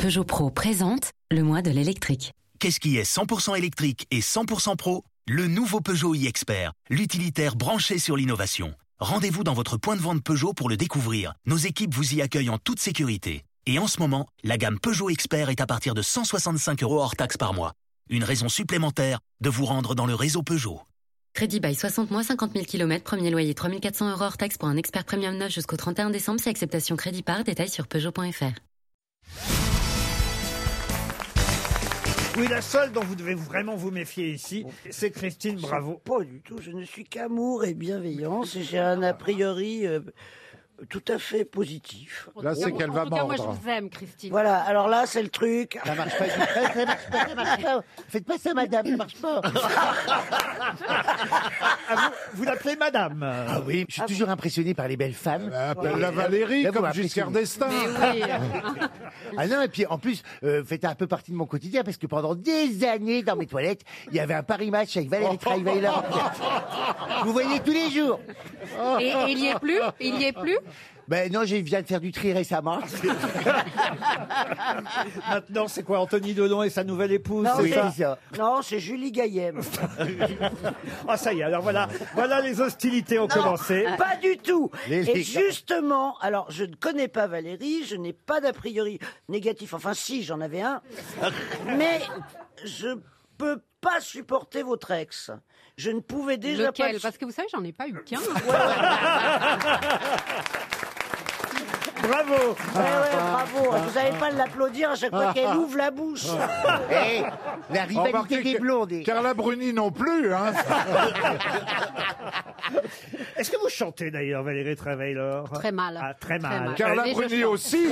Peugeot Pro présente le mois de l'électrique. Qu'est-ce qui est 100% électrique et 100% pro? Le nouveau Peugeot e-Expert, l'utilitaire branché sur l'innovation. Rendez-vous dans votre point de vente Peugeot pour le découvrir. Nos équipes vous y accueillent en toute sécurité. Et en ce moment, la gamme Peugeot Expert est à partir de 165 € hors taxe par mois. Une raison supplémentaire de vous rendre dans le réseau Peugeot. Crédit by 60 mois, 50 000 km, premier loyer 3 400 € hors taxe pour un expert premium neuf jusqu'au 31 décembre, si acceptation crédit par, détail sur Peugeot.fr. Oui, la seule dont vous devez vraiment vous méfier ici, c'est Christine Bravo. Pas du tout, je ne suis qu'amour et bienveillance et j'ai un a priori tout à fait positif. Là, c'est qu'elle va mordre. Moi, je vous aime, Christine. Voilà, alors là, c'est le truc. Ça marche pas, ça marche pas. Faites pas ça, madame, ça marche pas. Vous l'appelez madame. Ah oui, je suis toujours impressionné par les belles femmes. Appelle-la Valérie, Là, vous comme m'impressionnez. Giscard d'Estaing. Oui. Ah non, et puis en plus, faites un peu partie de mon quotidien, parce que pendant des années, dans mes toilettes, il y avait un Paris Match avec Valérie Trierweiler. Vous voyez tous les jours. Et il y est plus? Il y est plus? Ben non, je viens de faire du tri récemment. Maintenant, c'est quoi, Anthony Delon et sa nouvelle épouse? Non, c'est ça ça. Non, c'est Julie Gaillet. Ah, ça y est, alors voilà les hostilités ont commencé. Pas du tout. Les- Et justement, alors je ne connais pas Valérie, je n'ai pas d'a priori négatif. Enfin, si, j'en avais un. Mais je peux pas supporter votre ex. Je ne pouvais déjà Lequel? pas. Parce que vous savez, j'en ai pas eu qu'un. Bravo. Ouais, bravo. Vous n'allez pas l'applaudir à chaque fois qu'elle ouvre la bouche. Eh, la rivalité Remarquez des que blondes. Carla Bruni non plus, hein. Est-ce que vous chantez d'ailleurs, Valérie Trierweiler? Très mal. Ah, très mal. Très mal. Carla Mais je Bruni chante. aussi.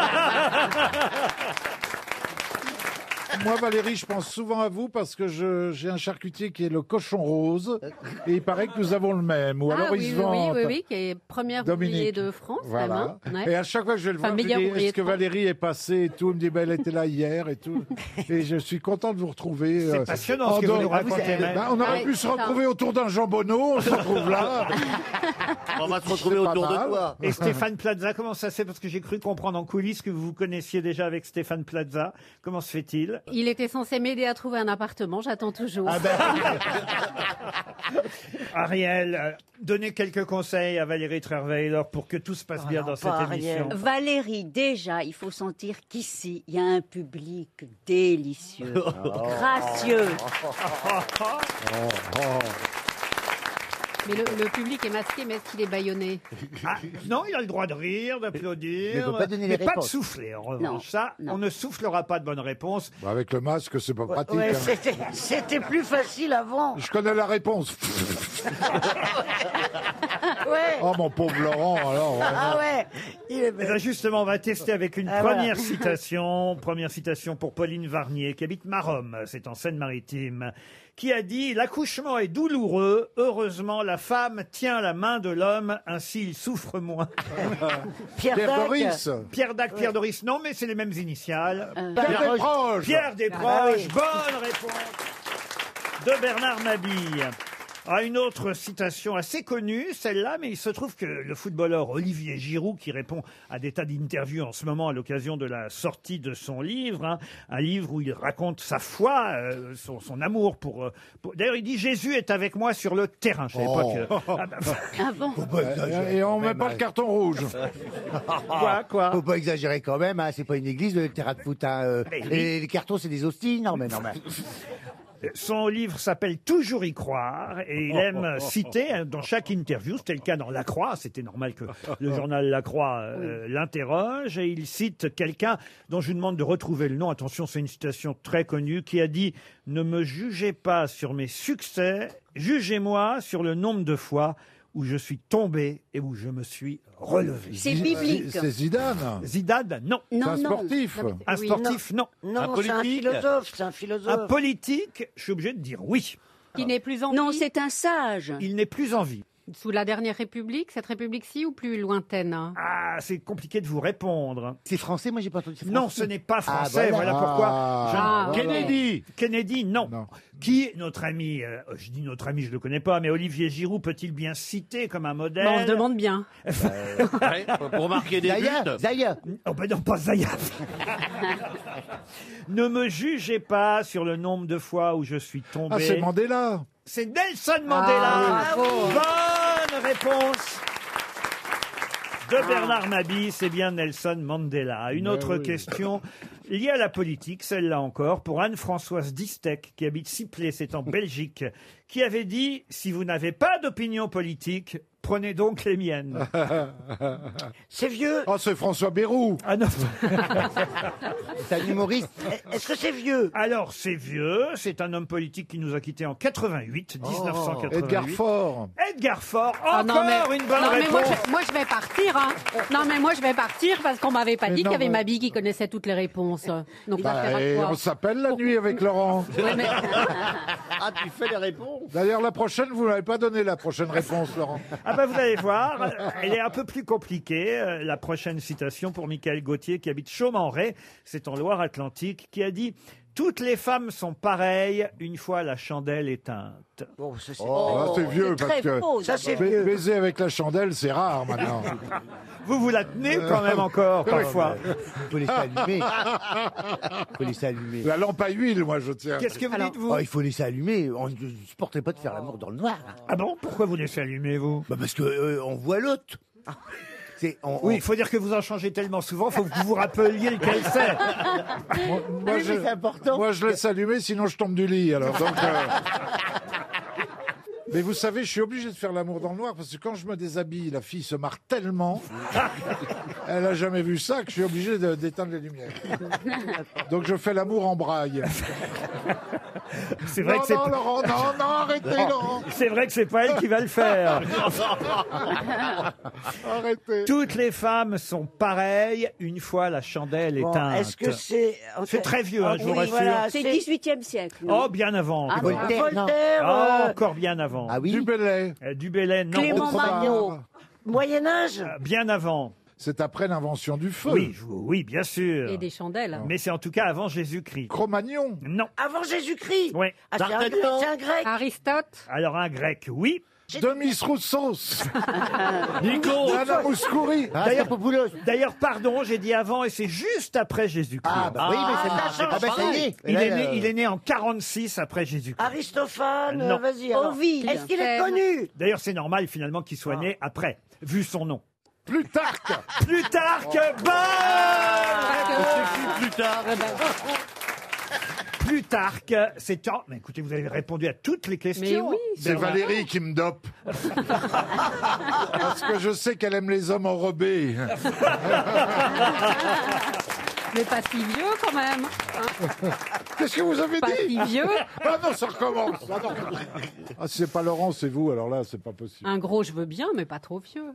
Moi, Valérie, je pense souvent à vous parce que j'ai un charcutier qui est le Cochon Rose et il paraît que nous avons le même. Ou alors Ah il oui, se oui, vante. oui, qui est première ouvrier de France, Voilà. vraiment. Ouais. Et à chaque fois que je vais le Enfin, voir, je lui meilleur dis, ouvrier est-ce que de France. Valérie est passée et tout? Il me dit, elle était là hier et tout. Et je suis content de vous retrouver. C'est passionnant ce en que vous dehors- nous racontez, même. On aurait Ouais, pu se ça. retrouver autour d'un jambonneau, on se retrouve là. On va se retrouver C'est pas autour de mal. toi. Et Stéphane Plaza, comment ça se fait? Parce que j'ai cru comprendre en coulisses que vous vous connaissiez déjà avec Stéphane Plaza. Comment se fait-il? Il était censé m'aider à trouver un appartement, j'attends toujours. Ah ben, Ariel, donnez quelques conseils à Valérie Trierweiler pour que tout se passe bien non, dans cette pas Ariel. émission. Valérie, déjà, il faut sentir qu'ici, il y a un public délicieux, gracieux. Mais le public est masqué, mais est-ce qu'il est bâillonné? Ah, non, il a le droit de rire, d'applaudir, Mais il faut pas donner les mais pas de réponses. souffler. En revanche, Non, ça, non. on ne soufflera pas de bonnes réponses. Bah, avec le masque, c'est pas pratique. Ouais, hein. c'était plus facile avant. Je connais la réponse. Ouais. Oh, mon pauvre Laurent, alors. Ah ouais. Il est Eh ben, justement, on va tester avec une Ah, première voilà. citation. Première citation pour Pauline Varnier, qui habite Maromme, c'est en Seine-Maritime, qui a dit « L'accouchement est douloureux. Heureusement, la femme tient la main de l'homme, ainsi il souffre moins. Pierre Pierre Dac. Doris. » Pierre Dac, Pierre Doris, non, mais c'est les mêmes initiales. Pierre Desproges. Pierre Desproges, Ah oui. bonne réponse de Bernard Mabille. Ah, une autre citation assez connue, celle-là, mais il se trouve que le footballeur Olivier Giroud, qui répond à des tas d'interviews en ce moment à l'occasion de la sortie de son livre, hein, un livre où il raconte sa foi, son amour pour... D'ailleurs, il dit « Jésus est avec moi sur le terrain ». Je savais pas que... Ah, bah, Ah bon? Et on met pas le carton rouge. quoi faut pas exagérer quand même, hein. C'est pas une église, le terrain de foot. Hein. Mais oui. Et les cartons, c'est des hosties. Non, mais. Son livre s'appelle Toujours y croire et il aime citer hein, dans chaque interview, c'était le cas dans La Croix, c'était normal que le journal La Croix l'interroge et il cite quelqu'un dont je vous demande de retrouver le nom, attention c'est une citation très connue, qui a dit « Ne me jugez pas sur mes succès, jugez-moi sur le nombre de fois où je suis tombé et où je me suis relevé. » C'est biblique. C'est Zidane. Zidane, non. C'est Non, un non. sportif. Un Oui, sportif, non. Non, c'est un philosophe. C'est un Un philosophe. politique, je suis obligé de dire oui. Qui n'est plus en Non, vie? c'est un sage. Il n'est plus en vie. Sous la dernière République, cette République-ci ou plus lointaine? Ah, c'est compliqué de vous répondre. C'est français, moi j'ai pas entendu. Non, ce n'est pas français, voilà pourquoi. Kennedy. Kennedy, non. Qui, notre ami, je dis notre ami, je le connais pas, mais Olivier Giroud peut-il bien citer comme un modèle? On se demande bien. Pour marquer des buts. Zaya. Oh ben non, pas Zaya. Ne me jugez pas sur le nombre de fois où je suis tombé. Ah, c'est Mandela. C'est Nelson Mandela. Bonne réponse de Bernard Mabie, c'est bien Nelson Mandela. Une autre question liée à la politique, celle-là encore, pour Anne-Françoise Distek, qui habite Sipley, c'est en Belgique, qui avait dit « Si vous n'avez pas d'opinion politique, prenez donc les miennes. » C'est vieux. Oh, c'est François Bayrou. Ah non. C'est un humoriste. Est-ce que c'est vieux? Alors, c'est vieux, c'est un homme politique qui nous a quittés en 1988. Edgar Faure. Edgar Faure, Ah, encore non, mais, une bonne non, mais réponse. moi, je vais partir. Hein. Non, mais moi, je vais partir parce qu'on m'avait pas Mais dit non, qu'il y avait mais- Mabie qui connaissait toutes les réponses. Donc, ça Bah, sert à et quoi? on s'appelle la nuit avec Laurent. Ouais, mais- Ah, tu fais les réponses. D'ailleurs, la prochaine, vous m'avez pas donné la prochaine réponse, Laurent. Ah ben vous allez voir, elle est un peu plus compliquée. La prochaine citation pour Michael Gauthier qui habite Chaumes-en-Ré, c'est en Loire-Atlantique, qui a dit « Toutes les femmes sont pareilles une fois la chandelle éteinte. Bon, ça, c'est Là, c'est vieux parce que ça, c'est ba- vieux. baiser avec la chandelle, c'est rare maintenant. » Vous la tenez quand même encore parfois. Il faut laisser allumer. Il faut laisser allumer. La lampe à huile, moi, je tiens. Qu'est-ce que vous Alors- dites vous? Oh, il faut laisser allumer. On ne supporterait pas de faire l'amour dans le noir. Ah bon? Pourquoi vous laissez allumer vous? Bah parce que on voit l'autre. Oui, il faut dire que vous en changez tellement souvent, il faut que vous vous rappeliez lequel c'est. Moi, Oui, mais je, c'est important. moi, je laisse allumer, sinon je tombe du lit. Alors, donc, Mais vous savez, je suis obligé de faire l'amour dans le noir parce que quand je me déshabille, la fille se marre tellement. Elle a jamais vu ça que je suis obligé d'éteindre les lumières. Donc je fais l'amour en braille. C'est vrai Non, que c'est non, Laurent, non, arrêtez, Laurent. c'est vrai que c'est pas elle qui va le faire. Arrêtez. Toutes les femmes sont pareilles une fois la chandelle Bon, éteinte. est-ce que c'est... C'est très vieux, hein, je vous oui, rassure. voilà, C'est 18e siècle. Oh, bien avant. Ah, Voltaire, non. Voltaire, Encore bien avant. Ah oui. Du Bellay. Du Bellay, non. Clément Autre part. Marot. Moyen-Âge. Bien avant. C'est après l'invention du feu. Oui, oui, bien sûr. Et des chandelles. Mais c'est en tout cas avant Jésus-Christ. Cro-Magnon. Non. Avant Jésus-Christ. Oui. Ah, c'est un D'Artagnan. c'est un grec. Aristote. Alors un grec, oui. Demis Roussos. Nico. Nana Mouskouri. D'ailleurs, Popoulos. D'ailleurs, pardon, j'ai dit avant et c'est juste après Jésus-Christ. Ah, bah oui, mais c'est ça change ça y est. il, Là, est né, il est né en 46 après Jésus-Christ. Aristophane, Non. vas-y. alors. Ovide. Est-ce qu'il est Thème. connu? D'ailleurs, c'est normal finalement qu'il soit né après, vu son nom. Plutarque. Plutarque, bonne Plus tard. Plutarque, c'est... Oh, mais écoutez, vous avez répondu à toutes les questions. Mais oui. C'est Valérie qui me dope. Parce que je sais qu'elle aime les hommes enrobés. Mais pas si vieux quand même. Qu'est-ce que vous avez Pas si dit? vieux. Ah non, ça recommence. Ah, non. Ah, si c'est pas Laurent, c'est vous. Alors là, c'est pas possible. Un gros, je veux bien, mais pas trop vieux.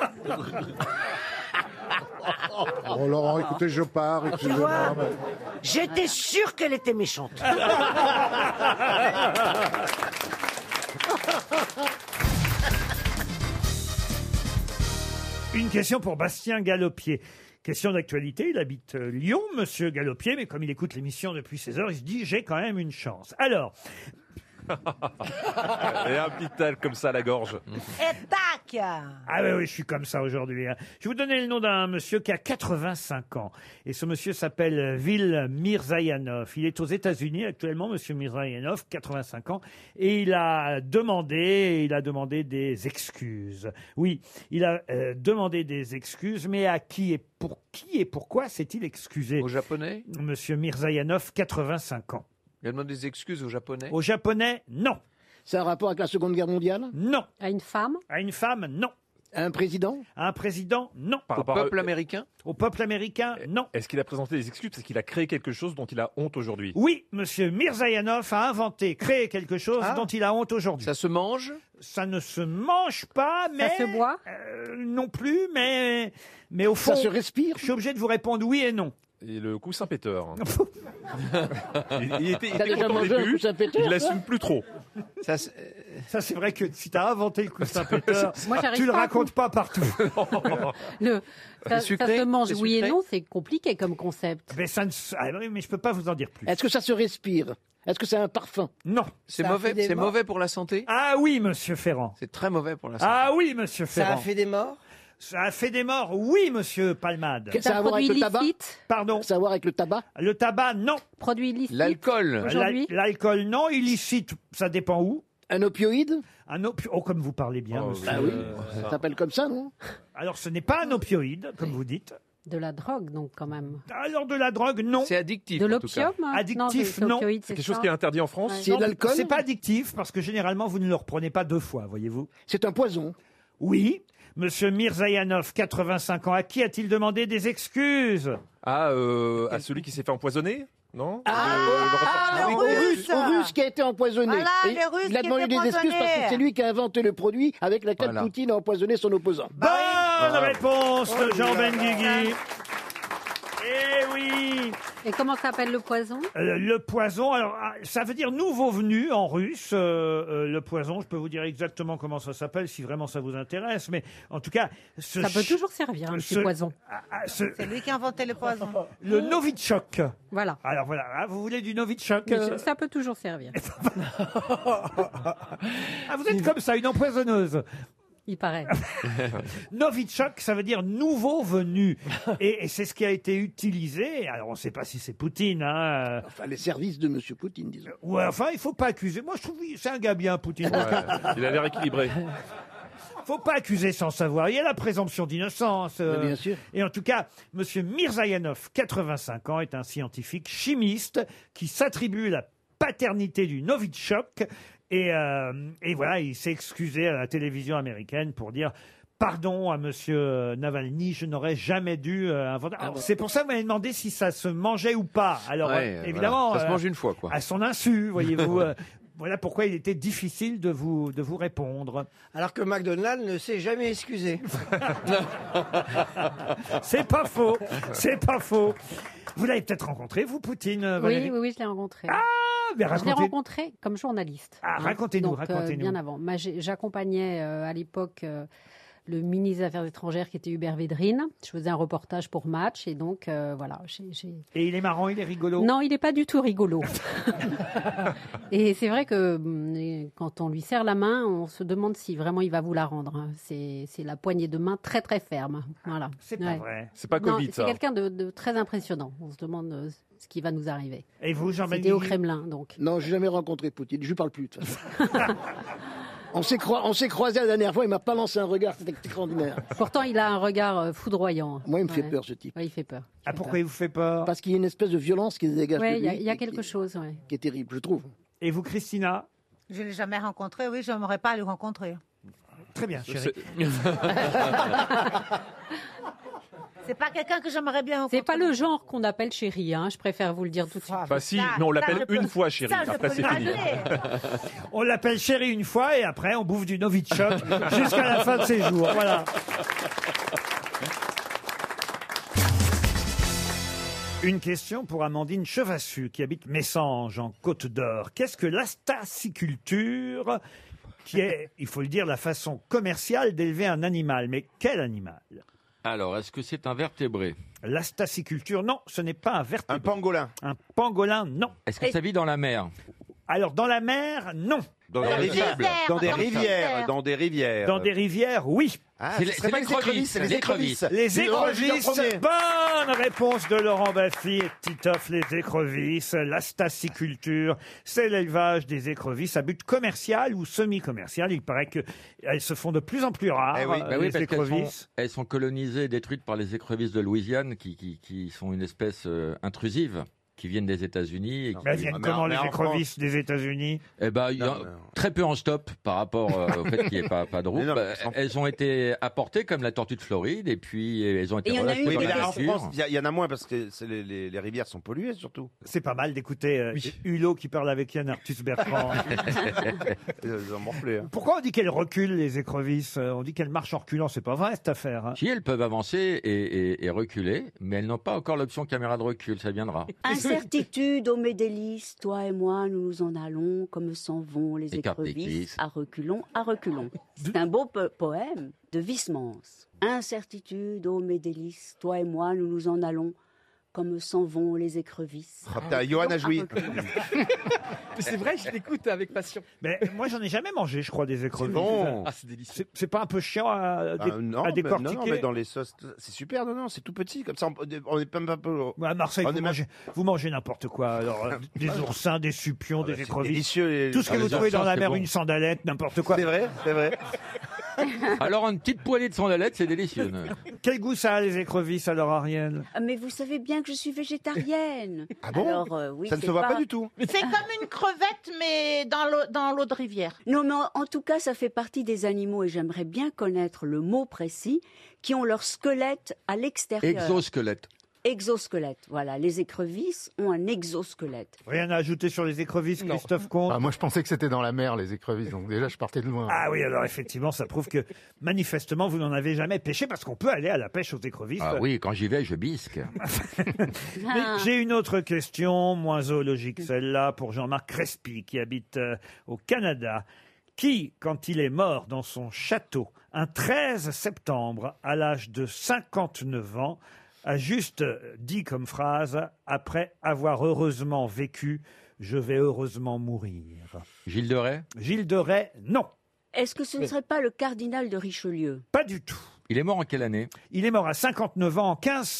Oh Laurent, écoutez, je pars. Excusez-moi. mais- J'étais sûr qu'elle était méchante. Une question pour Bastien Galopier. Question d'actualité, il habite Lyon, monsieur Galopier, mais comme il écoute l'émission depuis 16 heures, il se dit j'ai quand même une chance. Alors, Et un petit tel comme ça à la gorge. Et tac! ah oui, je suis comme ça aujourd'hui. Hein. Je vais vous donner le nom d'un monsieur qui a 85 ans. Et ce monsieur s'appelle Vil Mirzayanov. Il est aux États-Unis actuellement, monsieur Mirzayanov, 85 ans. Et il a demandé des excuses. Oui, il a demandé des excuses, mais à qui et pourquoi s'est-il excusé? Aux Japonais? Monsieur Mirzayanov, 85 ans. Il a demandé des excuses aux Japonais? Aux Japonais, non. C'est un rapport avec la Seconde Guerre mondiale? Non. À une femme? À une femme, non. À un président? À un président, non. Au peuple américain? Au peuple américain, non. Est-ce qu'il a présenté des excuses parce qu'il a créé quelque chose dont il a honte aujourd'hui? Oui, monsieur Mirzayanov a créé quelque chose dont il a honte aujourd'hui. Ça se mange? Ça ne se mange pas, mais... Ça se boit? Non plus, mais au fond... Ça se respire? Je suis obligé de vous répondre oui et non. Et le coussin péteur. il était T'as déjà content au mangé un début, coussin péteur, il l'assume plus trop. Ça, c'est vrai que si t'as inventé le coussin péteur, Moi, j'arrive tu le pas à racontes pas partout. Ça sucré se mange, C'est oui et sucré non, c'est compliqué comme concept. Mais oui, mais je peux pas vous en dire plus. Est-ce que ça se respire? Est-ce que c'est un parfum? Non. C'est Ça a fait mauvais, des c'est morts. mauvais pour la santé. Ah oui, monsieur Ferrand. C'est très mauvais pour la santé. Ah oui, monsieur Ça Ferrand. a fait des morts? Ça a fait des morts, oui, monsieur Palmade. Ça C'est a à un voir avec produit le tabac? illicite, Pardon. Ça a à voir avec le tabac? Le tabac, non. produit illicite. L'alcool. Aujourd'hui L'alcool, non. Illicite, ça dépend où. Un opioïde? Oh, comme vous parlez bien, monsieur. Ah oui, ça s'appelle comme ça, non? Alors, ce n'est pas un opioïde, comme vous dites. De la drogue, donc, quand même. Alors, de la drogue, non. C'est addictif. De en tout cas. l'opium hein Addictif, c'est non. opioïde, C'est quelque chose qui est interdit en France. C'est Non, de l'alcool? C'est pas addictif, parce que généralement, vous ne le reprenez pas 2 fois, voyez-vous. C'est un poison. Oui. Monsieur Mirzayanov, 85 ans, à qui a-t-il demandé des excuses? À celui qui s'est fait empoisonner, non Au Russe qui a été empoisonné. Voilà, Et les Russes il a qui demandé étaient des excuses parce que c'est lui qui a inventé le produit avec lequel Voilà. Poutine a empoisonné son opposant. Bonne réponse de Jean Benguigui. Eh oui. Et comment s'appelle le poison? Le poison, alors ça veut dire nouveau venu en russe. Le poison, je peux vous dire exactement comment ça s'appelle si vraiment ça vous intéresse. Mais en tout cas, Ça peut toujours servir, un petit poison. C'est lui qui a inventé le poison. Le Novichok. Voilà. Alors voilà, vous voulez du Novichok Mais ça peut toujours servir. Vous êtes comme ça, une empoisonneuse. Il paraît. Novichok, ça veut dire nouveau venu. Et c'est ce qui a été utilisé. Alors, on ne sait pas si c'est Poutine. Hein. Enfin, les services de M. Poutine, disons. Ouais, enfin, il ne faut pas accuser. Moi, je trouve que c'est un gars bien, Poutine. Il a l'air équilibré. Faut pas accuser sans savoir. Il y a la présomption d'innocence. Bien sûr. Et en tout cas, Monsieur Mirzayanov, 85 ans, est un scientifique chimiste qui s'attribue la paternité du Novichok. Et voilà, il s'est excusé à la télévision américaine pour dire pardon à Monsieur Navalny, je n'aurais jamais dû inventer. Alors, c'est pour ça que vous m'avez demandé si ça se mangeait ou pas. Alors Ouais, évidemment, voilà. Ça se mange une fois, quoi. à son insu, voyez-vous. Voilà pourquoi il était difficile de vous répondre. Alors que McDonald's ne s'est jamais excusé. C'est pas faux, c'est pas faux. Vous l'avez peut-être rencontré, vous, Poutine, Valérie? Oui, je l'ai rencontré. Mais Je l'ai racontez- rencontré comme journaliste. Ah, racontez-nous, Donc, racontez-nous. bien avant. J'accompagnais à l'époque le ministre des Affaires étrangères qui était Hubert Védrine. Je faisais un reportage pour Match et donc voilà. Et il est marrant, il est rigolo? Non, il n'est pas du tout rigolo. Et c'est vrai que quand on lui serre la main, on se demande si vraiment il va vous la rendre. Hein. C'est la poignée de main très très ferme. Voilà. C'est pas vrai. C'est pas Non, Covid, c'est ça. quelqu'un de très impressionnant. On se demande ce qui va nous arriver. Et vous, Jean C'était au Benguigui? Kremlin, donc. Non, j'ai jamais rencontré Poutine. Je lui parle plus, de toute façon. On s'est croisés la dernière fois, il m'a pas lancé un regard, c'était extraordinaire. Pourtant, il a un regard foudroyant. Moi, il me fait Ouais. peur, ce type. Ouais, il fait peur. Ah, pourquoi il vous fait peur? Parce qu'il y a une espèce de violence qui se dégage Ouais, de lui. il y a et quelque chose. Ouais. qui est terrible, je trouve. Et vous, Christina? Je ne l'ai jamais rencontré, oui, je n'aimerais pas le rencontrer. Très bien, chérie. C'est pas quelqu'un que j'aimerais bien rencontrer. C'est pas le genre qu'on appelle chérie, hein. Je préfère vous le dire tout de suite. Bah si, Ça, mais on ça, l'appelle je peux- une fois, chérie. ça, je Après, peux c'est lui fini. pardonner. On l'appelle chérie une fois et après on bouffe du Novichok jusqu'à la fin de ses jours. Voilà. Une question pour Amandine Chevassu qui habite Messanges en Côte d'Or. Qu'est-ce que l'astaciculture, qui est, il faut le dire, la façon commerciale d'élever un animal? Mais quel animal? Alors, est-ce que c'est un vertébré? L'astaciculture, non, ce n'est pas un vertébré. Un pangolin. Un pangolin, non. Est-ce que ça vit dans la mer? Alors dans la mer, non. Dans Dans des le rivières. sable. Dans des Dans le rivières. sable. Dans des rivières. Dans des rivières, oui. Ah, C'est ce les- serait c'est pas les les écrevisses, écrevisses, c'est les les écrevisses. Les écrevisses, Premier. bonne réponse de Laurent Baffy et de Titoff, les écrevisses. L'astaciculture, c'est l'élevage des écrevisses à but commercial ou semi-commercial. Il paraît qu'elles se font de plus en plus rares, Eh oui. Bah oui, les parce écrevisses. elles sont colonisées et détruites par les écrevisses de Louisiane qui sont une espèce intrusive. qui viennent des États-Unis. et qui- Mais elles viennent comment, les écrevisses des États-Unis? Eh ben, il y a très peu en stop par rapport au fait qu'il n'y ait pas de route. Elles ont été apportées comme la tortue de Floride et puis elles ont été relâchées Oui, dans mais la là, en nature. France, il y en a moins parce que les rivières sont polluées surtout. C'est pas mal d'écouter Hulot qui parle avec Yann Arthus Bertrand. Ils en mangent plus, hein. Pourquoi on dit qu'elles reculent, les écrevisses? On dit qu'elles marchent en reculant. C'est pas vrai, cette affaire. Hein. Si elles peuvent avancer et reculer, mais elles n'ont pas encore l'option caméra de recul, ça viendra. Incertitude, ô mes délices, toi et moi, nous nous en allons, comme s'en vont les écrevisses, à reculons, à reculons. C'est un beau poème de Huysmans. Incertitude, ô mes délices, toi et moi, nous nous en allons, comme s'en vont les écrevisses. Ah, putain, Johan a joui. Mais c'est vrai, je l'écoute avec passion. Mais moi, j'en ai jamais mangé, je crois, des écrevisses. bon. Ah, c'est délicieux. C'est pas un peu chiant à, Non, à mais, décortiquer? non, mais dans les sauces, c'est super. Non, c'est tout petit. Comme ça, on est même pas peu. À Marseille, On vous est mangez n'importe quoi. Alors, des oursins, des supions, des c'est écrevisses. délicieux, Tout ce que vous les trouvez dans oursins, la c'est mer, bon. une sandalette, n'importe quoi. C'est vrai, c'est vrai. Alors, une petite poêlée de sandalette, c'est délicieux. Quel goût ça a, les écrevisses, alors, Ariel? Ah, mais vous savez bien que je suis végétarienne. Ah bon? Alors, oui, Ça ne c'est se voit pas du tout. C'est comme une crevette, mais dans l'eau de rivière. Non, mais en tout cas, ça fait partie des animaux, et j'aimerais bien connaître le mot précis, qui ont leur squelette à l'extérieur. Exosquelette. Exosquelette, voilà. Les écrevisses ont un exosquelette. Rien à ajouter sur les écrevisses, Christophe Comte? Ah, moi, je pensais que c'était dans la mer, les écrevisses, donc déjà, je partais de loin. Ah oui, alors effectivement, ça prouve que manifestement, vous n'en avez jamais pêché parce qu'on peut aller à la pêche aux écrevisses. Ah oui, quand j'y vais, je bisque. Mais j'ai une autre question, moins zoologique celle-là, pour Jean-Marc Crespi, qui habite au Canada, qui, quand il est mort dans son château, un 13 septembre, à l'âge de 59 ans, a juste dit comme phrase, après avoir heureusement vécu, je vais heureusement mourir. Gilles de Rais? Gilles de Rais, non. Est-ce que ce ne serait pas le cardinal de Richelieu? Pas du tout. Il est mort en quelle année? Il est mort à 59 ans en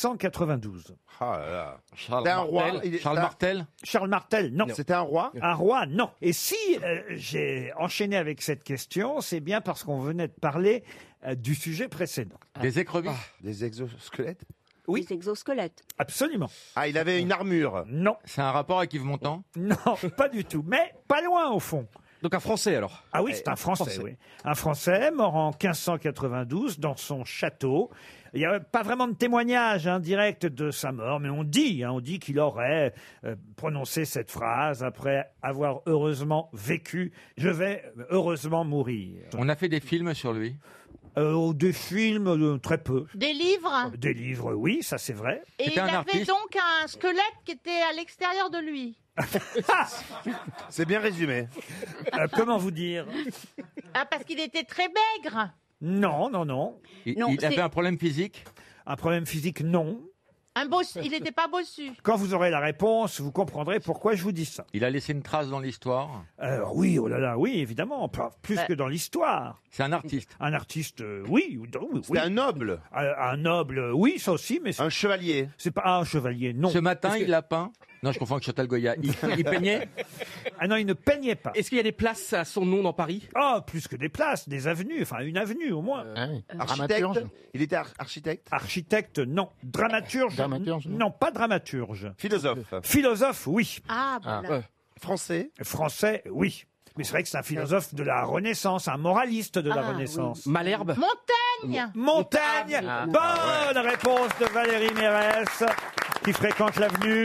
1592. Ah là là. Charles C'était un roi. Martel? Charles Martel? Charles Martel, non. C'était un roi? Un roi, non. Et si j'ai enchaîné avec cette question, c'est bien parce qu'on venait de parler du sujet précédent. Des écrevisses? Des exosquelettes? Oui. Les exosquelettes. Absolument. Ah, il avait une armure. Non. C'est un rapport avec Yves Montand? Non, pas du tout. Mais pas loin au fond. Donc un Français alors. Ah oui, c'est un Français, oui. Un Français mort en 1592 dans son château. Il n'y a pas vraiment de témoignage direct de sa mort, mais on dit qu'il aurait prononcé cette phrase après avoir heureusement vécu. Je vais heureusement mourir. On a fait des films sur lui? Des films, très peu. Des livres. Des livres, oui, ça c'est vrai. Et il avait donc un squelette qui était à l'extérieur de lui. C'est bien résumé. Comment vous dire? Ah, parce qu'il était très maigre. Non, non, non. Il avait un problème physique? Un problème physique, non. Il n'était pas bossu. Quand vous aurez la réponse, vous comprendrez pourquoi je vous dis ça. Il a laissé une trace dans l'histoire? Oui, oh là là, oui, évidemment, plus que dans l'histoire. C'est un artiste? Un artiste, oui. C'est un noble? Un noble, oui, ça aussi, mais... Un chevalier? C'est pas un chevalier, non. Ce matin, il a peint? Non, je confonds avec Chantal Goya. Il peignait? Ah non, il ne peignait pas. Est-ce qu'il y a des places à son nom dans Paris? Ah, plus que des places, des avenues, enfin une avenue au moins. Architecte? Il était architecte? Architecte, non. Dramaturge? Non, pas dramaturge. Philosophe? Philosophe, oui. Ah, voilà. Français? Français, oui. Mais c'est vrai que c'est un philosophe de la Renaissance, un moraliste de la Renaissance. Oui. Malherbe? Montaigne. Montaigne. Bonne réponse de Valérie Mérès, qui fréquente l'avenue.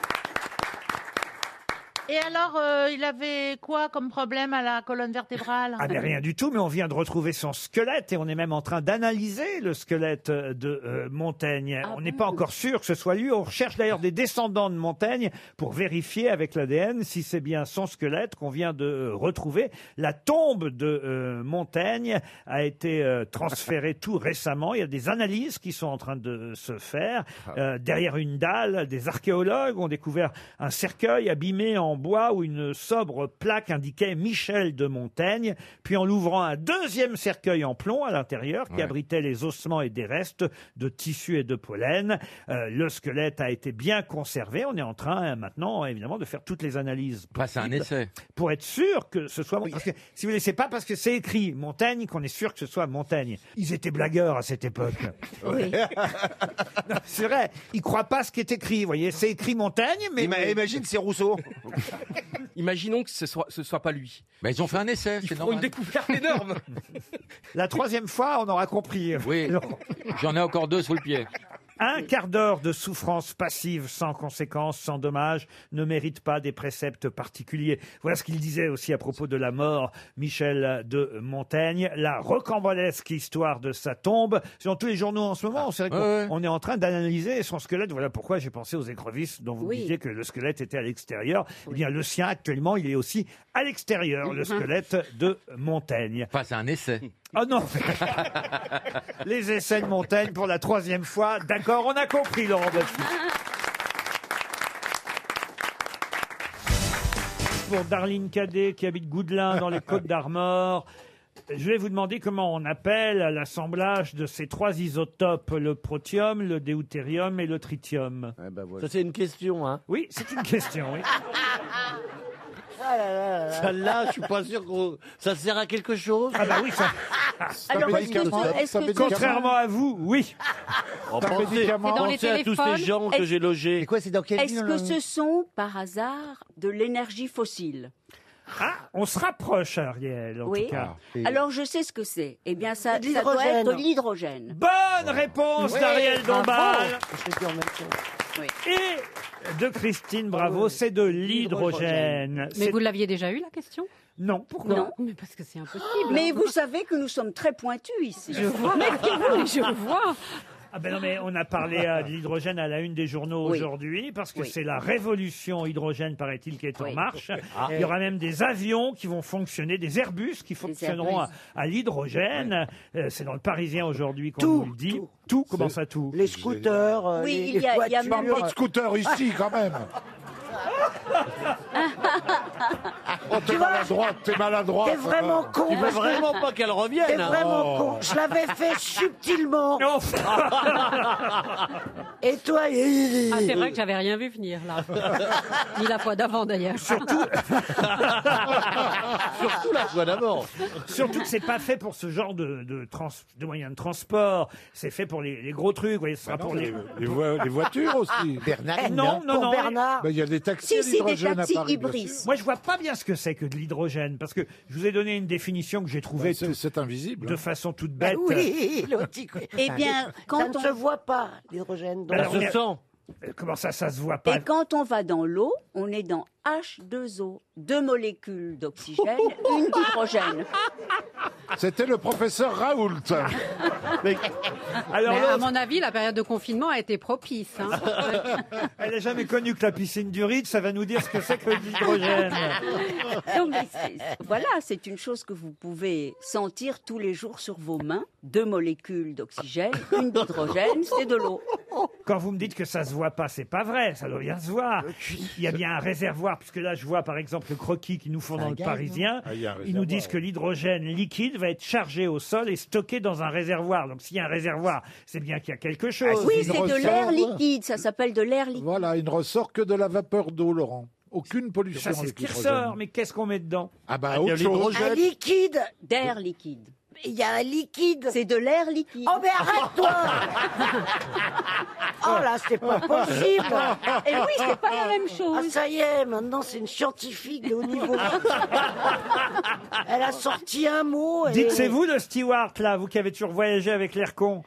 Et alors, il avait quoi comme problème à la colonne vertébrale? Ah mais rien du tout, mais on vient de retrouver son squelette et on est même en train d'analyser le squelette de Montaigne. On n'est pas encore sûr que ce soit lui. On recherche d'ailleurs des descendants de Montaigne pour vérifier avec l'ADN si c'est bien son squelette qu'on vient de retrouver. La tombe de Montaigne a été transférée tout récemment. Il y a des analyses qui sont en train de se faire. Derrière une dalle, des archéologues ont découvert un cercueil abîmé en bois où une sobre plaque indiquait Michel de Montaigne, puis en l'ouvrant un deuxième cercueil en plomb à l'intérieur qui abritait les ossements et des restes de tissu et de pollen. Le squelette a été bien conservé. On est en train maintenant, évidemment, de faire toutes les analyses C'est un essai. pour être sûr que ce soit... Parce que, si vous voulez, c'est pas parce que c'est écrit Montaigne qu'on est sûr que ce soit Montaigne. Ils étaient blagueurs à cette époque. Oui. Non, c'est vrai, ils croient pas ce qui est écrit. Vous voyez, c'est écrit Montaigne, mais... Imagine, c'est Rousseau. Imaginons que ce soit pas lui. Mais ils ont fait un essai, Ils c'est feront normal. une découverte énorme. La troisième fois, on aura compris. Oui, j'en ai encore 2 sous le pied. Un quart d'heure de souffrance passive sans conséquence, sans dommage, ne mérite pas des préceptes particuliers. Voilà ce qu'il disait aussi à propos de la mort, Michel de Montaigne. La rocambolesque histoire de sa tombe. C'est dans tous les journaux en ce moment. C'est vrai qu'on est en train d'analyser son squelette. Voilà pourquoi j'ai pensé aux écrevisses dont vous disiez que le squelette était à l'extérieur. Eh bien, le sien, actuellement, il est aussi à l'extérieur, le squelette de Montaigne. Enfin, c'est un essai. Oh non. Les essais de Montaigne pour la 3e fois. D'accord, on a compris, Laurent Baffie. Pour Darline Cadet, qui habite Goudelin, dans les Côtes-d'Armor, je vais vous demander comment on appelle l'assemblage de ces 3 isotopes, le protium, le deutérium et le tritium. Ça, c'est une question, hein. Oui, c'est une question, oui. Celle-là, je suis pas sûr que ça sert à quelque chose. Ah bah oui, ça... Alors, est-ce que Contrairement à vous, oui. Pensez à tous ces gens que j'ai logés. C'est quoi, c'est dans quelle Est-ce ville que ce sont, par hasard, de l'énergie fossile? Ah, on se rapproche, Ariel, en Oui. tout cas. Alors, je sais ce que c'est. Eh bien, ça doit l'hydrogène. être l'hydrogène. Bonne réponse d'Ariel Dombal. Oui. Et de Christine Bravo, c'est de l'hydrogène. Mais C'est- vous l'aviez déjà eu, la question? Non, pourquoi? Non. Mais parce que c'est impossible. Mais vous savez que nous sommes très pointus ici. Je vois, méfiez-vous, je vois. Ah ben non, mais on a parlé de l'hydrogène à la une des journaux Oui. aujourd'hui, parce que Oui. c'est la révolution hydrogène, paraît-il, qui est en Oui. marche. Il y aura même des avions qui vont fonctionner, des Airbus qui fonctionneront à l'hydrogène. C'est dans le Parisien aujourd'hui qu'on nous le dit. Tout, comment ça tout? Les scooters, Oui, les il y a voitures. même Pas de scooter ici, quand même. Oh, t'es maladroite, t'es maladroite. T'es vraiment con. Tu veux parce que vraiment pas qu'elle revienne. T'es hein. vraiment con. Je l'avais fait subtilement. Non. Et toi, Ah, c'est vrai que j'avais rien vu venir, là. Ni la fois d'avant, d'ailleurs. Surtout la fois d'abord. Surtout que c'est pas fait pour ce genre de moyens de transport. C'est fait pour les gros trucs. Vous voyez, ce sera pour les... Les voitures aussi. Bernard, Non, non, pour non. Bernard. Ben, il y a des taxis à Si, c'est des l'hydrogène à taxis Paris. bien Ibris. sûr. Moi, je vois pas bien ce que c'est que de l'hydrogène, parce que je vous ai donné une définition que j'ai trouvée C'est invisible. de façon toute bête. Oui, l'autre, il- Eh bien, ça quand ne on... se voit pas, l'hydrogène. Donc, Alors, Ça on se est- sent. Comment ça se voit pas? Et quand on va dans l'eau, on est dans H2O, 2 molécules d'oxygène, une d'hydrogène. C'était le professeur Raoult. Alors, Mais à l'autre, mon avis, la période de confinement a été propice. Hein. elle n'a jamais connu que la piscine du Ritz, ça va nous dire ce que c'est que l'hydrogène. Non, mais voilà, c'est une chose que vous pouvez sentir tous les jours sur vos mains. 2 molécules d'oxygène, une d'hydrogène, c'est de l'eau. Quand vous me dites que ça se voit pas, c'est pas vrai, ça doit bien se voir. Il y a bien un réservoir, puisque là je vois par exemple le croquis qu'ils nous font dans le Parisien. Ah, il y a un Ils nous réservoir, disent que l'hydrogène liquide va être chargé au sol et stocké dans un réservoir. Donc s'il y a un réservoir, c'est bien qu'il y a quelque chose. Oui, il c'est de ressort, l'air liquide, ça s'appelle de l'air liquide. Voilà, il ne ressort que de la vapeur d'eau, Laurent. Aucune pollution Ça c'est ce avec qui l'hydrogène. ressort, mais qu'est-ce qu'on met dedans? Ah bah, Il y a autre chose. l'hydrogène. un liquide. D'air liquide. Il y a un liquide. C'est de l'air liquide. Oh, mais arrête-toi. Oh là, c'est pas possible. Et oui, c'est pas la même Ah, chose. ça y est, maintenant c'est une scientifique de haut niveau. Elle a sorti un mot. et- Dites, c'est vous le steward là, vous qui avez toujours voyagé avec l'air con?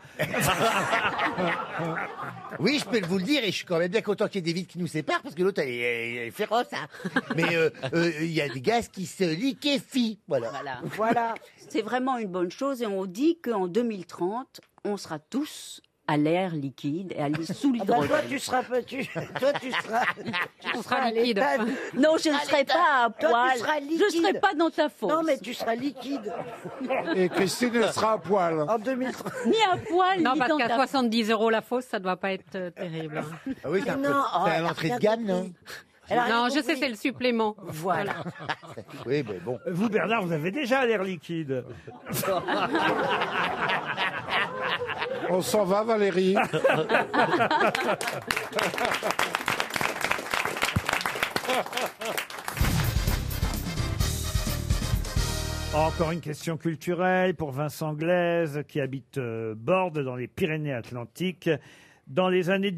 Oui, je peux vous le dire, et je suis quand même bien content qu'il y ait des vides qui nous séparent, parce que l'autre, elle est féroce. Hein. Mais il y a des gaz qui se liquéfient. Voilà. Voilà. C'est vraiment une bonne chose et on dit qu'en 2030, on sera tous à l'air liquide et sous Ah bah, l'hydrogène. toi, tu seras à liquide. l'état- Non, je ne serai pas à Toi, poil. tu seras Je liquide. ne serai pas dans ta fosse. Non, mais tu seras liquide. Et Christine, elle sera à poil. En 2030. Ni à poil, Non, ni parce dans qu'à ta 70 € la fosse, ça doit pas être terrible. Ah oui, c'est Non, oh, c'est elle un a entrée rien de gamme, compris. non Non, je sais, c'est le supplément. Voilà. Oui, mais bon. Vous, Bernard, vous avez déjà l'air liquide. On s'en va, Valérie. Encore une question culturelle pour Vincent Glaise, qui habite Bordes, dans les Pyrénées-Atlantiques. Dans les années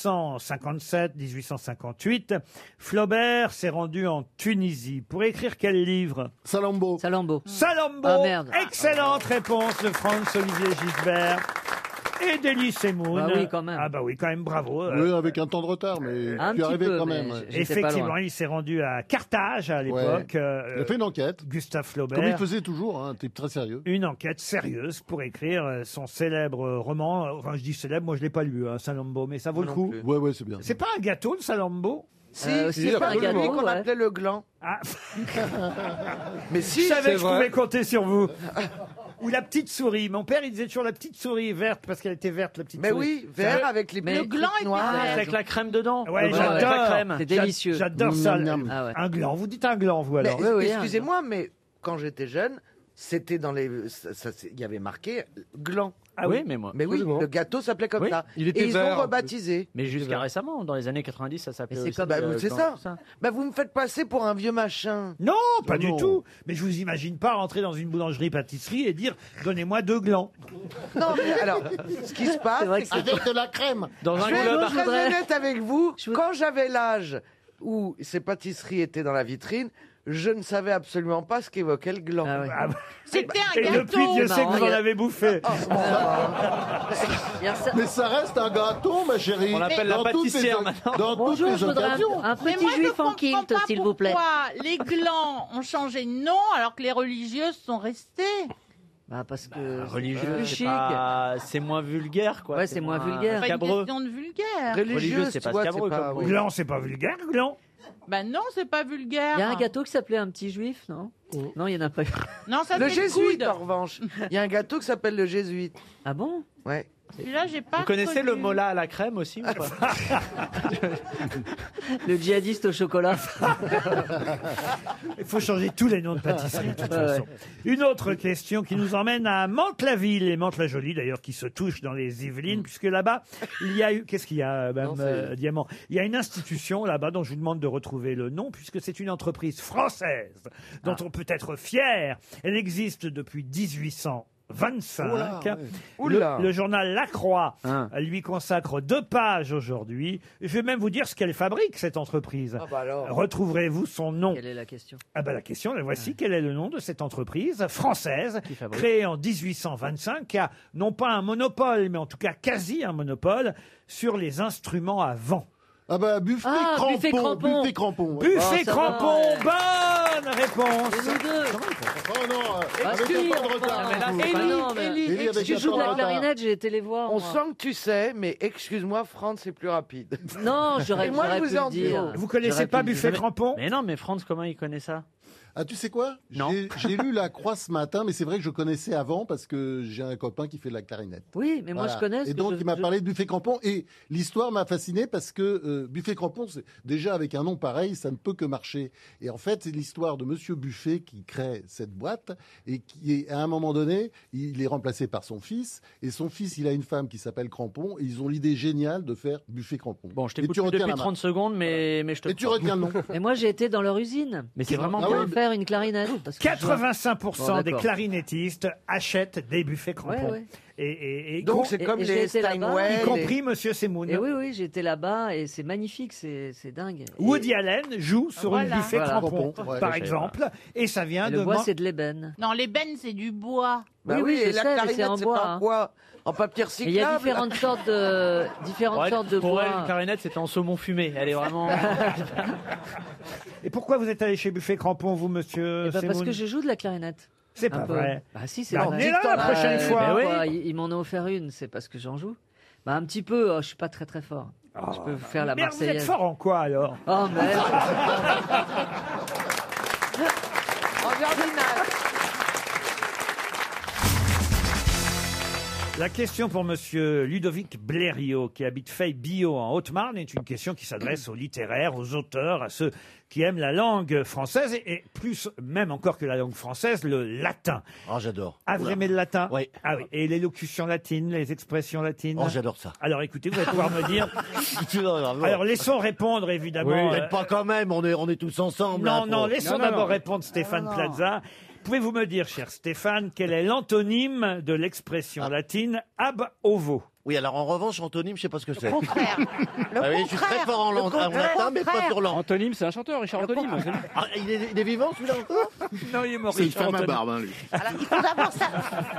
1857-1858, Flaubert s'est rendu en Tunisie pour écrire quel livre? Salammbô. Salammbô. Ah, merde. Excellente réponse de Franz-Olivier Gisbert et d'Elie Semoun. Bah oui, quand même. Ah bah oui, quand même, bravo. Oui, avec un temps de retard, mais tu es arrivé quand même. Effectivement, il s'est rendu à Carthage à l'époque. Il a fait une enquête. Gustave Flaubert. Comme il faisait toujours, un type très sérieux. Une enquête sérieuse pour écrire son célèbre roman. Enfin, je dis célèbre, moi je l'ai pas lu, Salammbô, mais ça vaut le coup. Ouais, ouais, c'est bien. C'est pas un gâteau, le Salammbô? C'est celui qu'on appelait le gland. Ah. Mais si, je savais c'est que je vrai. pouvais compter sur vous. Ou la petite souris. Mon père, il disait toujours la petite souris verte parce qu'elle était verte, la petite Mais souris. oui, vert avec les Le gland était noirs. vert. Avec la crème dedans. Ouais, Avec la j'adore. crème. C'est délicieux. J'adore ça. Ah ouais. Un gland. Vous dites un gland, vous, alors? Mais, excusez-moi, mais quand j'étais jeune, c'était dans les. Il y avait marqué gland. Ah oui, mais moi. Mais oui, le gâteau s'appelait comme Oui, ça. il était Et ils vert. ont rebaptisé. Mais jusqu'à récemment, dans les années 90, ça s'appelait. aussi, Bah, c'est gland. ça. Bah, vous me faites passer pour un vieux machin. Non, pas du tout. Mais je vous imagine pas rentrer dans une boulangerie-pâtisserie et dire donnez-moi 2 glands. Non, mais alors, ce qui se passe, c'est que Avec de la crème. Dans un je vais globe. être très honnête avec vous. Quand j'avais l'âge où ces pâtisseries étaient dans la vitrine, je ne savais absolument pas ce qu'évoquait le gland. Ah bah, C'était un et gâteau. depuis, Dieu sait que vous en avez bouffé. Mais ça reste un gâteau, ma chérie. On l'appelle la Dans toutes les pâtissière o- maintenant. Dans Bonjour, toutes je les voudrais occasions. un Mais petit moi, je juif en comprends kilt, pas s'il vous plaît. pourquoi les glands ont changé de nom alors que les religieuses sont restées. Bah, parce que Religieux, plus c'est chic. c'est moins vulgaire, quoi. Ouais, c'est moins vulgaire. Pas une Cabreux. question de vulgaire. Religieux, c'est pas tu vois, scabreux, c'est pas- comme oui. mot. Gland, c'est pas vulgaire, gland. Bah non, c'est pas vulgaire. Il y a un gâteau qui s'appelait un petit juif, non? Non, il y en a pas eu. Non, ça Le c'est jésuite, coude. en revanche. Il y a un gâteau qui s'appelle le jésuite. Ah bon? Ouais. Celui-là, j'ai pas. Vous connaissez connu. le mola à la crème aussi ou pas? Le djihadiste au chocolat. Il faut changer tous les noms de pâtisseries, de toute Ouais, façon. Une autre question qui nous emmène à Mantes-la-Ville, et Mantes-la-Jolie, d'ailleurs, qui se touche dans les Yvelines, puisque là-bas, il y a eu... Qu'est-ce qu'il y a, Mme Diamant? Il y a une institution là-bas dont je vous demande de retrouver le nom, puisque c'est une entreprise française dont on peut être fier. Elle existe depuis 1825. Oula, ouais. Oula. Le journal La Croix Hein. lui consacre 2 pages aujourd'hui. Je vais même vous dire ce qu'elle fabrique, cette entreprise. Ah bah alors. Retrouverez-vous son nom? Quelle est la question? Ah bah la question, la voici. Quel est le nom de cette entreprise française Qui fabrique. créée en 1825 qui a non pas un monopole, mais en tout cas quasi un monopole sur les instruments à vent? Ah bah, buffet Ah, crampon. buffet crampon. Buffet crampon. ouais. Buffet ça va, crampon, ouais. bonne réponse. Et nous deux. Oh non, Bah avec si, un temps de enfin. retard. mais là, vous. c'est Bah pas- non, mais Élie avec tu un joues temps de la de retard. clarinette, j'ai été les voir. On moi. sent que tu sais, mais excuse-moi, Franz, c'est plus rapide. Non, j'aurais Et moi, je j'aurais vous pu en le dire. dis. Vous connaissez J'aurais pas pu le Buffet dire. crampon? Mais non, mais Franz, comment il connaît ça? Ah, tu sais quoi? Non. J'ai lu La Croix ce matin, mais c'est vrai que je connaissais avant parce que j'ai un copain qui fait de la clarinette. Oui, mais moi Voilà. je connais. Et donc, il m'a parlé de Buffet Crampon. Et l'histoire m'a fasciné parce que Buffet Crampon, déjà avec un nom pareil, ça ne peut que marcher. Et en fait, c'est l'histoire de Monsieur Buffet qui crée cette boîte et qui, à un moment donné, il est remplacé par son fils. Et son fils, il a une femme qui s'appelle Crampon. Et ils ont l'idée géniale de faire Buffet Crampon. Bon, je Et t'écoute tu retiens depuis la main. 30 secondes, mais je te. Et tu retiens le nom. Et moi j'ai été dans leur usine. Mais c'est vraiment Ah Pour ouais. faire une clarinette. parce que je- 85% Bon, des d'accord. clarinettistes achètent des buffets crampons. Ouais, ouais. Et Donc, c'est Et- comme et j'ai les été là-bas. Steinway. y compris Monsieur Semoun. Et oui, oui, j'étais là-bas et c'est magnifique, c'est dingue. Woody Allen joue sur Voilà. une buffet Voilà. crampon, Crampon, ouais, par je sais exemple, et ça vient Et de le bois Man- c'est de l'ébène. Non, les bennes, c'est du bois. Bah Oui, oui, oui, je et la sais, mais c'est clarinette, en c'est bois, pas hein. en quoi? En papier Et il y a recyclable? différentes sortes de Pour bois. elle, une clarinette, c'était en saumon fumé. Elle est vraiment. Et pourquoi vous êtes allé chez Buffet Crampon, vous, Monsieur Eh ben, parce Semoun? que je joue de la clarinette. C'est Un pas peu. vrai. Bah si, c'est Bah, vrai. emmenez-la la prochaine fois. bah, oui. quoi, ils m'en ont offert une, c'est parce que j'en joue. Bah un petit peu, je suis pas très très fort. Je peux faire la Mais vous êtes Marseillaise. fort en quoi, alors? Oh merde. En jardinage. La question pour monsieur Ludovic Blériot, qui habite Fay-Billot en Haute-Marne, est une question qui s'adresse aux littéraires, aux auteurs, à ceux qui aiment la langue française, et plus même encore que la langue française, le latin. Oh, j'adore. Ah, vous aimez le latin? Oui. Ah oui. Et l'élocution latine, les expressions latines? Oh, j'adore ça. Alors écoutez, vous allez pouvoir me dire... Alors laissons répondre, évidemment. Oui, pas quand même, on est tous ensemble. Non, là, non, faut- laissons d'abord répondre Stéphane Plaza. Pouvez-vous me dire, cher Stéphane, quel est l'antonyme de l'expression latine ab ovo? Oui, alors en revanche, antonyme, je sais pas ce que c'est. Contraire. Ah oui, je suis très fort en latin, mais pas sur l'an. Antonyme, c'est un chanteur, Richard Antonyme. Ah, il est vivant celui-là encore? Non, il est mort. C'est une Richard femme à Anthony. barbe, hein, lui. Alors, il faut d'abord ça.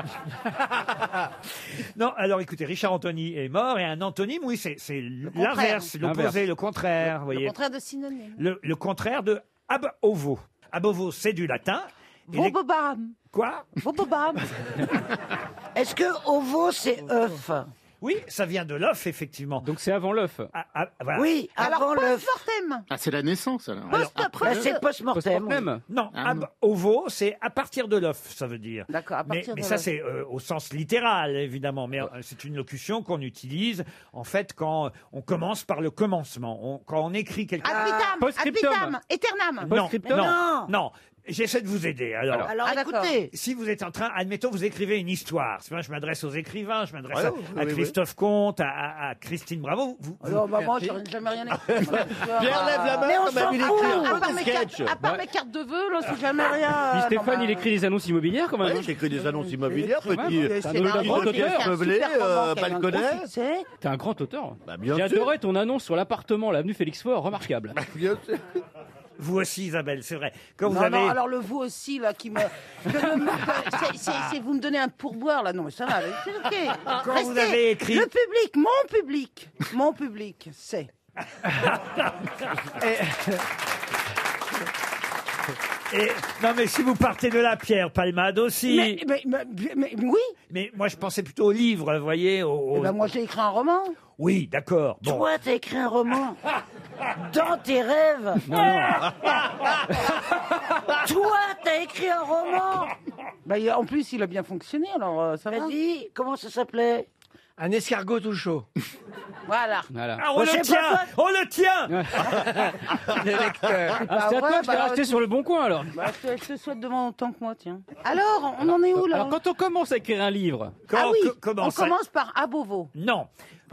Non, alors écoutez, Richard Anthony est mort, et un antonyme, oui, c'est contraire. l'inverse, l'opposé, L'inverse. le contraire, vous Le voyez. contraire de synonyme. Le contraire de ab ovo. Ab ovo, c'est du latin. Et les- Vobobam. Quoi? Vobobam. Est-ce que ovo, c'est œuf? Oui, ça vient de l'œuf, effectivement. Donc c'est avant l'œuf. Voilà. Oui, avant Alors, l'œuf. post-mortem. Ah, c'est la naissance, alors. Bah, c'est post-mortem. Post-mortem. Non, Ah, ab non. ovo, c'est à partir de l'œuf, ça veut dire. D'accord, à partir Mais de ça, l'œuf. c'est au sens littéral, évidemment. Mais c'est une locution qu'on utilise, en fait, quand on commence par le commencement. Quand on écrit quelque chose. Ad vitam, ad Post-scriptum. vitam, aeternam. Non, Post-scriptum. non, non. J'essaie de vous aider. Alors, Alors Ah, d'accord. écoutez, si vous êtes en train, admettons, vous écrivez une histoire. C'est vrai, je m'adresse aux écrivains, je m'adresse à oui, Christophe Comte, à Christine Bravo. Alors, maman, j'ai jamais rien écrit. Pierre, lève la Mais main, on comme s'en il fout. écrit un À peu part des mes cartes- sketchs. à part mes cartes de vœux, là, c'est jamais rien. Puis Stéphane, Non, il écrit des annonces immobilières quand même. Oui, j'écris des annonces immobilières, mais petit. c'est un marrant, grand c'est auteur. un Meublé, super roman qui a eu un gros balconnet. succès. T'es un grand auteur. Bah, bien J'ai sûr. adoré ton annonce sur l'appartement, l'avenue Félix Faure, remarquable. Bien sûr. Vous aussi, Isabelle, c'est vrai. Quand vous Non, avez... non, alors le vous aussi, là, qui me... vous me donnez un pourboire, là, non, mais ça va, c'est OK. Quand Restez. vous avez écrit... Le mon public, c'est... Et, non, mais si vous partez de là, Pierre Palmade aussi. Mais oui. Mais moi, je pensais plutôt au livre, vous voyez. Eh ben, moi, j'ai écrit un roman. Oui, d'accord. Bon. toi, t'as écrit un roman dans tes rêves. Toi, t'as écrit un roman. Bah, en plus, il a bien fonctionné, alors ça va. Vas-y, comment ça s'appelait? Un escargot tout chaud. Voilà. Ah, on le tient. On le tient. Les lecteurs. Ah, c'est à toi que je t'ai racheté sur le bon coin alors. Bah, je te souhaite devant autant que moi, tiens. Alors, on en est où, là? Alors quand on commence à écrire un livre, Ah oui, comment on ça- commence par Abovo. Non.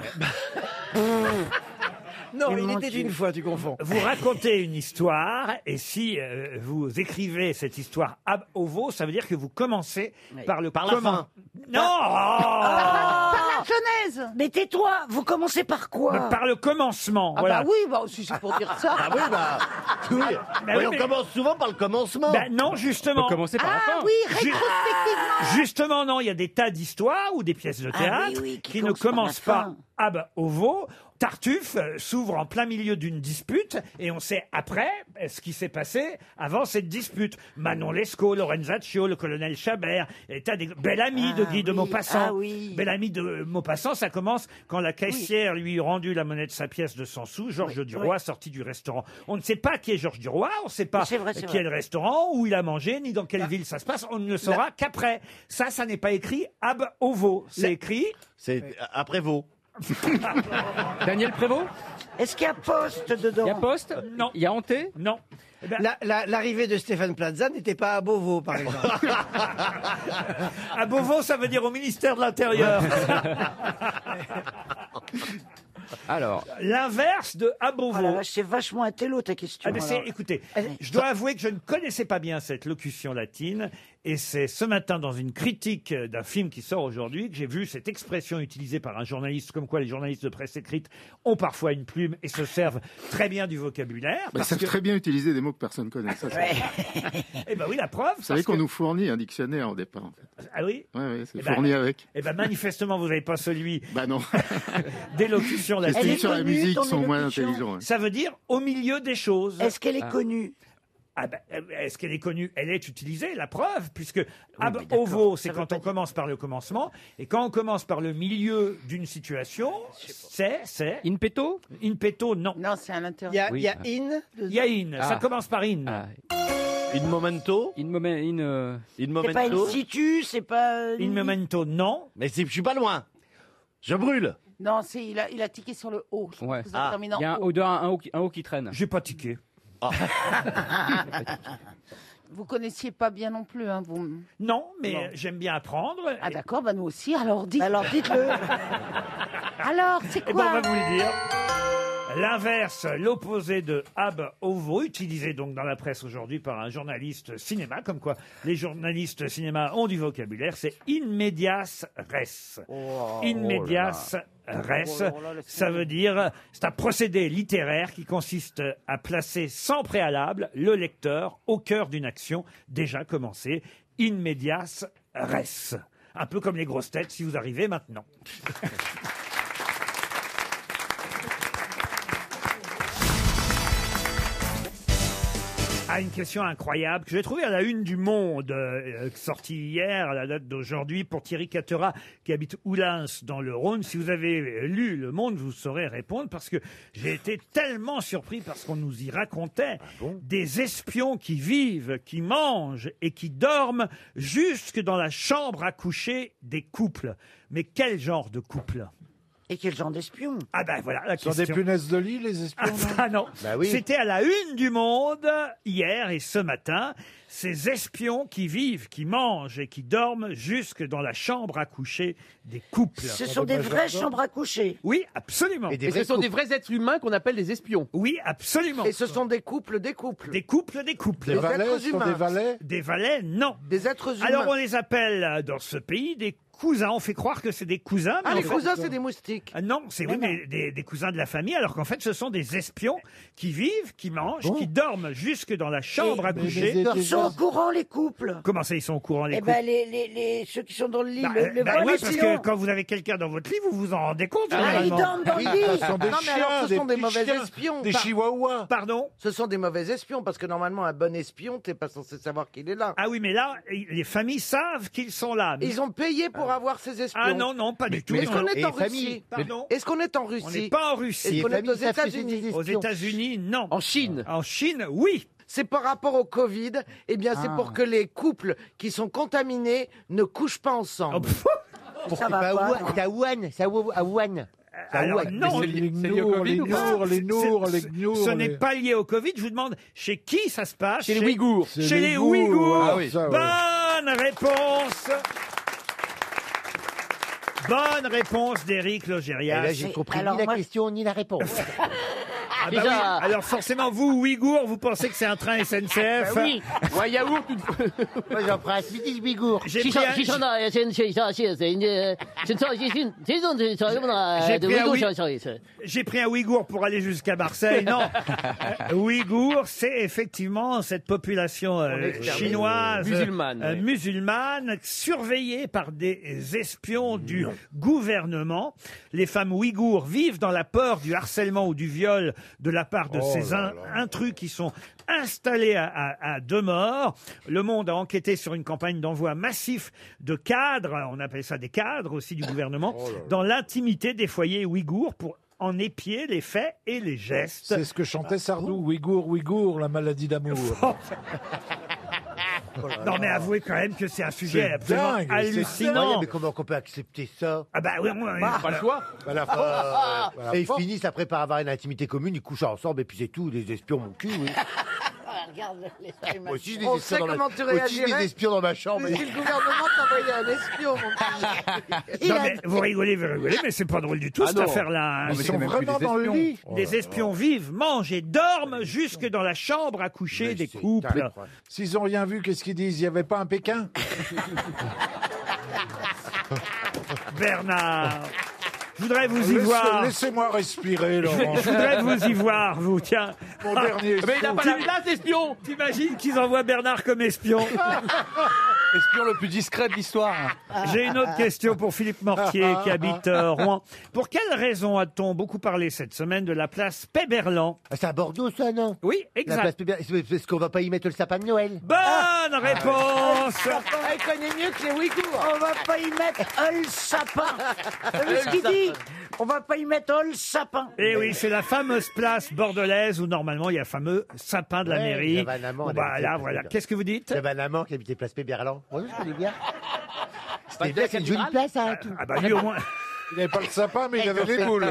Non, Et il mon était Dieu. une fois, tu confonds. Vous racontez une histoire, et si vous écrivez cette histoire ab ovo, ça veut dire que vous commencez par le Par la comment. fin. Non. Par la Genèse. Mais tais-toi, vous commencez par quoi? Par le commencement. Ah voilà. bah oui, bah, si c'est pour dire ça. Ah oui, bah. Oui. Bah Oui, oui, on mais- commence souvent par le commencement. Ben non, justement. on commencer par la Ah fin. oui, Ju- rétrospectivement. Justement, non, il y a des tas d'histoires ou des pièces de Ah théâtre oui, oui, qui ne commencent par la commencent pas fin. ab ovo. Tartuffe s'ouvre en plein milieu d'une dispute et on sait après ce qui s'est passé avant cette dispute. Manon Lescaut, Lorenzaccio, le colonel Chabert, et tas des Bellamy de Guy de Maupassant. Ah oui. Bellamy de Maupassant, ça commence quand la caissière lui eut rendu la monnaie de sa pièce de 100 sous. Georges Duroy sorti du restaurant. On ne sait pas qui est Georges Duroy, on ne sait pas C'est vrai, c'est qui vrai. est le restaurant, où il a mangé, ni dans quelle ville ça se passe. On ne le saura qu'après. Ça n'est pas écrit ab ovo. C'est écrit C'est après vous. Daniel Prévost, Est-ce qu'il y a poste dedans? il y a Poste, Non. il y a Hanté. non. Eh ben, L'arrivée de Stéphane Plaza n'était pas à Beauvau, par exemple. à Beauvau, ça veut dire au ministère de l'Intérieur. Alors, L'inverse de à Beauvau. Oh la vache, c'est vachement intello ta question. Ah, mais alors. écoutez, je dois avouer que je ne connaissais pas bien cette locution latine, et c'est ce matin dans une critique d'un film qui sort aujourd'hui que j'ai vu cette expression utilisée par un journaliste, comme quoi les journalistes de presse écrite ont parfois une plume et se servent très bien du vocabulaire. Bah, ils parce savent que- très bien utiliser des mots que personne connaît. Ça, c'est- Eh ben oui, la preuve. Vous savez parce qu'on que- nous fournit un dictionnaire au départ, en fait. Ah oui. Ouais, c'est Eh ben, fourni avec. Eh ben manifestement, vous n'avez pas celui Bah non. d'élocution Les latine. styles sur la connue, musique ton sont moins élocution intelligents. hein. Ça veut dire au milieu des choses. Est-ce qu'elle est connue? Ah ben, est-ce qu'elle est connue? Elle est utilisée, la preuve, puisque ab ovo, c'est quand on commence par le commencement, et quand on commence par le milieu d'une situation, c'est in petto. in petto, non. Non, c'est à l'intérieur. Il y a in. Il y a in, ça Ah. commence par in. Ah. In momento. C'est pas in situ, c'est pas... In memento, non. Mais je suis pas loin. Je brûle. Non, il a tiqué sur le haut. Ouais. Ça termine en Il y a haut. un haut qui traîne. J'ai pas tiqué. Vous connaissiez pas bien non plus, hein, vous. Non, mais j'aime bien apprendre. Ah d'accord, bah nous aussi. Alors dites. Alors dites-le. Alors, c'est Eh quoi ben, on va vous le dire. L'inverse, l'opposé de ab ovo, utilisé donc dans la presse aujourd'hui par un journaliste cinéma, comme quoi les journalistes cinéma ont du vocabulaire, c'est in medias res. In medias res, ça veut dire, c'est un procédé littéraire qui consiste à placer sans préalable le lecteur au cœur d'une action déjà commencée. In medias res. Un peu comme les grosses têtes si vous arrivez maintenant. Ah, une question incroyable que j'ai trouvée à la une du Monde, sortie hier, à la date d'aujourd'hui, pour Thierry Catera, qui habite Oulins, dans le Rhône. Si vous avez lu Le Monde, vous saurez répondre, parce que j'ai été tellement surpris par ce qu'on nous y racontait. Des espions qui vivent, qui mangent et qui dorment jusque dans la chambre à coucher des couples. Mais quel genre de couple ? Et quel genre d'espion? Ah ben voilà la Ce sont question. des punaises de lit, les espions, non? Ah non, Bah oui. c'était à la une du Monde hier et ce matin. Ces espions qui vivent, qui mangent et qui dorment jusque dans la chambre à coucher des couples. Ce sont des vraies chambres à coucher. Oui, absolument. Et ce sont des vrais êtres humains qu'on appelle des espions. Oui, absolument. Et ce sont des couples, des couples. Des couples, des couples. Des valets, êtres ce sont humains. des valets? Des valets, non. Des êtres humains. Alors on les appelle dans ce pays des cousins. On fait croire que c'est des cousins. Ah, mais les en fait- cousins, c'est des moustiques. Ah non, c'est oui, mais des cousins de la famille, alors qu'en fait, ce sont des espions qui vivent, qui mangent, qui dorment jusque dans la chambre à coucher. Ils sont au courant, les couples. Comment ça, ils sont au courant, les Eh couples ben, ceux qui sont dans le lit, Bah, le bah bon oui, parce espion. que quand vous avez quelqu'un dans votre lit, vous vous en rendez compte, Ah, ils généralement. dorment dans le lit. Ce sont des Non, mais alors, chiens, ce sont des petits mauvais chiens, espions. des chihuahuas. Pardon Ce sont des mauvais espions, parce que normalement, un bon espion, t'es pas censé savoir qu'il est là. Ah oui, mais là, les familles savent qu'ils sont là. Mais- Ils ont payé pour avoir ces espions. Ah non, non, pas du tout. Est-ce non. qu'on est Et en les familles. Russie? Pardon Est-ce qu'on est en On Russie? n'est pas en Russie. Est-ce qu'on est aux familles savent que c'est États-Unis? des Aux espions. États-Unis, non. En Chine. En Chine, oui. C'est par rapport au Covid. Eh bien, c'est Ah. pour que les couples qui sont contaminés ne couchent pas ensemble. Oh, pff. Pour Ça que va pas pas, Wuhan, c'est à Wuhan, c'est à Wuhan. Alors, ouais. non, Les c'est lié au gnours, Covid les ou pas gnours, les gnours, ce- les gnours. ce n'est les- pas lié au Covid. Je vous demande chez qui ça se passe. Chez les Ouïghours. C'est Chez les Ouïghours. Ouïghours. Ah oui. Ça, ouais. Bonne réponse. Bonne réponse d'Éric Et Logérias. là, j'ai compris alors ni la moi- question ni la réponse. Ah bah oui. Alors forcément, vous, Ouïghours, vous pensez que c'est un train SNCF. Bah oui. Ou un yaourt, une... Moi, j'en prends un Smithis Ouïghour. J'ai pris un- J'ai pris un Ouïghour pour aller jusqu'à Marseille. Non, Ouïghour, c'est effectivement cette population chinoise, Musulmane, oui. musulmane, surveillée par des espions du gouvernement. Les femmes ouïghours vivent dans la peur du harcèlement ou du viol de la part de ces intrus qui sont installés à demeure. Le Monde a enquêté sur une campagne d'envoi massif de cadres, on appelle ça des cadres aussi du gouvernement, dans l'intimité des foyers ouïghours pour en épier les faits et les gestes. C'est ce que chantait Sardou. Ouïghour, Ouïghour, la maladie d'amour. Non mais avouez quand même que c'est un sujet C'est absolument dingue, c'est hallucinant. Ouais, mais comment on peut accepter ça? Ah bah oui, Pas le choix. À la fin, Et ils finissent après par avoir une intimité commune, ils couchent ensemble et puis c'est tout. Les espions, mon cul, oui. Regarde les Moi aussi, j'ai des On espions sait dans ma- comment tu aussi, j'ai réagirais. des espions dans ma chambre. Si le gouvernement t'envoyait un espion, mon petit. Non, mais vous rigolez, mais c'est pas drôle du tout Ah cette non. affaire-là. hein. Ils sont vraiment dans le lit. Les espions vivent, mangent et dorment jusque dans la chambre à coucher des couples. S'ils ont rien vu, qu'est-ce qu'ils disent? Il n'y avait pas un Pékin? Bernard, je voudrais vous y voir. Laissez-moi respirer, Laurent. Je voudrais vous y voir, vous, tiens. Mon dernier Mais il n'a espion. pas la place, espion. T'imagines qu'ils envoient Bernard comme espion? Espion le plus discret de l'histoire. J'ai une autre question pour Philippe Mortier qui habite Rouen. Pour quelle raison a-t-on beaucoup parlé cette semaine de la place Péberlan? C'est à Bordeaux, ça, non? Oui, exact. La place Péberlan. C'est parce qu'on va pas y mettre le sapin de Noël. Bonne réponse. Elle connaît mieux que les Ouïghours. On va pas y mettre le sapin. Vous savez ce qu'il dit? On va pas y mettre le sapin. Et oui, c'est la fameuse place bordelaise où normalement il y a le fameux sapin de la mairie. J'avais un amant, Bon, elle bah, habitait là, place voilà. Péberlan. Qu'est-ce que vous dites? J'avais un amant qui habitait place Péberlan. Oui, je connais bien. C'était bien, c'est une jolie place, hein, tout. Ah bah lui au moins. Il n'avait pas le sapin, mais il avait les boules.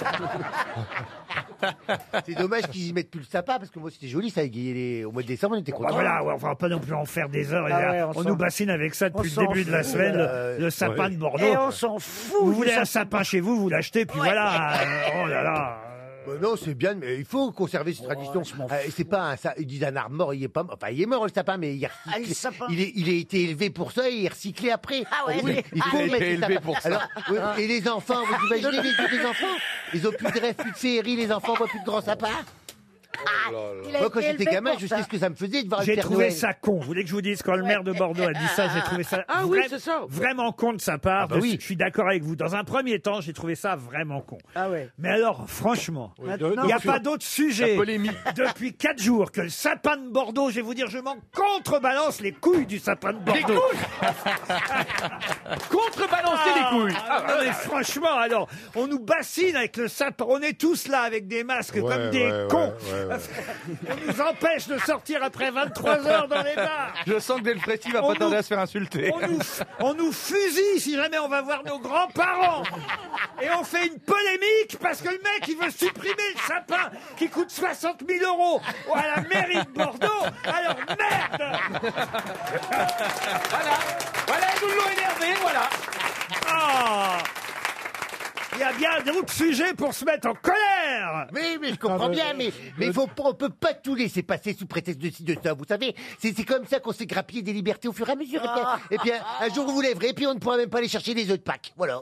C'est dommage qu'ils y mettent plus le sapin, parce que moi c'était joli, ça égayait au mois de décembre, on était Bah contents. voilà, ouais, on va pas non plus en faire des heures. Ah ouais, on nous bassine avec ça depuis on le début de la s'en semaine, fout, le sapin de Bordeaux. Et on s'en fout. Vous du voulez un sapin. sapin chez vous, vous l'achetez, puis voilà. Oh là là. Non, c'est bien, mais il faut conserver ces traditions. C'est pas ils disent un arbre mort, il est pas mort. Enfin, il est mort le sapin, mais il est Ah, le sapin. il a été élevé pour ça et il est recyclé après. Ah ouais, Oui, il faut il a mettre été le élevé sapin. pour ça. Alors, et les enfants, vous imaginez les enfants? Ils ont plus de rêve, plus de féerie, les enfants voient plus de grands sapins. Il a Moi, quand été j'étais élevé gamin, pour je ça. sais ce que ça me faisait de voir le J'ai Père trouvé Noël. ça con. Vous voulez que je vous dise quand le maire de Bordeaux a dit ça, j'ai trouvé ça Ah oui, c'est ça. vraiment con de sa part. Ah bah oui. Je suis d'accord avec vous. Dans un premier temps, j'ai trouvé ça vraiment con. Ah ouais. Mais alors, franchement, Maintenant, il n'y a pas d'autre sujet La polémique. depuis 4 jours que le sapin de Bordeaux. Je vais vous dire, je m'en contrebalance les couilles du sapin de Les Bordeaux. couilles Contrebalancer les couilles. Non mais franchement, alors, on nous bassine avec le sapin. On est tous là avec des masques comme des cons. On nous empêche de sortir après 23 heures dans les bars. Je sens que Delfrécy va On pas tarder nous- à se faire insulter. On nous fusille si jamais on va voir nos grands-parents. Et on fait une polémique parce que le mec, il veut supprimer le sapin qui coûte 60 000 € à la mairie de Bordeaux. Alors merde. Voilà, ils nous l'ont énervé, voilà. Ah. Il y a bien d'autres sujets pour se mettre en colère. Oui, mais je comprends bien, mais on peut pas tout laisser passer sous prétexte de ci, de ça. Vous savez, c'est comme ça qu'on s'est grappillé des libertés au fur et à mesure. Et puis un jour, vous vous lèverez, et puis on ne pourra même pas aller chercher les œufs de Pâques. Voilà.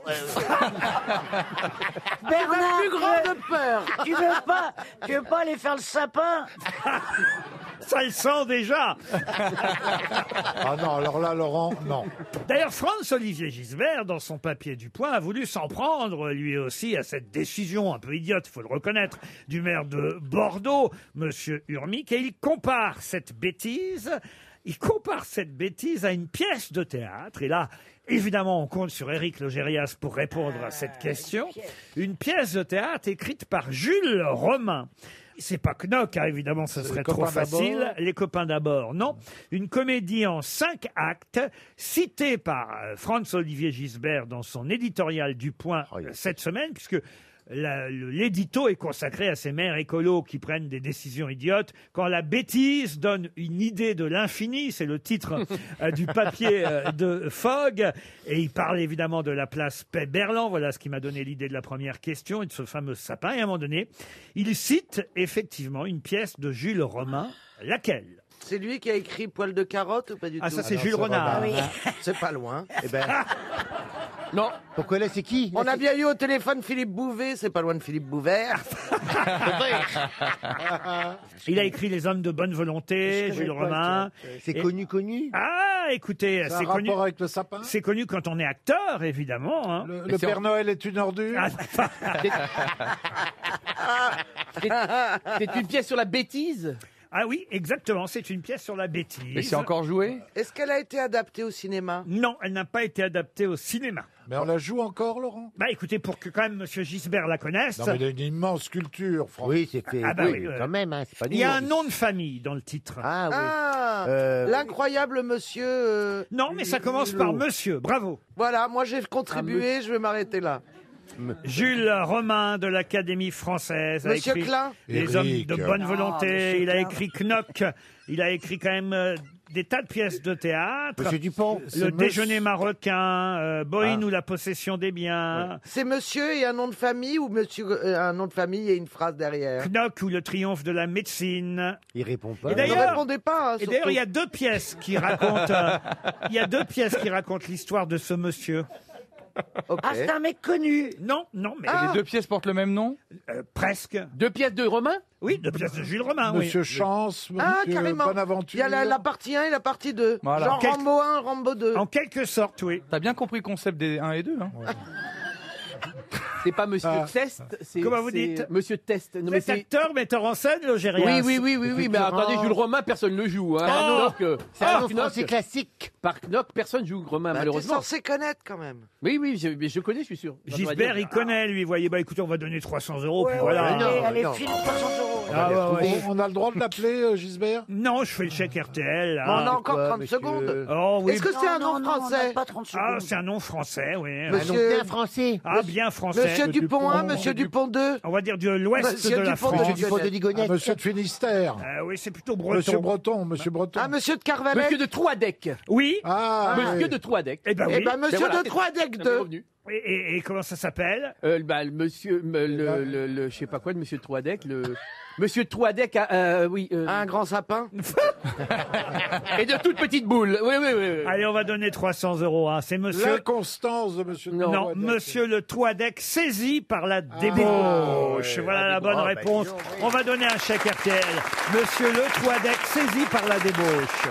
Bernard, plus grande peur. Tu veux pas aller faire le sapin? Ça le sent déjà. Ah non, alors là, Laurent, non. D'ailleurs, Franz-Olivier Gisbert, dans son papier du Point, a voulu s'en prendre, lui aussi, à cette décision un peu idiote, il faut le reconnaître, du maire de Bordeaux, Monsieur Urmic, et il compare cette bêtise à une pièce de théâtre. Et là, évidemment, on compte sur Éric Logérias pour répondre à cette question. Une pièce de théâtre écrite par Jules Romain. C'est pas Knock, hein, évidemment, ce serait trop facile. d'abord. Les copains d'abord, non. Une comédie en 5 actes, citée par Franz-Olivier Gisbert dans son éditorial du Point cette semaine, puisque l'édito est consacré à ces maires écolos qui prennent des décisions idiotes. Quand la bêtise donne une idée de l'infini, c'est le titre du papier de Fogg. Et il parle évidemment de la place Péberlan. Voilà ce qui m'a donné l'idée de la première question et de ce fameux sapin. Et à un moment donné, il cite effectivement une pièce de Jules Romain. Laquelle? C'est lui qui a écrit Poil de carotte ou pas du Ah, tout? ça, c'est Jules Renard. C'est pas loin. Eh ben, Non. pourquoi là, c'est qui? On a bien eu au téléphone Philippe Bouvet, c'est pas loin de Philippe Bouvert. Il a écrit Les hommes de bonne volonté, Jules Romain. C'est connu. Ah, écoutez, C'est un c'est connu. rapport avec le sapin? C'est connu quand on est acteur, évidemment. Hein. Le Père Noël est une ordure? C'est une pièce sur la bêtise. Ah oui, exactement, c'est une pièce sur la bêtise. Mais c'est encore joué? Est-ce qu'elle a été adaptée au cinéma? Non, elle n'a pas été adaptée au cinéma. Mais on la joue encore, Laurent? Bah écoutez, pour que quand même M. Gisbert la connaisse, Non, mais il a une immense culture, Franck. Oui, c'est fait. Ah bah oui, quand même, hein, c'est pas il y a un nouveau. nom de famille dans le titre. Ah oui. Ah, l'incroyable monsieur. Non, mais ça commence par monsieur, bravo. Voilà, moi j'ai contribué, je vais m'arrêter là. Jules Romain de l'Académie française a Monsieur écrit Klein. Les Éric. hommes de bonne volonté. Monsieur Il a Klein. écrit Knock. Il a écrit quand même des tas de pièces de théâtre. Monsieur Dupont. Le déjeuner marocain, Bohine ou la possession des biens. C'est monsieur et un nom de famille ou monsieur un nom de famille et une phrase derrière? Knock ou le triomphe de la médecine. Il répond pas. Et Ne d'ailleurs- répondez pas. Hein, Et d'ailleurs, surtout. il y a deux pièces qui racontent, l'histoire de ce monsieur. Ah, c'est un mec connu. Non, mais... Et les deux pièces portent le même nom Presque. Deux pièces de Romain? Oui, deux pièces de Jules Romain, Monsieur oui. Chance, Ah, Monsieur carrément. Bonaventure. Il y a la partie 1 et la partie 2. Voilà. Genre Rambo 1, Rambo 2. En quelque sorte, oui. T'as bien compris le concept des 1 et 2, hein? C'est pas Monsieur Test. Comment vous dites? Monsieur Test. Non, Vous êtes acteur, metteur en scène, Logérias? Oui, mais attendez, Jules Romain, personne ne le joue. Hein. C'est un nom français classique. Par Knock, personne joue Romain, T'es malheureusement. censé connaître quand même. Oui, je connais, je suis sûr. Gisbert, il connaît, lui. Voyez, bah écoutez, on va donner 300 €, puis Ouais, voilà. allez, file 300 €. Ah, ouais. On a le droit de l'appeler, Gisbert? Non, je fais le chèque RTL. On a là. encore 30 secondes. Oh, oui. Est-ce que c'est un nom on français? n'a pas 30 secondes. Ah, c'est un nom français, oui. Monsieur- Bien français. Ah, bien français. Monsieur Dupont 1, Monsieur Dupont 2. On va dire de l'ouest Monsieur de la Dupont de France. Monsieur Dupont de Ligonnès. Monsieur de Finistère. Oui, c'est plutôt Monsieur breton. Breton. Ah, Monsieur de Carvalec. Monsieur de Troadec. Oui. Ah, Monsieur de Troadec. Eh ben Eh oui. ben, Monsieur voilà, de Troadec c'est 2. revenu. Et comment ça s'appelle? Monsieur, je sais pas quoi, de Monsieur Troadec, Monsieur Troadec, oui. Un grand sapin. Et de toutes petites boules. Oui. Allez, on va donner 300 €. Hein. C'est monsieur... l'inconstance de Monsieur de Non, Troadec. monsieur le Troadec saisi par la débauche. ouais. Voilà la bonne réponse. On va donner un chèque RTL. Monsieur le Troadec saisi par la débauche.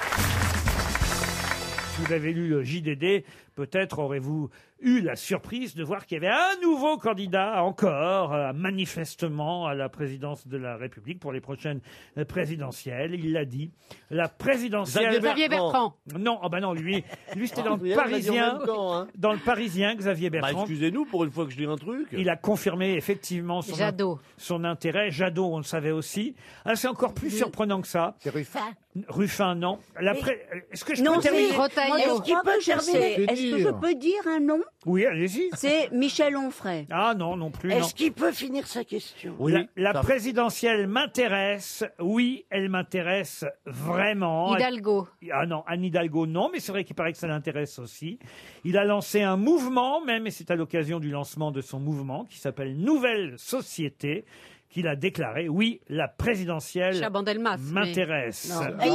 Si vous avez lu le JDD, peut-être aurez-vous eu la surprise de voir qu'il y avait un nouveau candidat encore, manifestement, à la présidence de la République pour les prochaines présidentielles. Il l'a dit. La présidentielle... Xavier Bertrand. Non, oh bah non, lui c'était dans le Vous l'avez dit en Parisien. même temps, hein. Dans le Parisien, Xavier Bah, Bertrand. excusez-nous pour une fois que je lis un truc. Il a confirmé effectivement Jadot. son intérêt. Jadot, on le savait aussi. Ah, c'est encore plus surprenant que ça. C'est Ruffin. Ruffin, non. Est-ce que je Non, peux terminer moi, Retailleau. je crois que je sais. Est-ce que je peux dire un nom? Oui, allez-y. C'est Michel Onfray. Ah non, non plus. Non. Est-ce qu'il peut finir sa question? La présidentielle m'intéresse. Oui, elle m'intéresse vraiment. Hidalgo. Ah non, Anne Hidalgo, non, mais c'est vrai qu'il paraît que ça l'intéresse aussi. Il a lancé un mouvement, même, et c'est à l'occasion du lancement de son mouvement, qui s'appelle Nouvelle Société, qu'il a déclaré, oui, la présidentielle Chaban-Delmas. m'intéresse.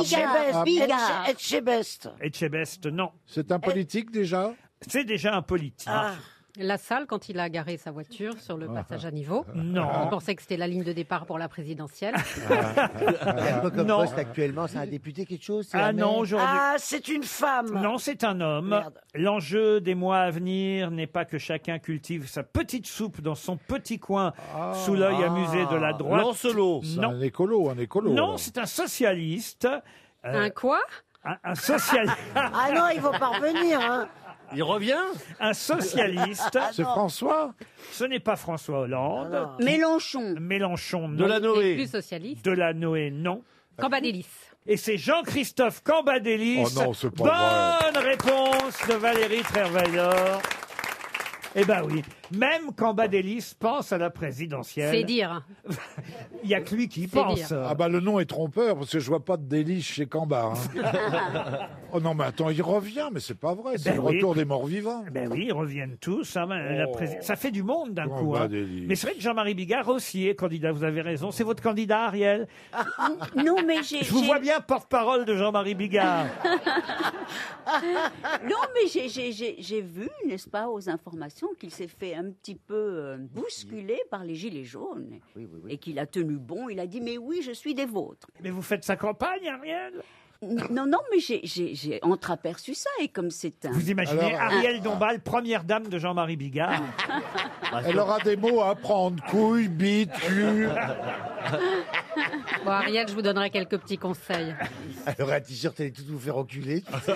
Etchebest. Etchebest, non. C'est un politique déjà? C'est déjà un politique. La Salle, quand il a garé sa voiture sur le passage à niveau. Non. Il pensait que c'était la ligne de départ pour la présidentielle. Il a quoi comme Non. poste actuellement? C'est un député, quelque chose? C'est Ah un non, maire aujourd'hui. Ah, c'est une femme. Non, c'est un homme. Merde. L'enjeu des mois à venir n'est pas que chacun cultive sa petite soupe dans son petit coin sous l'œil amusé de la droite. Lancelot. C'est Non. un écolo. Non, alors. c'est un socialiste. Un quoi? Un socialiste. Ah non, il va pas revenir. Hein. Il revient? Un socialiste. C'est François? Ce n'est pas François Hollande. Mélenchon. Mélenchon, non. De la Et Noé. plus socialiste. Delanoë, non. Cambadélis. Et c'est Jean-Christophe Cambadélis. Oh non, c'est pas Bonne réponse de Valérie Trierweiler. Eh ben oui, même Cambadélis pense à la présidentielle. C'est dire. Il n'y a que lui qui C'est pense. dire. Ah bah le nom est trompeur parce que je vois pas de délice chez Camba. Hein. Oh non mais attends, il revient, mais c'est pas vrai, c'est Ben le oui. retour des morts vivants. Ben oui, ils reviennent tous. Hein, ça fait du monde d'un coup. Hein. Cambadélis. Mais c'est vrai que Jean-Marie Bigard aussi est candidat, vous avez raison. C'est votre candidat, Ariel? Non, mais j'ai. Je vous vois bien porte-parole de Jean-Marie Bigard. Non, mais j'ai vu, n'est-ce pas, aux informations qu'il s'est fait un petit peu bousculer par les Gilets jaunes. Et qu'il a tenu bon. Il a dit, mais oui, je suis des vôtres. Mais vous faites sa campagne, Ariel? Non, mais j'ai entreaperçu ça. Et comme c'est un. Vous imaginez Alors, Ariel Dombal, première dame de Jean-Marie Bigard? Elle aura des mots à apprendre, couille, bite, cul. Bon, Ariel, je vous donnerai quelques petits conseils. Elle aurait un t-shirt, elle est tout vous faire enculer. Tu sais.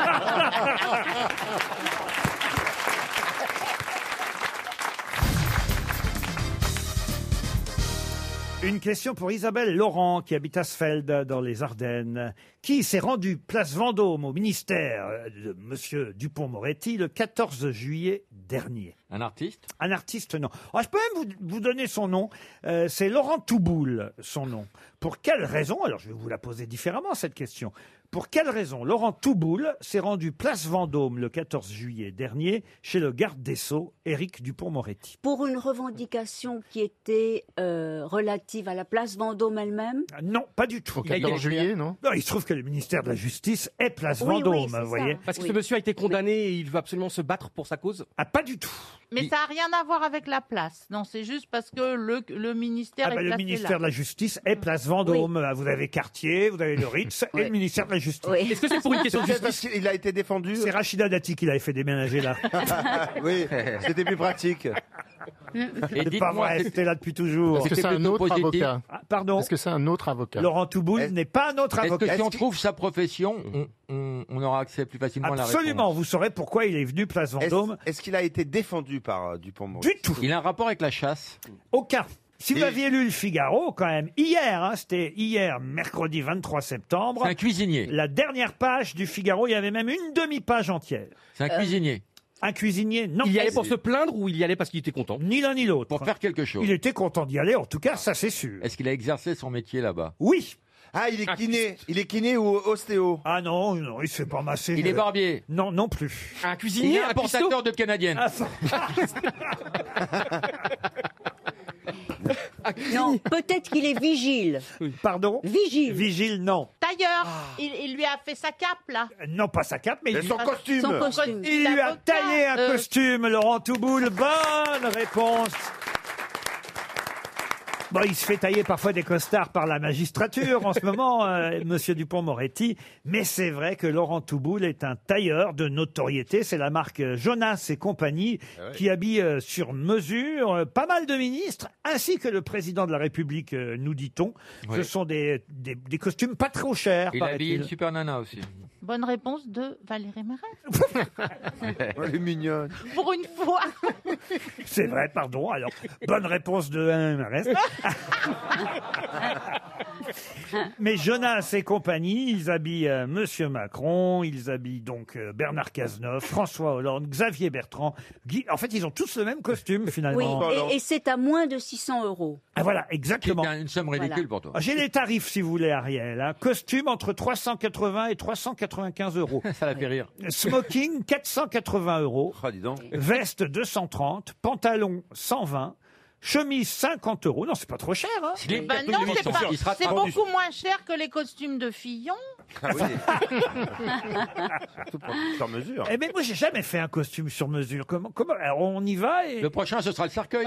Une question pour Isabelle Laurent, qui habite Asfeld, dans les Ardennes, qui s'est rendue place Vendôme au ministère de Monsieur Dupond-Moretti le 14 juillet dernier. Un artiste? Un artiste, non. Je peux même vous donner son nom. C'est Laurent Touboul, son nom. Pour quelle raison? Alors, je vais vous la poser différemment, cette question. Pour quelle raison Laurent Touboul s'est rendu place Vendôme le 14 juillet dernier chez le garde des Sceaux, Éric Dupond-Moretti? Pour une revendication qui était relative à la place Vendôme elle-même? Non, pas du tout. Au 14 juillet, non? Non, il se trouve que le ministère de la Justice est place Oui, Vendôme, oui, c'est vous voyez. Parce que ce monsieur a été condamné et il veut absolument se battre pour sa cause. Ah, pas du tout. Mais ça n'a rien à voir avec la place. Non, c'est juste parce que le ministère est placé Le ministère là. de la Justice est place Vendôme. Vous avez Cartier, vous avez le Ritz et le ministère de la Justice. Est-ce que c'est pour une question de Peut-être justice? parce qu'il a été défendu. C'est Rachida Dati qui l'avait fait déménager là. Oui, c'était plus pratique. C'est pas vrai, c'était là depuis toujours. Est-ce que c'est un autre avocat? Pardon? Est-ce que c'est un autre avocat? Laurent Touboul n'est pas un autre Est-ce avocat. que si on trouve sa profession, on aura accès plus facilement à la réponse? Absolument, vous saurez pourquoi il est venu place Vendôme. Est-ce qu'il a été défendu par Dupond-Moretti? Du tout. Il a un rapport avec la chasse? Aucun. Si vous aviez lu le Figaro, quand même, hier, c'était hier, mercredi 23 septembre. C'est un cuisinier. La dernière page du Figaro, il y avait même une demi-page entière. C'est un cuisinier. Un cuisinier, non. Il y allait pour se plaindre ou il y allait parce qu'il était content? Ni l'un ni l'autre. Pour faire quelque chose. Il était content d'y aller, en tout cas, ça c'est sûr. Est-ce qu'il a exercé son métier là-bas? Oui. Ah, il est kiné. Il est kiné ou ostéo? Ah non, non, il se fait pas masser. Il est barbier? Non, non plus. Un Il cuisinier? est importateur de canadienne? Non, peut-être qu'il est vigile. Pardon? Vigile. Vigile, non. Tailleur, il lui a fait sa cape, là. Non, pas sa cape, mais son costume. Son costume. il lui a L'avocat, taillé un costume, Laurent Touboul. Bonne réponse. Bon, il se fait tailler parfois des costards par la magistrature en ce moment, Monsieur Dupond-Moretti. Mais c'est vrai que Laurent Touboul est un tailleur de notoriété. C'est la marque Jonas et compagnie qui habille sur mesure pas mal de ministres, ainsi que le président de la République, nous dit-on. Oui. Ce sont des costumes pas trop chers, Il habille paraît-il. une super nana aussi. Bonne réponse de Valérie Mérès. Elle est mignonne. Pour une fois. C'est vrai, pardon. Alors, bonne réponse de reste. Mais Jonas et compagnie, ils habillent Monsieur Macron, ils habillent donc Bernard Cazeneuve, François Hollande, Xavier Bertrand. En fait, ils ont tous le même costume, Oui, finalement. et c'est à moins de 600 €. Ah, voilà, exactement. C'est une somme ridicule pour toi. J'ai les tarifs, si vous voulez, Ariel. Hein. Costume entre 380 et 395 €. Ça la fait rire. Smoking, 480 €. Ah, dis donc. Veste, 230. Pantalon, 120. Chemise, 50 €. Non, c'est pas trop cher, hein. Il est Ben non, c'est beaucoup moins cher que les costumes de Fillon. Ah oui. Surtout pour sur mesure. Eh ben moi j'ai jamais fait un costume sur mesure. Comment alors, on y va et Le prochain, ce sera le cercueil.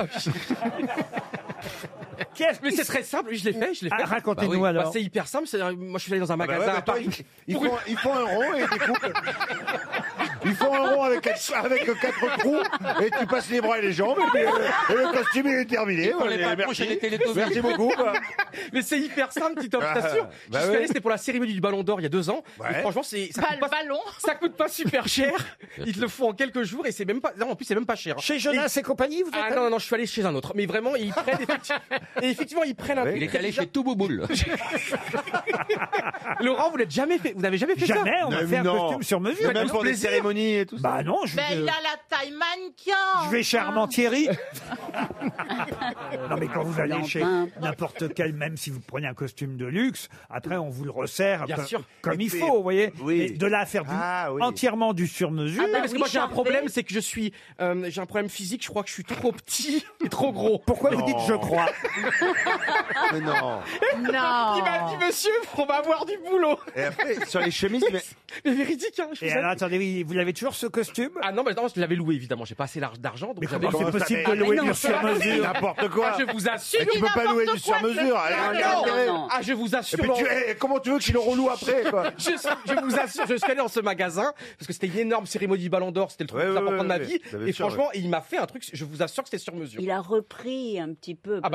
Mais c'est très simple, je l'ai fait. Ah, racontez-nous alors. C'est hyper simple. Moi, je suis allé dans un magasin à Paris. Ils font un rond et ils découpent. Ils font un rond avec 4 trous et tu passes les bras et les jambes et le costume il est terminé. Pour les patrons chez les Télétobies. Merci beaucoup. Mais c'est hyper simple, petit homme, je t'assure. bah Je suis ouais. allé, c'était pour la cérémonie du Ballon d'Or il y a 2 ans. Ouais. Et franchement, ça coûte pas super cher. Ils te le font en quelques jours et c'est même pas. Non, en plus, c'est même pas cher. Chez Jonas et compagnie, vous êtes Ah non, je suis allé chez un autre. Mais vraiment, ils prennent effectivement, ils prennent un Il est allé chez Toubouboul. Laurent, vous n'avez jamais fait ça? Jamais, on a fait un costume sur mesure. Même pour des cérémonies et tout ça. Bah non, Ben, il a la taille mannequin. je vais chez Armand-Thierry. Non mais quand vous allez chez n'importe quel, même si vous prenez un costume de luxe, après on vous le resserre Bien sûr. comme il puis, faut, vous voyez. oui. Et de là à faire entièrement du sur-mesure. Parce que moi j'ai un problème, c'est que j'ai un problème physique. Je crois que je suis trop petit et trop gros. Pourquoi vous dites je crois? Mais non. Non. Il m'a dit monsieur, on va avoir du boulot. Et après, sur les chemises, Mais véridique, hein. Et alors attendez, vous l'avez toujours ce costume? Ah non, mais non, je l'avais loué évidemment. J'ai pas assez d'argent, donc Mais j'avais. comment c'est possible de louer du sur-mesure? N'importe quoi. Ah, je vous assure. Mais tu peux pas louer du N'importe quoi, sur-mesure. Non. Ah, je vous Et assure. puis comment tu veux que je le reloue après quoi? Je vous assure, je suis allé dans ce magasin parce que c'était une énorme cérémonie Ballon d'Or, c'était le truc le plus important de ma vie. Bien Et sûr, franchement, il m'a fait un truc, je vous assure que c'était sur mesure. Il a repris un petit peu. Ah bah il a peut-être. tout repris.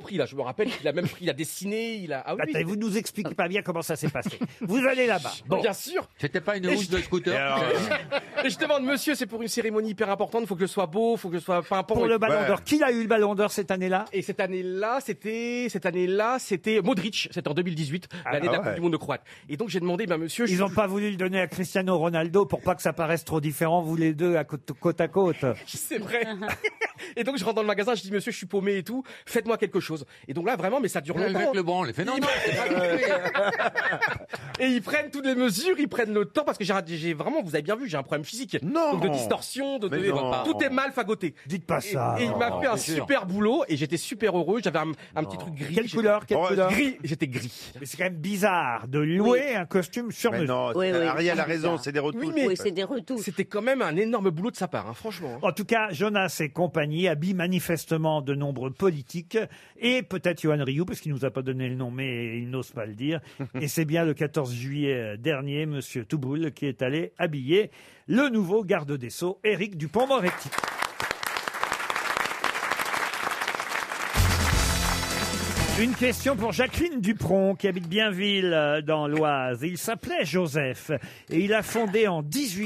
pris là. Je me rappelle qu'il a même pris, il a dessiné, il a. Ah oui. Attendez, vous nous expliquez pas bien comment ça s'est passé. Vous allez là-bas. Bon. Bien sûr. C'était pas une housse de scooter. Et je demande, monsieur, c'est pour une cérémonie hyper importante, faut que je sois beau, faut que je sois pimpant. Pour le Ballon d'Or, qui a eu le Ballon d'Or cette année-là? Et cette année-là, c'était Modric. C'était en 2018, l'année de la Coupe du Monde de Croate. Et donc j'ai demandé, monsieur. Ils n'ont pas voulu le donner à Cristiano Ronaldo pour pas que ça paraisse trop différent, vous les deux, côte à côte. C'est vrai. Et donc je rentre dans le magasin, je dis, monsieur, je suis paumé et tout, faites-moi quelque chose. Et donc là, vraiment, mais ça dure longtemps. Avec le banc, il fait non. Et ils prennent toutes les mesures, ils prennent le temps, parce que j'ai vraiment, vous avez bien vu, j'ai un problème physique. Non. Donc de distorsion, tout est mal fagoté. Dites pas ça. Et il m'a fait un super boulot, et j'étais super heureux, j'avais un petit truc gris. Quelle couleur? Gris, j'étais gris. Mais c'est quand même bizarre de louer un costume sur mesure. Non, Ariel a raison, c'est des retouches. Oui, c'est des retouches. C'était quand même un énorme boulot de sa part, franchement. En tout cas, Jonas et compagnie habillent manifestement de nombreux politiques et peut-être Yoann Rioux, parce qu'il nous a pas donné le nom, mais il n'ose pas le dire. Et c'est bien le 14 juillet dernier, Monsieur Touboul, qui est allé habiller le nouveau garde des Sceaux, Éric Dupond-Moretti. Une question pour Jacqueline Dupron, qui habite Bienville, dans l'Oise. Il s'appelait Joseph et il a fondé en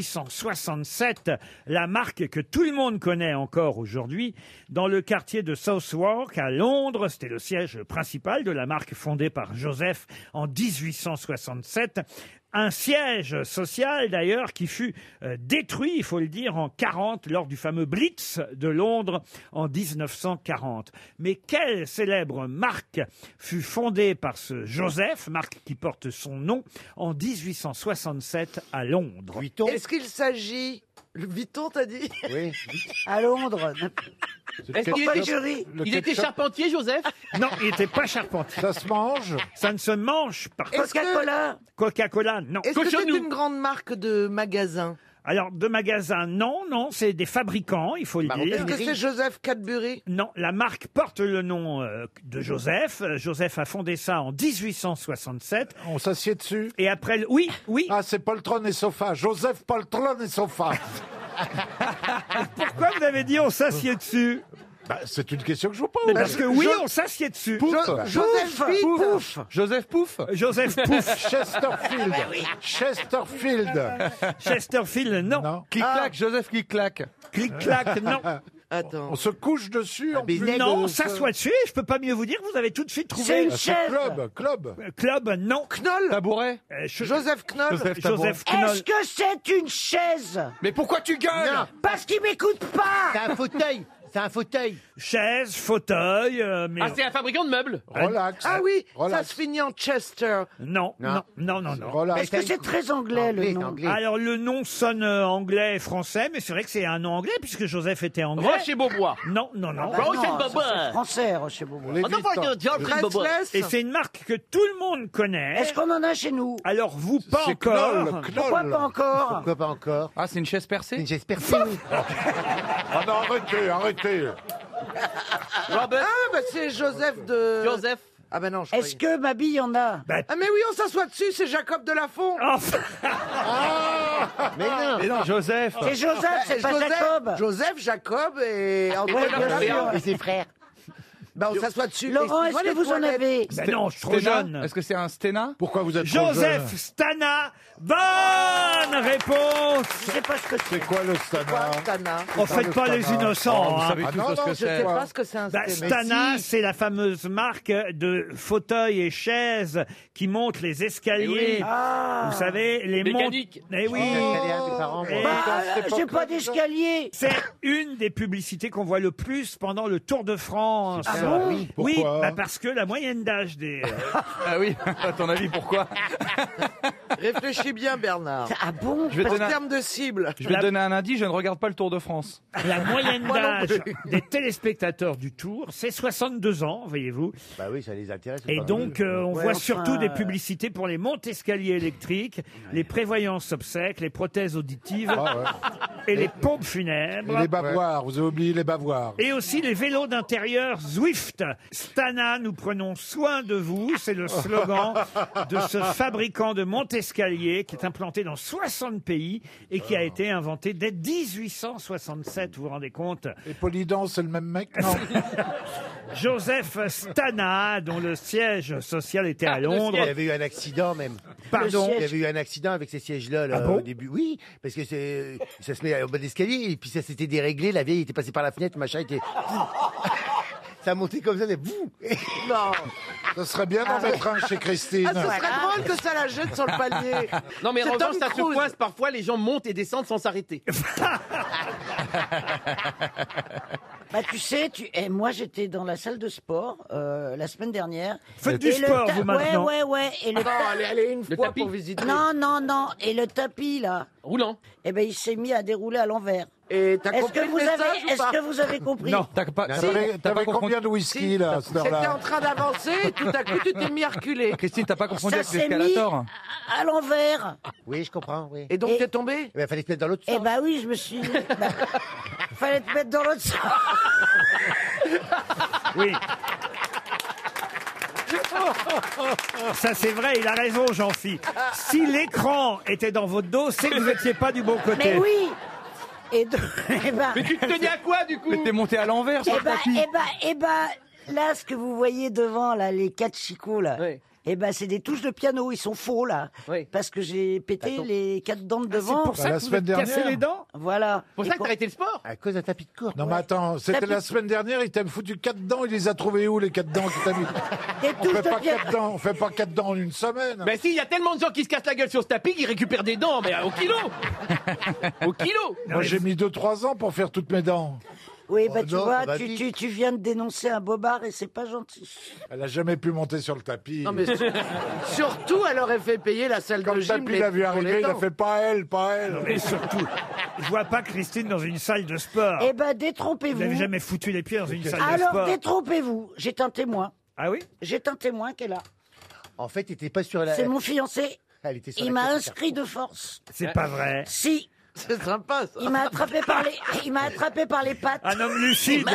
1867 la marque que tout le monde connaît encore aujourd'hui dans le quartier de Southwark à Londres. C'était le siège principal de la marque fondée par Joseph en 1867. Un siège social, d'ailleurs, qui fut détruit, il faut le dire, en 40 lors du fameux Blitz de Londres en 1940. Mais quelle célèbre marque fut fondée par ce Joseph, marque qui porte son nom, en 1867 à Londres? Est-ce qu'il s'agit... Le Vuitton, t'as dit? Oui. À Londres. Est-ce qu'il était charpentier, Joseph? Non, il n'était pas charpentier. Ça se mange? Ça ne se mange pas. Coca-Cola? Coca-Cola, non. Est-ce que c'est une grande marque de magasin? Alors, de magasins, non, c'est des fabricants, il faut le dire. Est-ce que c'est Joseph Cadbury? Non, la marque porte le nom de Joseph. Joseph a fondé ça en 1867. On s'assied dessus? Et après, oui. Ah, c'est poltron et sofa. Joseph poltron et sofa. Pourquoi vous avez dit on s'assied dessus? C'est une question que je vous pose. Mais parce que oui, on s'assied dessus. Joseph Pouf. Joseph Pouf. Joseph Pouf. Chesterfield. Chesterfield. Chesterfield, non. Clic-clac, Joseph Clic-clac. Clic-clac, non. Attends. On se couche dessus. Non, on s'assoit dessus. Je peux pas mieux vous dire. Vous avez tout de suite trouvé. C'est une chaise. Club, non. Knoll. Tabouret. Joseph Knoll. Joseph Knoll. Est-ce que c'est une chaise? Mais pourquoi tu gueules? Non. Parce qu'il m'écoute pas. C'est un fauteuil. C'est un fauteuil. Chaise, fauteuil, mais... Ah, c'est un fabricant de meubles. Relax. Ah oui, Relax. ça se finit en Chester. Non. Relax. Est-ce que c'est très anglais, le nom? Anglais. Alors, le nom sonne anglais et français, mais c'est vrai que c'est un nom anglais, puisque Joseph était anglais. Rocher Beaubois. Non. Ah non, ça, c'est français, Rocher Beaubois. Et c'est une marque que tout le monde connaît. Est-ce qu'on en a chez nous? Alors, vous, pas encore. Pourquoi pas encore? Pourquoi pas encore? Ah, c'est une chaise percée? Une chaise percée, oui. Ah non, arrêtez. Robert. Ah, bah c'est Joseph de... Joseph. Ah ben non, je Est-ce que ma bille en a? Ah mais oui, on s'assoit dessus, c'est Jacob Delafont. Mais non. Joseph. C'est Joseph, c'est pas Jacob. Joseph, Jacob et Ouais, bien sûr. Et ses frères. Ben on s'assoit dessus. Laurent, est-ce que vous en avez? Ben non, je suis trop jeune. Est-ce que c'est un Stena? Pourquoi vous êtes trop Joseph jeune? Stana. Bonne réponse. Je sais pas ce que c'est. C'est quoi le Stana? Stana. En faites pas les innocents. hein. Je sais pas ce que c'est un Bah, Stena. Stana, c'est la fameuse marque de fauteuils et chaises qui montent les escaliers. Ah. Vous savez, les Mécanique. Eh oui. J'ai pas d'escalier. C'est une des publicités qu'on voit le plus pendant le Tour de France. Ah bon? Oui, Pourquoi? bah parce que la moyenne d'âge des... Ah oui, à ton avis, pourquoi? Réfléchis bien, Bernard. Ah bon? Je vais te En donner termes de cible. Je vais te donner un indice, je ne regarde pas le Tour de France. La moyenne Moi non d'âge plus. des téléspectateurs du Tour, c'est 62 ans, voyez-vous. Bah oui, ça les intéresse. Et donc, on Ouais, voit enfin, surtout des publicités pour les montes-escaliers électriques, les prévoyances obsèques, les prothèses auditives et les pompes funèbres. Et les bavoirs, vous avez oublié les bavoirs. Et aussi les vélos d'intérieur Zwift. Stana, nous prenons soin de vous. C'est le slogan de ce fabricant de monte-escaliers escalier qui est implanté dans 60 pays et qui a été inventé dès 1867, vous vous rendez compte? Et Polydor, c'est le même mec? Non. Joseph Stana, dont le siège social était à Londres. Il y avait eu un accident même. Pardon? Il y avait eu un accident avec ces sièges-là là, Ah bon au début. Oui, parce que ça se met au bas de l'escalier et puis ça s'était déréglé. La vieille était passée par la fenêtre, machin était. Ça a monté comme ça, mais bouh. Non. Ça serait bien d'en mettre un chez Christine. Ah, ce serait drôle que ça la jette sur le palier. Non, mais en C'est revanche, Tom ça se Cruise. coince parfois, les gens montent et descendent sans s'arrêter. Bah tu sais, moi j'étais dans la salle de sport la semaine dernière. Faites du Et le sport, vous, maintenant. Ouais. Et le Non, allez une Le fois tapis. pour visiter. Non. Et le tapis là, Roulant. eh ben il s'est mis à dérouler à l'envers. Et t'as Est-ce compris que le vous message ou avez, pas? est-ce que vous avez compris? Non, t'as pas T'avais compris. combien de whisky là, à cette C'était heure-là? en train d'avancer et tout à coup tu t'es mis à reculer. Christine, t'as pas confondu Ça avec s'est mis l'escalator? à l'envers. Oui, je comprends. Oui. Et donc Et- t'es tombé? Il fallait se mettre dans l'autre sens. Eh ben oui, je me suis. Fallait te mettre dans l'autre sens. Oui. Ça, c'est vrai, il a raison, Jean-Phi. Si l'écran était dans votre dos, c'est que vous n'étiez pas du bon côté. Mais oui. Et Mais tu te tenais à quoi, du coup? Mais t'es monté à l'envers sur le tapis. là, ce que vous voyez devant, là, les 4 chicots, là. Oui. Eh ben, c'est des touches de piano, ils sont faux, là. Oui. Parce que j'ai pété les 4 dents de devant. C'est pour ça la que vous semaine êtes cassé dernière. les dents? Voilà. Pour Et ça que t'as arrêté le sport? À cause d'un tapis de course. Non mais attends, c'était la semaine dernière, il t'a foutu 4 dents, il les a trouvés où les 4 dents qu'il t'a mis? Des On touches fait de pas piano. 4 dents, on fait pas 4 dents en une semaine. Ben si, il y a tellement de gens qui se cassent la gueule sur ce tapis qu'ils récupèrent des dents, mais au kilo. Au kilo. Moi j'ai mis 2-3 ans pour faire toutes mes dents. Oui, bah, Oh, tu non, vois, ça va tu, vite. tu viens de dénoncer un bobard et c'est pas gentil. Elle a jamais pu monter sur le tapis. Non mais surtout elle aurait fait payer la salle Quand de le gym. tapis l'a vu arriver, il a fait pas elle, pas elle. Et surtout, je vois pas Christine dans une salle de sport. Eh ben, Vous détrompez-vous. n'avez jamais foutu les pieds dans une salle de Alors, sport. détrompez-vous. J'ai un témoin. Ah oui? J'ai un témoin qui est là. En fait, t'étais pas sur la. C'est mon fiancé. Elle était sur Il la m'a quête, inscrit de force. C'est pas vrai. Si. C'est sympa ça. Il m'a attrapé par les pattes. Un homme lucide.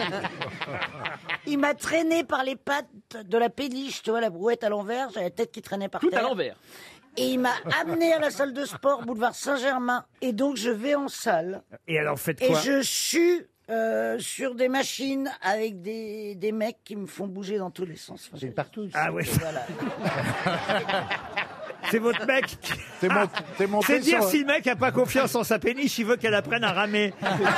Il m'a traîné par les pattes de la péniche, tu vois, la brouette à l'envers, j'avais la tête qui traînait par Tout terre. à l'envers. Et il m'a amené à la salle de sport, boulevard Saint-Germain. Et donc, je vais en salle. Et alors, faites Et quoi? je suis sur des machines avec des mecs qui me font bouger dans tous les sens. Enfin, C'est une partout. Ah oui. Voilà. C'est votre mec qui... T'es monté C'est dire sur- si le mec a pas confiance en sa péniche, il veut qu'elle apprenne à ramer.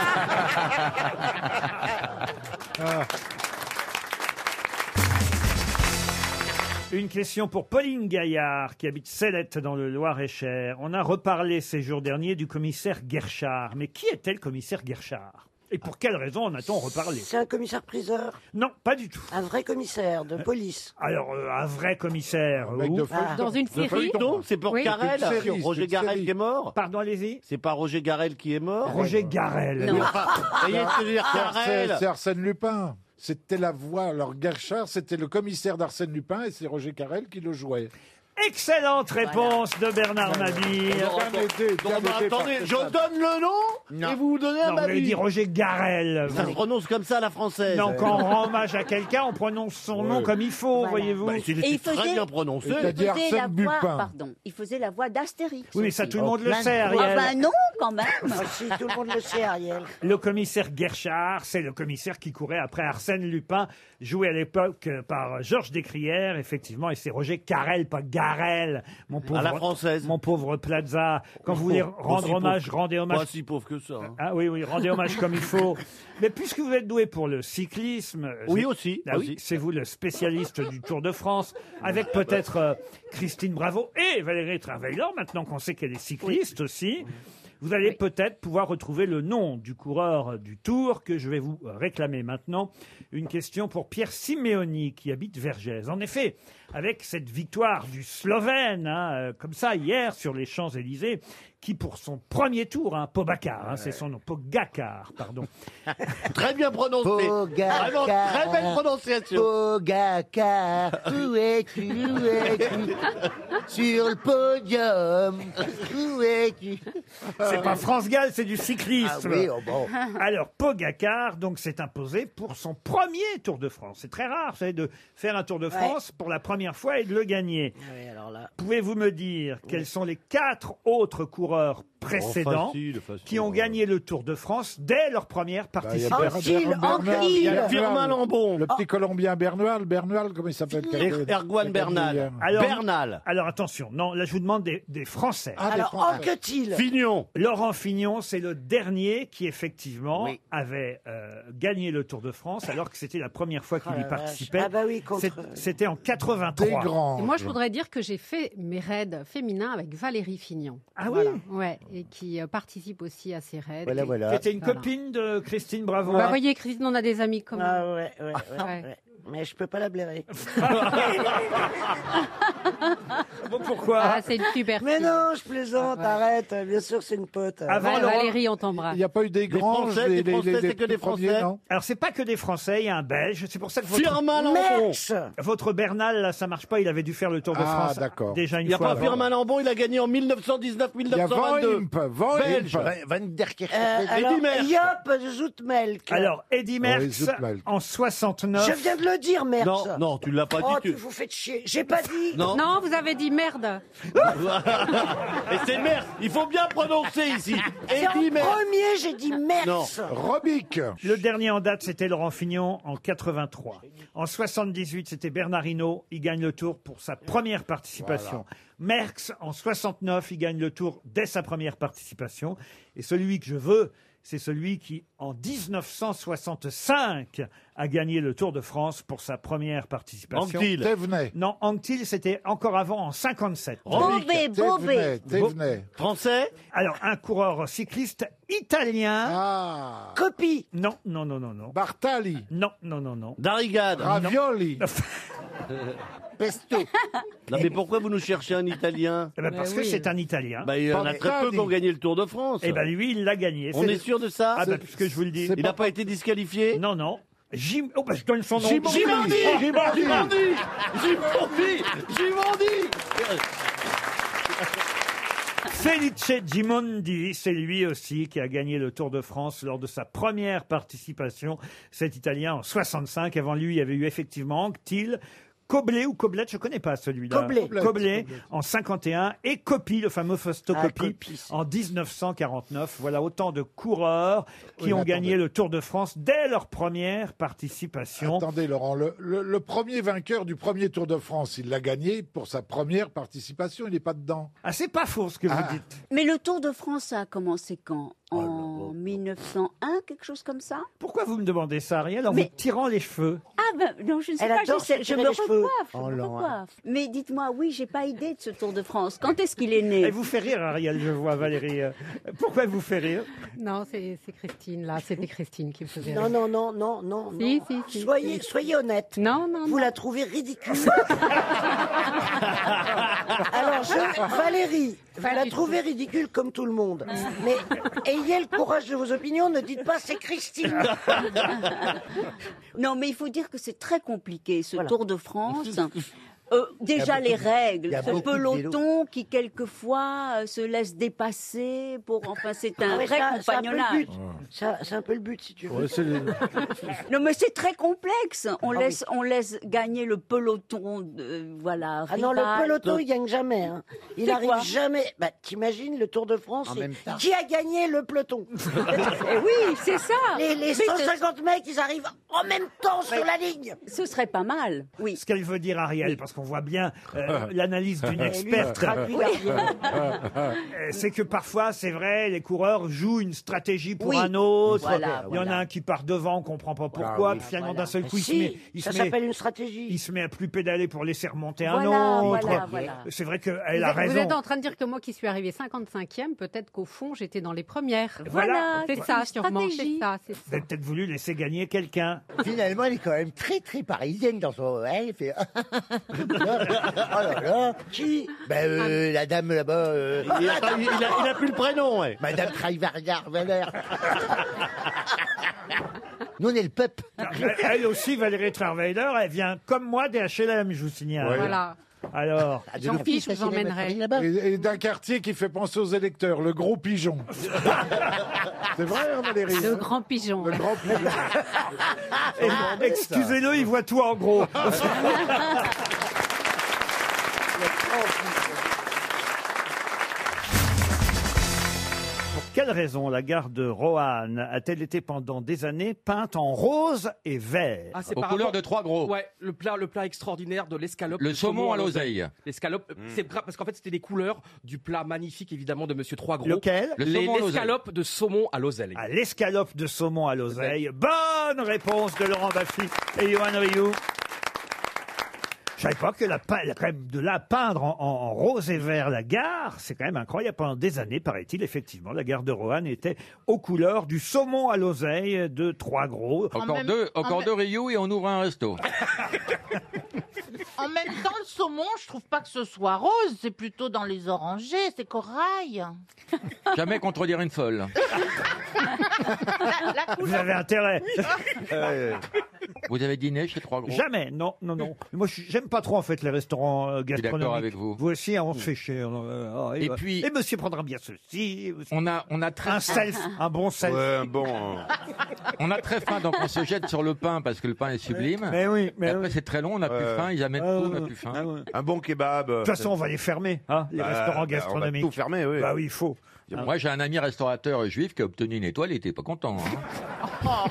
Une question pour Pauline Gaillard, qui habite Célette dans le Loir-et-Cher. On a reparlé ces jours derniers du commissaire Guerchard. Mais qui était le commissaire Guerchard? Et pour quelle raison en a-t-on reparlé? C'est un commissaire-priseur. Non, pas du tout. Un vrai commissaire de police. Alors, un vrai commissaire. Mec où de Ah. Dans une série. Non, c'est pour Oui. Carrel. C'est une série, Roger c'est une Garel série. qui est mort. Pardon, allez-y. C'est pas Roger Garel qui est mort. Roger Garel. Non. Ça y est, je veux dire Carel. C'est Arsène Lupin. C'était la voix. Alors Guerchard, c'était le commissaire d'Arsène Lupin et c'est Roger Carrel qui le jouait. Excellente réponse de Bernard Mabille. Bien aidé, bien Non, mais aidé par attendez, cette je femme. donne le nom et vous vous donnez Non, un vous avez avis. dit Roger Garel. Ça se vous. prononce comme ça à la française. Non, quand on rend hommage à quelqu'un, on prononce son nom comme il faut, Voilà. voyez-vous. Bah, Et il très faisait- bien prononcé. Et t'as dit Il faisait Arsène la Lupin. voix, pardon, il faisait la voix d'Astérix. Oui, ça aussi. tout le monde le plein de sait, Ah Ariel. bah non, quand même. Ah, si, tout le monde le sait, Ariel. Le commissaire Guerchard, c'est le commissaire qui courait après Arsène Lupin, joué à l'époque par Georges Descrières, effectivement, et c'est Roger Carrel, pas Garel, mon pauvre, À la française. mon pauvre Plaza. Quand vous voulez rendre Aussi hommage, pauvre- rendez hommage. Pas si pauvre que ça. hein. Ah oui, rendez hommage comme il faut. Mais puisque vous êtes doué pour le cyclisme, Oui, c'est- aussi, Ah oui, aussi. c'est vous le spécialiste du Tour de France, avec peut-être Christine Bravo et Valérie Trierweiler, maintenant qu'on sait qu'elle est cycliste aussi. Vous allez peut-être pouvoir retrouver le nom du coureur du Tour que je vais vous réclamer maintenant. Une question pour Pierre Simeoni qui habite Vergès. En effet, avec cette victoire du Slovène, comme ça hier sur les Champs-Élysées, qui pour son premier tour, Pogacar, c'est son nom, Pogacar, pardon. Très bien prononcé. Pogacar. Vraiment très belle prononciation. Pogacar, où es-tu, où es-tu? Sur le podium, où es-tu? C'est pas France Gall, c'est du cyclisme. Ah oui, oh bon. Alors, Pogacar, donc, s'est imposé pour son premier Tour de France. C'est très rare, vous savez, de faire un Tour de France pour la première fois et de le gagner. Oui, alors là. Voilà. Pouvez-vous me dire quels sont les 4 autres coureurs précédents facile. qui ont gagné le Tour de France dès leur première participation? Il y a Firmin Lambon. Le petit Colombien Bernal, comment il s'appelle? Erwan Bernal. Alors attention, non, là je vous demande des Français. Alors, Anquetil. Fignon. Laurent Fignon, c'est le dernier qui effectivement avait gagné le Tour de France alors que c'était la première fois qu'il y participait. Ah bah oui, C'était en 83. Et moi, je voudrais dire que j'ai fait mes raids féminins avec Valérie Fignon. Ah oui. Ouais, et qui participe aussi à ces raids. C'était une copine de Christine Bravo. Vous voyez, Christine, on a des amis communs. Ah ouais. Mais je peux pas la blairer. Bon, pourquoi? C'est une super Mais fille. non, je plaisante, arrête. Bien sûr, c'est une pote. Valérie, on t'embrasse. Il n'y a pas eu des grands, c'est que des Français. Non. Alors c'est pas que des Français, il y a un Belge. C'est pour ça que votre Bernal, là, ça marche pas. Il avait dû faire le Tour de France déjà une fois. Il n'y a pas avant. Firmin Lambon, il a gagné en 1919-1922. Belge. Van der Kerk. Alors, Joop Zoetmelk. Alors, Eddy Merckx, en 69. Je viens de le dire, Merckx. Non, tu l'as pas dit. Oh, tu vous faites chier. J'ai pas dit. Non, vous avez dit merde. Et c'est merde. Il faut bien prononcer ici. C'est en premier, j'ai dit Merckx. Robic. Le dernier en date, c'était Laurent Fignon en 83. En 78, c'était Bernard Hinault. Il gagne le Tour pour sa première participation. Merckx, en 69, il gagne le Tour dès sa première participation. Et celui que je veux, c'est celui qui, en 1965, a gagné le Tour de France pour sa première participation. Anquetil. Thévenet. Non, Anquetil, c'était encore avant, en 57. Thévenet. Français. Alors, un coureur cycliste italien. Coppi. Non. Bartali. Non. Darrigade. Ravioli. Pesto. Non, mais pourquoi vous nous cherchez un Italien? Parce que c'est un Italien. Il y en a très peu qui ont gagné le Tour de France. Et lui, il l'a gagné. On est sûr de ça? Puisque je vous le dis. Il n'a pas été disqualifié? Non. Je donne son nom. Gimondi. Felice Gimondi, c'est lui aussi qui a gagné le Tour de France lors de sa première participation. Cet Italien en 65. Avant lui, il y avait eu effectivement Anquetil, Coblet ou Coblette, je connais pas celui-là. Coblet en 51 et Coppi, le fameux Fausto Coppi, en 1949. Voilà autant de coureurs qui ont gagné le Tour de France dès leur première participation. Attendez, Laurent, le premier vainqueur du premier Tour de France, il l'a gagné pour sa première participation, il n'est pas dedans. Ah, c'est pas faux ce que vous dites. Mais le Tour de France, ça a commencé quand? En 1901, quelque chose comme ça? Pourquoi vous me demandez ça, Ariel, en vous tirant les cheveux? Ah ben non, je ne sais Elle pas, adore se je tirer me les cheveux. recoiffe. Mais dites-moi, oui, j'ai pas idée de ce Tour de France. Quand est-ce qu'il est né? Elle vous fait rire, Ariel, je vois, Valérie. Pourquoi elle vous fait rire? Non, c'est Christine, là. C'était Christine qui me faisait Non. rire. Si. Soyez honnête. Non. Vous la trouvez ridicule. Alors, Valérie, vous la trouvez ridicule comme tout le monde. Mais ayez le courage de vos opinions, ne dites pas c'est Christine. Non, mais il faut dire que c'est très compliqué, ce Tour de France. Déjà les règles, ce peloton qui quelquefois se laisse dépasser c'est un vrai compagnonnage. C'est un peu le but, si tu veux. Non, mais c'est très complexe. On laisse gagner le peloton, Ah non, le peloton, il gagne jamais. Hein. Il arrive jamais. T'imagines le Tour de France, qui a gagné le peloton? Oui, c'est ça. Les 150 mecs, ils arrivent en même temps sur la ligne. Ce serait pas mal. Oui. Ce qu'elle veut dire, Ariel, parce qu'on voit bien l'analyse d'une experte. C'est que parfois, c'est vrai, les coureurs jouent une stratégie pour un autre. Il y en a un qui part devant, on comprend pas pourquoi. Puis finalement, d'un seul coup, ça s'appelle une stratégie. Il se met à plus pédaler pour laisser remonter un autre. C'est vrai qu'elle a raison. Vous êtes en train de dire que moi qui suis arrivée 55e, peut-être qu'au fond, j'étais dans les premières. Voilà. C'est ça, sûrement. C'est ça. Vous avez peut-être voulu laisser gagner quelqu'un. Finalement, elle est quand même très, très parisienne dans son... Elle fait... Oh là là. Qui? La dame là-bas. Il a plus le prénom, ouais. Madame Travaillard-Valer. Nous, on est le peuple. Elle aussi, Valérie Trierweiler, elle vient comme moi des HLM, je vous signale. Voilà. Alors, j'en fiche, je vous emmènerai. Et d'un quartier qui fait penser aux électeurs, le Gros Pigeon. C'est vrai, hein, Valérie? Le Grand Pigeon. Le Grand Pigeon. Excusez-le, il voit tout en gros. Pour quelle raison la gare de Roanne a-t-elle été pendant des années peinte en rose et vert? Ah, c'est Aux par couleurs rapport- de trois gros. Ouais, le plat extraordinaire de l'escalope. Le de saumon à l'oseille. L'escalope, parce qu'en fait c'était les couleurs du plat magnifique évidemment de Monsieur Trois Gros. Lequel? L'escalope de saumon à l'oseille. À l'escalope de saumon à l'oseille. Bonne réponse de Laurent Baffy et Johan Rioux. Je savais pas que quand même de là peindre en rose et vert la gare, c'est quand même incroyable. Pendant des années, paraît-il, effectivement, la gare de Roanne était aux couleurs du saumon à l'oseille de Trois Gros. Encore deux Rioux et on ouvre un resto. En même temps, le saumon, je trouve pas que ce soit rose, c'est plutôt dans les orangés, c'est corail. Jamais contredire une folle. Vous avez intérêt. Vous avez dîné chez Trois Gros? Jamais, non. Moi, j'aime pas trop en fait les restaurants gastronomiques. d'accord avec vous. Vous aussi, hein, on se fait chier. Et puis- et monsieur prendra bien ceci. On a très un self, un bon self. On a très faim, donc on se jette sur le pain parce que le pain est sublime. Mais oui, mais Et après c'est très long, on n'a plus faim, ils amènent tout, on n'a plus faim. Un bon kebab. De toute façon, on va les fermer, hein, les restaurants gastronomiques. On va tout fermer, oui. Bah oui, il faut. Moi j'ai un ami restaurateur juif qui a obtenu une étoile, il était pas content. hein.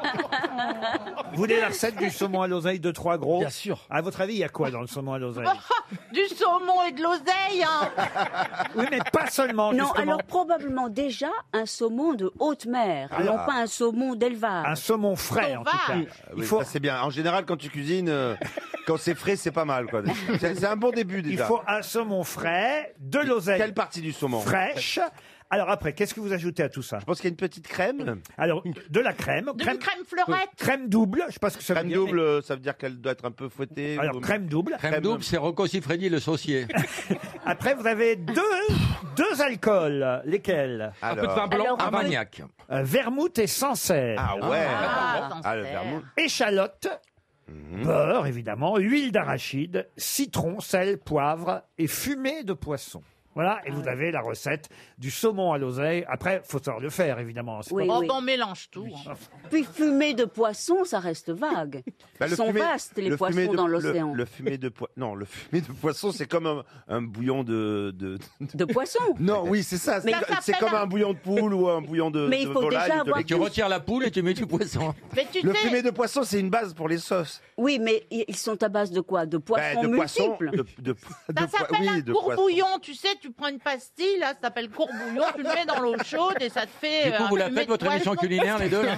Vous voulez la recette du saumon à l'oseille de Trois Gros? Bien sûr. À votre avis, il y a quoi dans le saumon à l'oseille? Du saumon et de l'oseille, hein. Oui, mais pas seulement. Non, justement. alors probablement déjà un saumon de haute mer, et Alors, non pas un saumon d'élevage. Un saumon frais, en tout cas. Oui, ça, c'est bien. En général, quand tu cuisines, quand c'est frais, c'est pas mal, quoi. C'est un bon début, déjà. Il faut un saumon frais, de l'oseille. Quelle partie du saumon? Fraîche. Alors après, qu'est-ce que vous ajoutez à tout ça? Je pense qu'il y a une petite crème. Alors, de la crème. De la crème fleurette. Crème double, je sais pas ce que ça veut Crème dire. double, ça veut dire qu'elle doit être un peu fouettée. Alors, crème double. Crème double, c'est Rocco Siffredi, le saucier. Après, vous avez deux alcools. Lesquels? Un peu de vin blanc, Alors, un on va- Armagnac. Vermouth et Sancerre. Ah ouais. Ah, Le vermouth. Échalote. Beurre, évidemment. Huile d'arachide. Citron, sel, poivre et fumée de poisson. Voilà, et vous avez la recette du saumon à l'oseille. Après, faut savoir le faire, évidemment. C'est Oui, pas- Oh, oui. ben on mélange tout. hein. Puis fumée de poisson, ça reste vague. Bah, Ils sont vastes, les poissons dans l'océan. Le fumé de poisson. Le fumé de poisson, c'est comme un bouillon de. De poisson. Non, oui, c'est ça. Mais C'est comme un bouillon de poule ou un bouillon de. Mais il de faut volaille déjà ou de avoir légumes. Tu retires la poule et tu mets du poisson. Mais tu Le sais, fumé de poisson, c'est une base pour les sauces. Oui, mais ils sont à base de quoi? De poissons De poisson. multiples. ça s'appelle un de poisson. courbouillon. Tu sais, tu prends une pastille, là, ça s'appelle courbouillon, tu le mets dans l'eau chaude et ça te fait. Du coup, un vous la fumé faites de votre émission poisson. culinaire, les deux, là?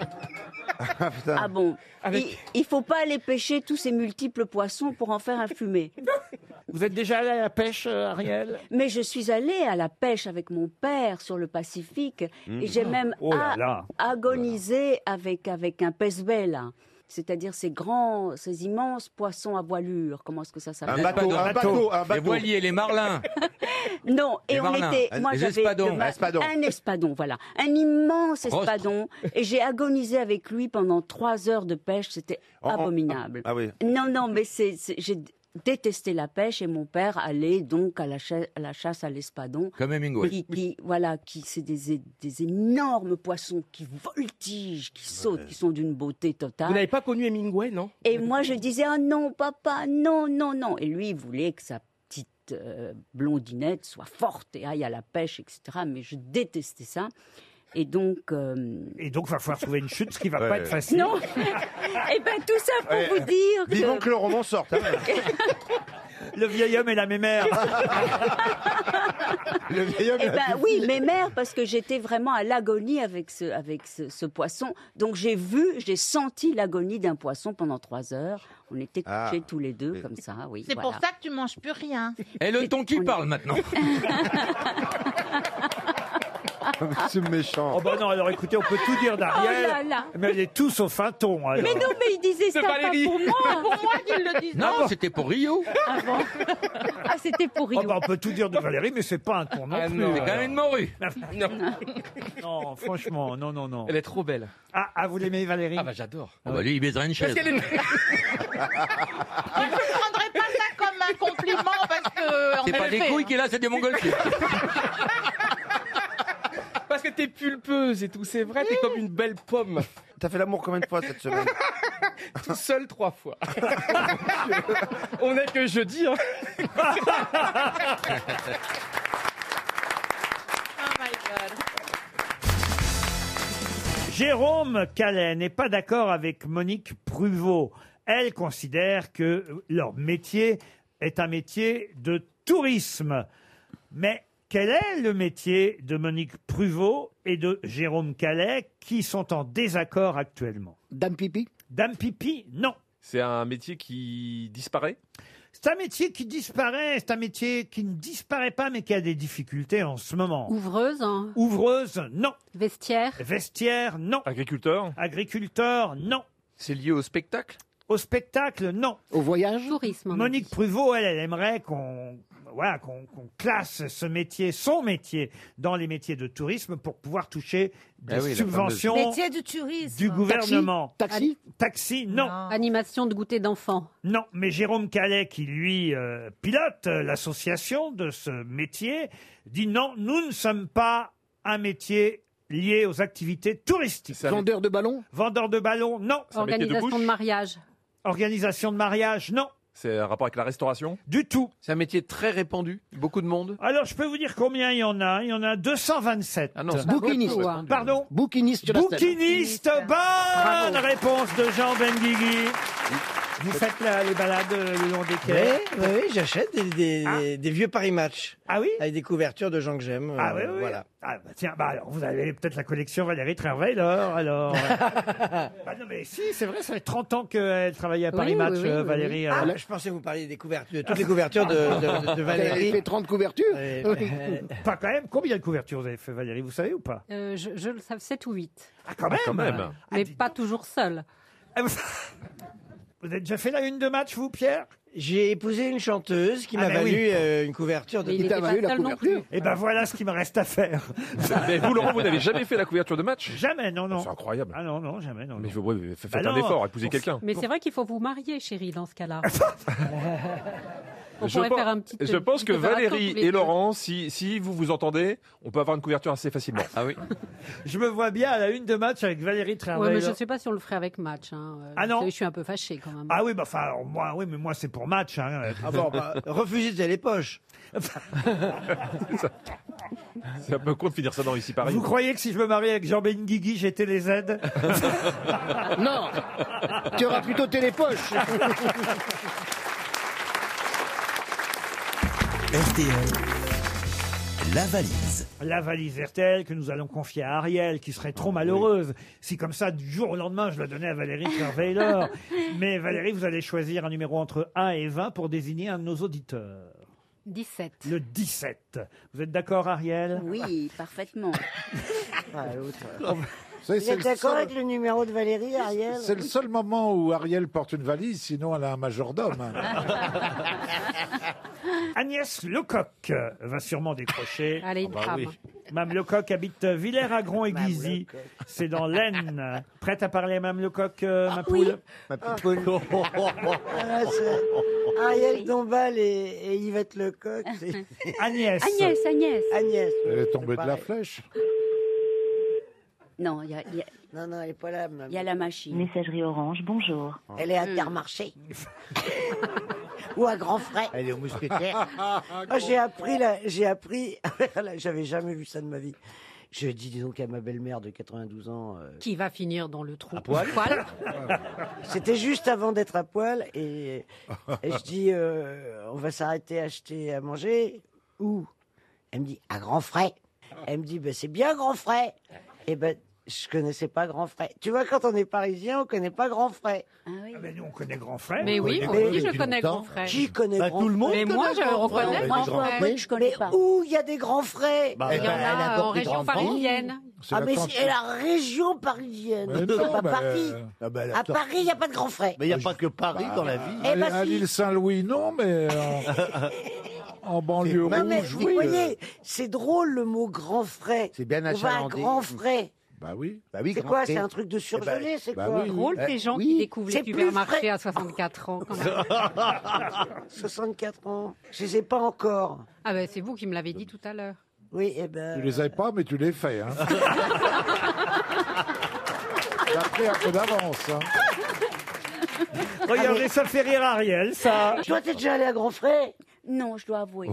Ah bon? Il faut pas aller pêcher tous ces multiples poissons pour en faire un fumé. Vous êtes déjà allé à la pêche, Ariel? Mais je suis allée à la pêche avec mon père sur le Pacifique et j'ai même Oh là là. agonisé avec un pez-bel. C'est-à-dire ces immenses poissons à voilure. Comment est-ce que ça s'appelle? Un bateau. Les voiliers, les marlins. Non, et Les on marlins. était. Moi, Les j'avais espadons. Un un espadon, voilà, un immense Rostre. espadon, et j'ai agonisé avec lui pendant 3 heures de pêche. C'était abominable. Ah oui. Non, mais j'ai détesté la pêche et mon père allait donc à la chasse à l'espadon. Comme Hemingway. C'est des énormes poissons qui voltigent, qui sautent, qui sont d'une beauté totale. Vous n'avez pas connu Hemingway, non? Et moi, je disais, ah non, papa, non. Et lui, il voulait que sa petite blondinette soit forte et aille à la pêche, etc. Mais je détestais ça. Et donc, il va falloir trouver une chute, ce qui va pas être facile. Non. Eh ben, tout ça pour vous dire. Vivons que le roman sorte. Hein. Le vieil homme et la mémère. Le vieil homme. Eh ben oui, mes mères, parce que j'étais vraiment à l'agonie avec ce poisson. Donc j'ai senti l'agonie d'un poisson pendant 3 heures. On était couchés tous les deux comme ça, oui. C'est pour ça que tu manges plus rien. Et le ton qui parle maintenant. C'est méchant. Oh bah non, alors écoutez, on peut tout dire d'Ariel, Oh là là. mais elle est tout sauf un ton. Alors. Mais non, mais il disait ça pas Valérie. pour moi. Pour moi qu'ils le disent. Non, c'était pour Rio. Ah bon? Ah, c'était pour Rio. Oh bah on peut tout dire de Valérie, mais c'est pas un ton non Ah plus. non. C'est quand même une morue. Non, franchement, non. Elle est trop belle. Ah, vous l'aimez Valérie? Ah bah j'adore. Oh bah lui, il baiserait une chaise. Parce qu'elle est... Je ne prendrais pas ça comme un compliment parce que. C'est pas des couilles qu'il a, c'est des montgolfiers. Parce que t'es pulpeuse et tout, c'est vrai, t'es comme une belle pomme. T'as fait l'amour combien de fois cette semaine? Tout seul 3 fois. On est que jeudi, hein. Jérôme Calais n'est pas d'accord avec Monique Pruvot. Elle considère que leur métier est un métier de tourisme. Mais quel est le métier de Monique Pruvot et de Jérôme Calais qui sont en désaccord actuellement? Dame pipi? Dame pipi, non. C'est un métier qui disparaît? C'est un métier qui disparaît, c'est un métier qui ne disparaît pas mais qui a des difficultés en ce moment. Ouvreuse, hein. Ouvreuse, non. Vestiaire. Vestiaire, non. Agriculteur? Agriculteur, non. C'est lié au spectacle? Au spectacle, non. Au voyage? Tourisme. Monique Pruvot, elle aimerait qu'on classe ce métier, son métier, dans les métiers de tourisme pour pouvoir toucher des subventions Métier du tourisme. du gouvernement. Taxi? Taxi, non. Animation de goûter d'enfants. Non, mais Jérôme Calais, qui lui pilote l'association de ce métier, dit non, nous ne sommes pas un métier lié aux activités touristiques. Vendeur de ballons? Vendeur de ballons, non. Organisation de mariage. Organisation de mariage, non. C'est un rapport avec la restauration? Du tout. C'est un métier très répandu, beaucoup de monde. Alors, je peux vous dire combien il y en a. Il y en a 227. Ah non, c'est Bouquiniste. Pardon? Bouquiniste sur la scène. Bouquiniste. Bonne réponse de Jean Benguigui. Vous faites les balades le long des quais? Oui, j'achète des vieux Paris Match. Ah oui? Avec des couvertures de gens que j'aime. Ah oui. Voilà. Ah bah tiens, alors vous avez peut-être la collection Valérie Trierweiler, alors. Bah non mais si, c'est vrai, ça fait 30 ans qu'elle travaillait à Paris Match, Valérie. Ah, là, je pensais que vous parliez des couvertures, de toutes les couvertures de Valérie. Elle a fait 30 couvertures? Pas quand même. Combien de couvertures vous avez fait, Valérie, vous savez ou pas? Je le savais, 7 ou 8. Ah quand même. Mais pas toujours seule. Vous avez déjà fait la une de match, vous, Pierre? J'ai épousé une chanteuse qui m'a valu une couverture de... Mais il était pas seul non plus. Et ben voilà ce qu'il me reste à faire. Mais vous, Laurent, vous n'avez jamais fait la couverture de match? Jamais, non. C'est incroyable. Ah non, jamais, non. Mais faites Bah un non. effort, épousez quelqu'un. Mais c'est vrai qu'il faut vous marier, chérie, dans ce cas-là. On pourrait faire un petit. Je pense que opération Valérie tous les et deux. Laurent, si vous vous entendez, on peut avoir une couverture assez facilement. Ah oui. Je me vois bien à la une de match avec Valérie Ouais, Trierweiler. mais je ne sais pas si on le ferait avec match. Hein. Ah non? Je suis un peu fâchée quand même. Ah oui, bah enfin, mais moi c'est pour match. Hein. Ah bon, refusez les poches. C'est un peu con de finir ça dans ici Paris. Vous croyez que si je me mariais avec Jean Benguigui, j'étais les aides? Non, tu auras plutôt télépoche. RTL, la valise. La valise RTL que nous allons confier à Ariel, qui serait trop malheureuse si comme ça, du jour au lendemain, je la donnais à Valérie Trierweiler. Mais Valérie, vous allez choisir un numéro entre 1 et 20 pour désigner un de nos auditeurs. 17. Le 17. Vous êtes d'accord, Ariel? Oui, parfaitement. Vous êtes d'accord avec le numéro de Valérie, Ariel? C'est le seul moment où Ariel porte une valise, sinon elle a un majordome. Agnès Lecoq va sûrement décrocher. Allez, une femme. Mme Lecoq habite Villers-Agron-Aiguizy. C'est dans l'Aisne. Prête à parler, Mme Lecoq, ma poule? Ma petite poule. Ah, c'est Ariel Dombal et Yvette Lecoq. Agnès. Agnès. Elle est tombée de la pareil. flèche. Non, il y a, Non, elle n'est pas là. y a la machine. Messagerie Orange, bonjour. Elle est à Intermarché. Ou à Grand Frais. Elle est au mousquetaire. J'ai appris, j'avais jamais vu ça de ma vie. Je dis donc à ma belle-mère de 92 ans. Qui va finir dans le trou. À poil. C'était juste avant d'être à poil. Et je dis, on va s'arrêter acheter à manger. Où? Elle me dit, à Grand Frais. Elle me dit, ben, c'est bien Grand Frais. Et ben, je connaissais pas Grand Frais. Tu vois, quand on est parisien, on connaît pas Grand Frais. Ah oui. Ah ben, nous, on connaît Grand Frais. Mais oui, moi aussi, je connais Grand Frais. Qui connaît Grand tout le monde Mais moi, je reconnais Grand Frais. Je connais pas. Où il y a des Grands Frais? Il y en a en région parisienne. Ah, mais c'est la région parisienne. Mais C'est non, pas mais- Paris. Ah ben, À Paris, il n'y a pas de Grands Frais. Mais il n'y a pas que Paris dans la vie. Eh ben, À si. l'île Saint-Louis, non, mais en banlieue Non, mais rouge, vous oui. voyez, c'est drôle le mot Grand Frais. C'est bien On va à achalandé. Grand Frais. Bah oui. Bah oui, C'est Grand quoi? Frais. C'est un truc de surgelé? C'est bah quoi? oui. Drôle, ces gens oui. qui découvrent C'est les plus supermarchés frais. à 64 ans, quand même. 64 ans. Je les ai pas encore. Ah ben, c'est vous qui me l'avez dit tout à l'heure. Oui, eh ben. Tu les avais pas, mais tu les fais. Hein. T'as pris un peu d'avance. Hein. Regardez, ça fait rire Ariel, ça. Toi, t'es déjà allé à Grand Frais? Non, je dois avouer.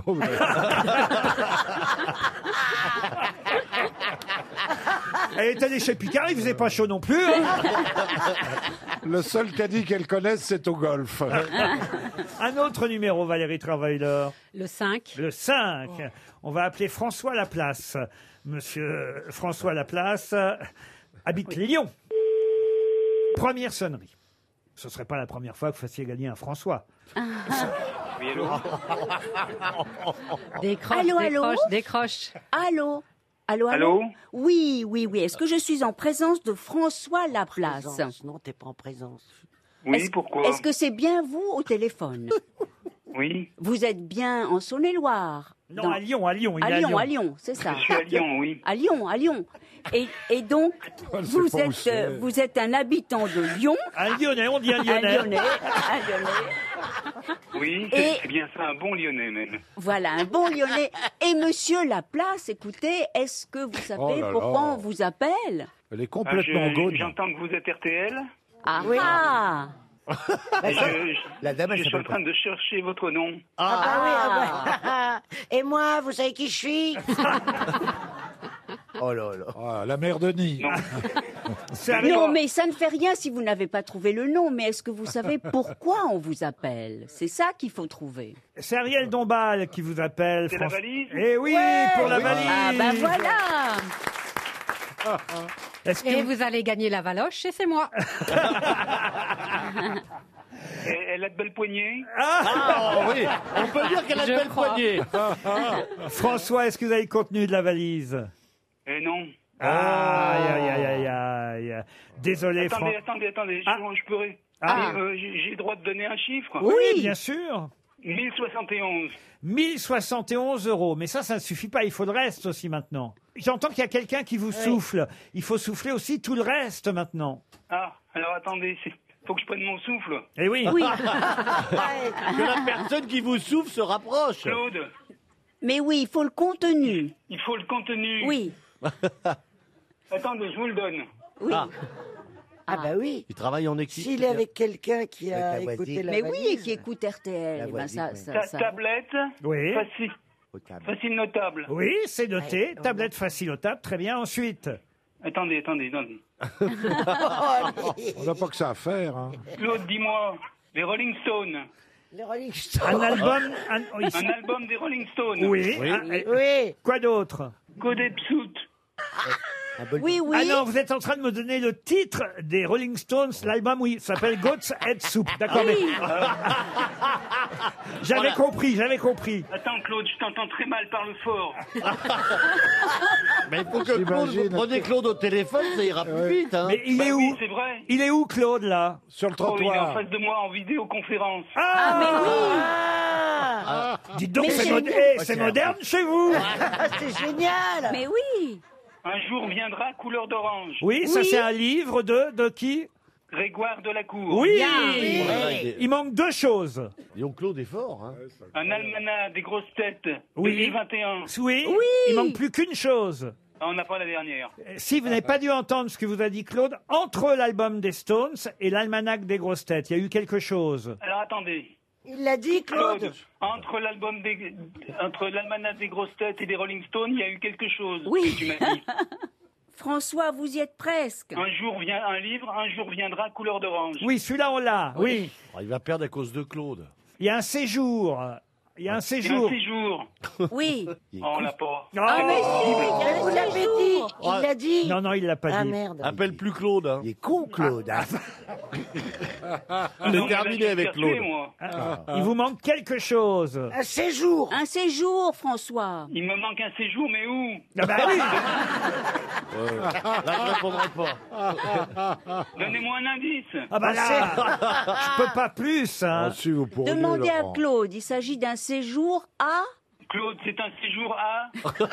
Elle est allée chez Picard, il faisait pas chaud non plus. Hein. Le seul caddie qu'elle connaisse, c'est au golf. Un autre numéro, Valérie Travailer. Le 5. Le 5. On va appeler François Laplace. Monsieur François Laplace habite Lyon. Première sonnerie. Ce serait pas la première fois que vous fassiez gagner un François. Oui, allô. Décroche, Allô, allô décroche, décroche. Allô? Allô, allô? Allô? Oui, oui, oui. Est-ce que je suis en présence de François Laplace? Non, t'es pas en présence. Oui, pourquoi? Est-ce que c'est bien vous au téléphone? Oui. Vous êtes bien en Saône-et-Loire? Non, à Lyon, à Lyon. Il est À à Lyon, Lyon. à Lyon, c'est ça. Je suis à Lyon, oui. À Lyon, à Lyon. Et donc, vous êtes un habitant de Lyon. Un Lyonnais, on dit un Lyonnais. Un Lyonnais. Oui, Et- c'est bien ça, un bon Lyonnais même. Voilà, un bon Lyonnais. Et monsieur Laplace, écoutez, est-ce que vous savez Oh là pourquoi là. on vous appelle? Elle est Ah, complètement gauche. J'entends que vous êtes RTL. Ah Oui. ah. Et La dame, elle je suis en s'appelle train de chercher votre nom. Et moi, vous savez qui je suis? Oh là là. Ah, la mère de Nid. Non, mais ça ne fait rien si vous n'avez pas trouvé le nom. Mais est-ce que vous savez pourquoi on vous appelle? C'est ça qu'il faut trouver. C'est Ariel Dombal qui vous appelle. C'est la valise? Eh oui, Ouais. pour la Oui. valise. Ah ben voilà. Est-ce que Et vous allez gagner la valoche et c'est moi. Elle a de belles poignées. Ah oui, on peut dire qu'elle a de Je belles crois. poignées. François, est-ce que vous avez le contenu de la valise? Non. Aïe, aïe, aïe, aïe, aïe. Désolé, Attendez, François. attendez, Ah. je peux... Ah. J'ai le droit de donner un chiffre. Oui, bien sûr. 1071. 1071 €. Mais ça ne suffit pas. Il faut le reste aussi maintenant. J'entends qu'il y a quelqu'un qui vous souffle. Il faut souffler aussi tout le reste maintenant. Ah, alors attendez, faut que je prenne mon souffle. Eh oui. Oui. Que la personne qui vous souffle se rapproche. Claude, Mais oui, il faut le contenu. il faut le contenu. Oui. Attendez, je vous le donne. Oui. Ah bah oui. Il travaille en équipe. S'il est avec quelqu'un qui a Avec la écouté voisine. la Mais valise. oui, et qui écoute RTL. La eh ben voisine, oui. Tablette, Oui. facile notable. Oui, c'est noté. Tablette facile au table. Très bien. Ensuite. Attendez. On n'a pas que ça à faire. Hein. Claude, dis-moi, les Rolling Stones. Les Rolling Stones. Un album. Oui. Un album des Rolling Stones. Oui. Oui. Oui. Quoi d'autre? Codé Psout. Oui, oui. Ah non, vous êtes en train de me donner le titre des Rolling Stones. L'album, oui, s'appelle Goat's Head Soup. D'accord, mais... J'avais compris. Attends, Claude, je t'entends très mal, parle fort. Mais il faut que Claude, vous prenez Claude au téléphone, ça ira plus vite. Hein. Mais il est où? Oui, c'est vrai. Il est où, Claude, là? Sur le Oh, il est en trottoir. face de moi en vidéoconférence. Ah, mais oui. Dites donc, Mais c'est c'est moderne chez vous. Ah, c'est génial. Mais oui. Un jour viendra couleur d'orange. Oui, ça c'est un livre de qui? Grégoire de la Cour. Oui. Oui. Il manque deux choses. Disons Claude est fort. Hein. Un almanach des grosses têtes. Oui. 2021. Oui. Il manque plus qu'une chose. Ah, on n'a pas la dernière. Si vous n'avez pas dû entendre ce que vous a dit Claude, entre l'album des Stones et l'almanach des grosses têtes, il y a eu quelque chose. Alors attendez. Il l'a dit, Claude. Entre l'almanach des grosses têtes et des Rolling Stones, il y a eu quelque chose. Oui. Que tu m'as dit. François, vous y êtes presque. Un jour viendra couleur d'orange. Oui, celui-là on l'a. Oui. Oh, il va perdre à cause de Claude. Il y a un séjour. Il y a un séjour. Oui. Oh, on l'a pas. Ah, mais si, Vous l'avez dit. Il l'a dit. Non, il l'a pas Ah dit. merde. Appelle plus Claude. Hein. Il est con, Claude. hein. Il est terminé avec Claude. Il vous manque quelque chose. Un séjour. Un séjour, François. Il me manque un séjour, mais où? Ah bah oui. Là, je répondrai pas. Donnez-moi un indice. Ah bah là, je peux pas plus. Hein. Ah, si vous pourriez, Demandez à Laurent. Claude. Il s'agit d'un séjour à... Claude, c'est un séjour à...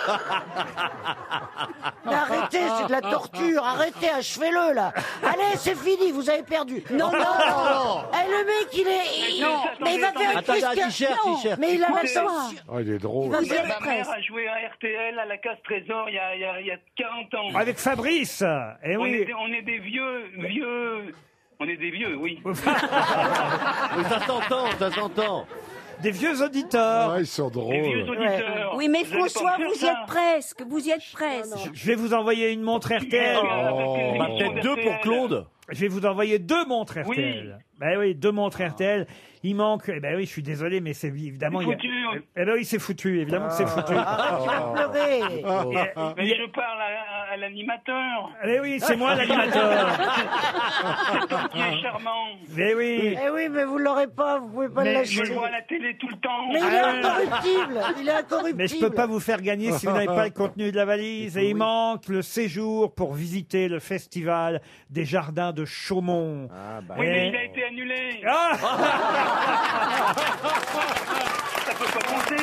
Mais arrêtez, c'est de la torture. Arrêtez, achevez-le, là. Allez, c'est fini, vous avez perdu. Non, non, non. Eh, le mec, il est... Non, mais il va faire une Attendez, crise il cherche, non, il cherche. mais il a la François. Ah, il est drôle. Il va faire Ma mère presque. a joué à RTL à la Casse Trésor il y a 40 ans. Avec Fabrice. Eh On oui. est des vieux. On est des vieux, oui. Mais ça s'entend, ça s'entend. Des vieux auditeurs. Ils sont drôles. Les vieux auditeurs. Oui, mais Vous allez François, pas me vous faire y ça. êtes presque. Vous y êtes presque. Je vais vous envoyer une montre RTL. Bah, peut-être 2 pour Claude. Je vais vous envoyer 2 montres RTL. Ben oui, 2 montres RTL. Il manque. Eh ben oui, je suis désolé, mais c'est évidemment. C'est il y a- foutu. Eh ben oui, c'est foutu. Évidemment que c'est foutu. Tu vas pleurer. Mais je parle à l'animateur. Eh oui, c'est moi l'animateur. Qui est charmant. Mais oui. Eh oui, mais vous l'aurez pas, vous pouvez pas le Je lâcher. le vois à la télé tout le temps. Mais il est incorruptible. Il est incorruptible. Mais je peux pas vous faire gagner si vous n'avez pas le contenu de la valise. Et il manque le séjour pour visiter le festival des jardins de Chaumont. Oui, Et- mais il a été annulé. Ah Ça peut pas compter.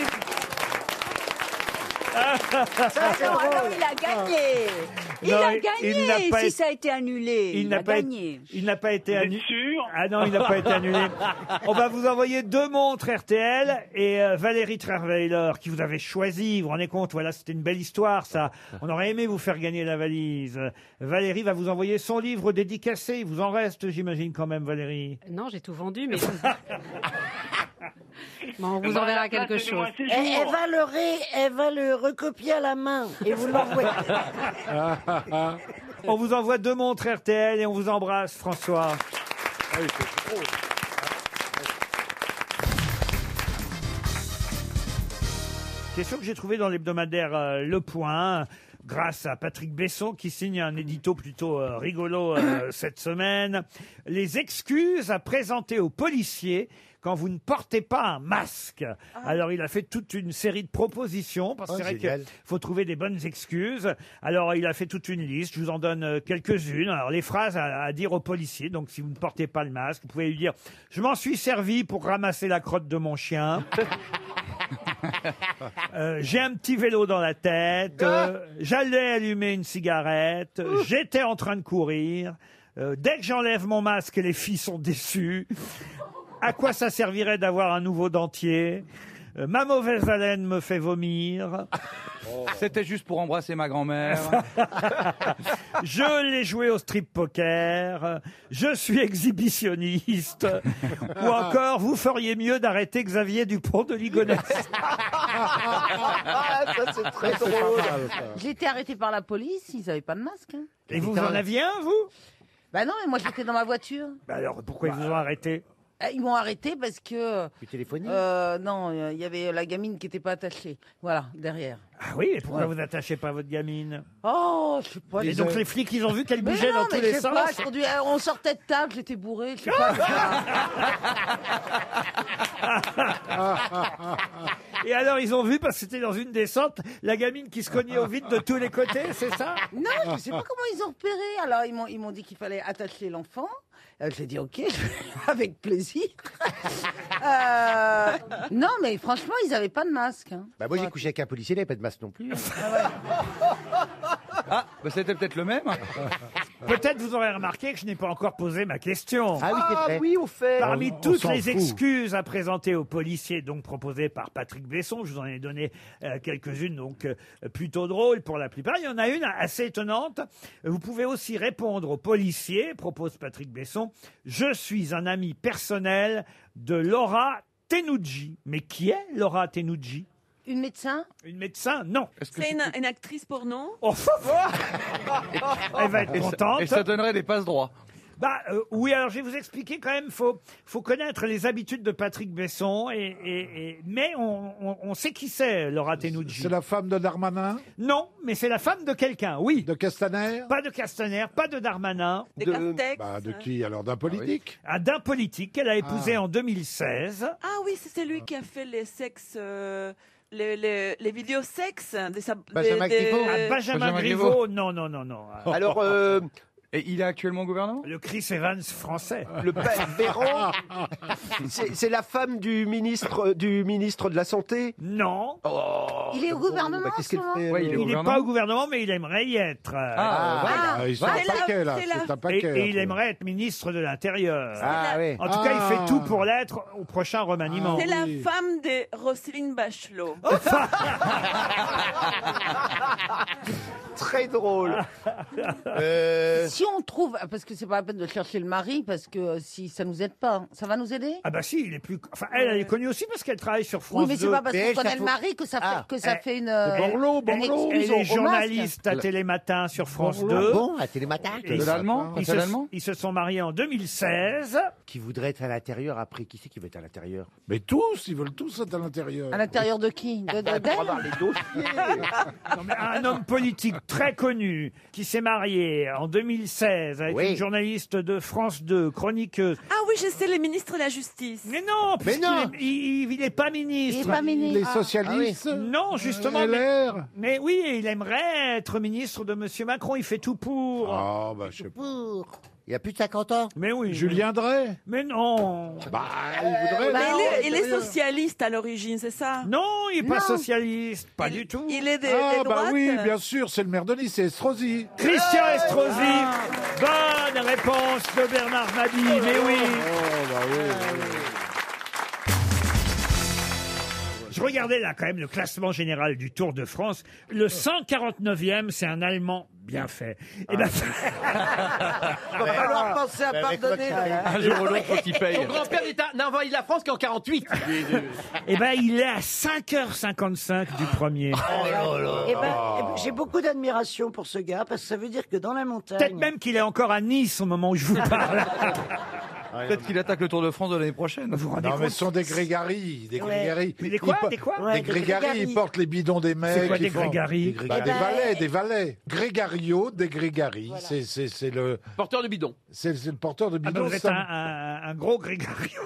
Ça, c'est drôle. Alors, il a gagné. Il Non, a il gagné. n'a pas Si été- ça a été annulé, il a gagné. Il n'a pas été Vous êtes annulé. sûr? Ah non, il n'a pas été annulé. On va vous envoyer 2 montres RTL et Valérie Trierweiler qui vous avait choisi. Vous vous rendez compte? Voilà, c'était une belle histoire, ça. On aurait aimé vous faire gagner la valise. Valérie va vous envoyer son livre dédicacé. Il vous en reste, j'imagine, quand même, Valérie. Non, j'ai tout vendu, mais... Bon, on vous enverra quelque chose. Elle va le recopier à la main et vous l'envoyez. On vous envoie 2 montres RTL et on vous embrasse, François. Question que j'ai trouvée dans l'hebdomadaire Le Point, grâce à Patrick Besson qui signe un édito plutôt rigolo cette semaine. Les excuses à présenter aux policiers quand vous ne portez pas un masque. Alors, il a fait toute une série de propositions, parce que c'est vrai génial. qu'il faut trouver des bonnes excuses. Alors, il a fait toute une liste, je vous en donne quelques-unes. Alors, les phrases à dire aux policiers, donc si vous ne portez pas le masque, vous pouvez lui dire « Je m'en suis servi pour ramasser la crotte de mon chien ». J'ai un petit vélo dans la tête. J'allais allumer une cigarette. J'étais en train de courir. Dès que j'enlève mon masque, les filles sont déçues. À quoi ça servirait d'avoir un nouveau dentier? Ma mauvaise haleine me fait vomir. C'était juste pour embrasser ma grand-mère. Je l'ai joué au strip poker. Je suis exhibitionniste. Ou encore, vous feriez mieux d'arrêter Xavier Dupont de Ligonnès. Ça, c'est très drôle. J'ai été arrêté par la police, ils n'avaient pas de masque. hein. Et vous en aviez un, vous? Bah non, mais moi j'étais dans ma voiture. Bah alors, pourquoi ils vous ont arrêté? Ils m'ont arrêté parce que... Tu téléphonies Non, il y avait la gamine qui n'était pas attachée. Voilà, derrière. Ah oui, et pourquoi vous n'attachez pas votre gamine? Oh, je sais pas. Et donc les flics, ils ont vu qu'elle Mais bougeait non, dans tous mais les je sais sens. pas, je conduis- on sortait de table, j'étais bourré, je sais pas. Et alors, ils ont vu, parce que c'était dans une descente, la gamine qui se cognait au vide de tous les côtés, c'est ça? Non, je sais pas comment ils ont repéré. Alors, ils m'ont dit qu'il fallait attacher l'enfant. J'ai dit OK, avec plaisir. Non, mais franchement, ils n'avaient pas de masque. hein. Bah moi j'ai couché avec un policier, il n'avait pas de masque non plus. Ah, bah c'était peut-être le même. Peut-être vous aurez remarqué que je n'ai pas encore posé ma question. Ah oui, c'est vrai. Oui, au fait. Parmi On toutes s'en les fout. excuses à présenter aux policiers, donc proposées par Patrick Besson, je vous en ai donné quelques-unes, donc plutôt drôles pour la plupart. Il y en a une assez étonnante. Vous pouvez aussi répondre aux policiers, propose Patrick Besson. Je suis un ami personnel de Laura Tenucci. Mais qui est Laura Tenucci? Une médecin? Une médecin? Non. C'est une actrice porno? Oh, elle va être contente. Et ça donnerait des passe droits. Bah oui, alors je vais vous expliquer quand même. Faut connaître les habitudes de Patrick Besson mais on sait qui c'est, Laura Tenucci. C'est la femme de Darmanin? Non, mais c'est la femme de quelqu'un. Oui. De Castaner? Pas de Castaner, pas de Darmanin. Des Castex? Bah, de qui alors? D'un politique? Ah, d'un politique qu'elle a épousé en 2016. Ah oui, c'est lui qui a fait les sexes, les vidéos sexes de sa... Benjamin Griveaux. Ah, Benjamin Griveaux, non. Alors, et il est actuellement au gouvernement? Le Chris Evans français. Le père Véran, c'est la femme du ministre de la Santé? Non. Il est au gouvernement Bah, en qu'est-ce ce qu'elle moment. fait? Ouais, il est au Il n'est gouvernement. pas au gouvernement, mais il aimerait y être. Ils sont un paquet, là. C'est un paquet. Et il aimerait être ministre de l'Intérieur. Ah oui. En tout cas, il fait tout pour l'être au prochain remaniement. C'est la femme de Roselyne Bachelot. Très drôle. si on trouve, parce que c'est pas la peine de chercher le mari, parce que si ça nous aide pas, ça va nous aider? Ah bah si, il est plus... Enfin, elle est connue aussi parce qu'elle travaille sur France 2. Oui, mais c'est pas parce qu'on connaît le mari que ça fait une... Borloo, une elle exclusion est au journaliste masque. à Télématin sur France Borloo. 2. Bon, à Télématin. Et De l'allemand ils C'est se- l'allemand Ils se sont mariés en 2016. Qui voudrait être à l'intérieur après? Qui c'est qui veut être à l'intérieur? Mais tous, ils veulent tous être à l'intérieur. À l'intérieur de qui? De d'elle? Non, mais un homme politique très connu qui s'est marié en 2016 avec une journaliste de France 2, chroniqueuse. Ah oui, je sais, le ministre de la Justice. Mais non, il n'est pas ministre. Il est pas ministre. Les socialistes Non, justement. LR. Mais oui, il aimerait être ministre de Monsieur Macron. Il fait tout pour. Ah, bah, je sais pas. Il a plus de 50 ans. Mais oui. Julien Drey. Mais non. Bah, il voudrait. Mais il est socialiste à l'origine, c'est ça? Non, il n'est pas socialiste. Pas du tout. Il est des Ah, bah droites. oui, bien sûr, c'est le maire de Nice, c'est Estrosi. Christian Estrosi. Bonne réponse de Bernard Mabille. Mais oui. Oh, bah oui. Je regardais là quand même le classement général du Tour de France. Le 149e, c'est un Allemand bien fait. Et ben, Il va falloir penser à pardonner. Un jour ou l'autre, faut qu'il paye. Son grand-père n'a envahi la France qu'en 48. eh ben, il est à 5h55 du premier. Eh ben, j'ai beaucoup d'admiration pour ce gars, parce que ça veut dire que dans la montagne... Peut-être même qu'il est encore à Nice au moment où je vous parle. Peut-être qu'il attaque le Tour de France de l'année prochaine. Vous vous rendez Non, mais compte ce sont des grégaries. Des grégaries. Mais des quoi, Ils des quoi Des Ouais, des grégaries, grégaries. ils portent les bidons des mecs. C'est quoi ils des font- grégaries Bah, Eh des ben, valets, des valets. Grégario, des grégaries. C'est le... Porteur de bidon. C'est le porteur de Ah ben, bidons. vous êtes ça- un gros grégario.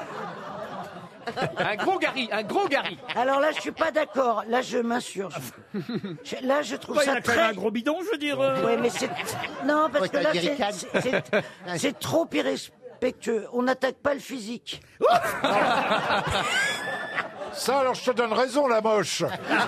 Un gros gari. Alors là, je suis pas d'accord. Là, je m'insurge. Là, je trouve Pourquoi il ça a quand même très... un gros bidon, je veux dire. Ouais, mais c'est... Non, parce que là, Jerrycan. c'est trop irrespectueux. On n'attaque pas le physique. Ça, alors, je te donne raison, la moche.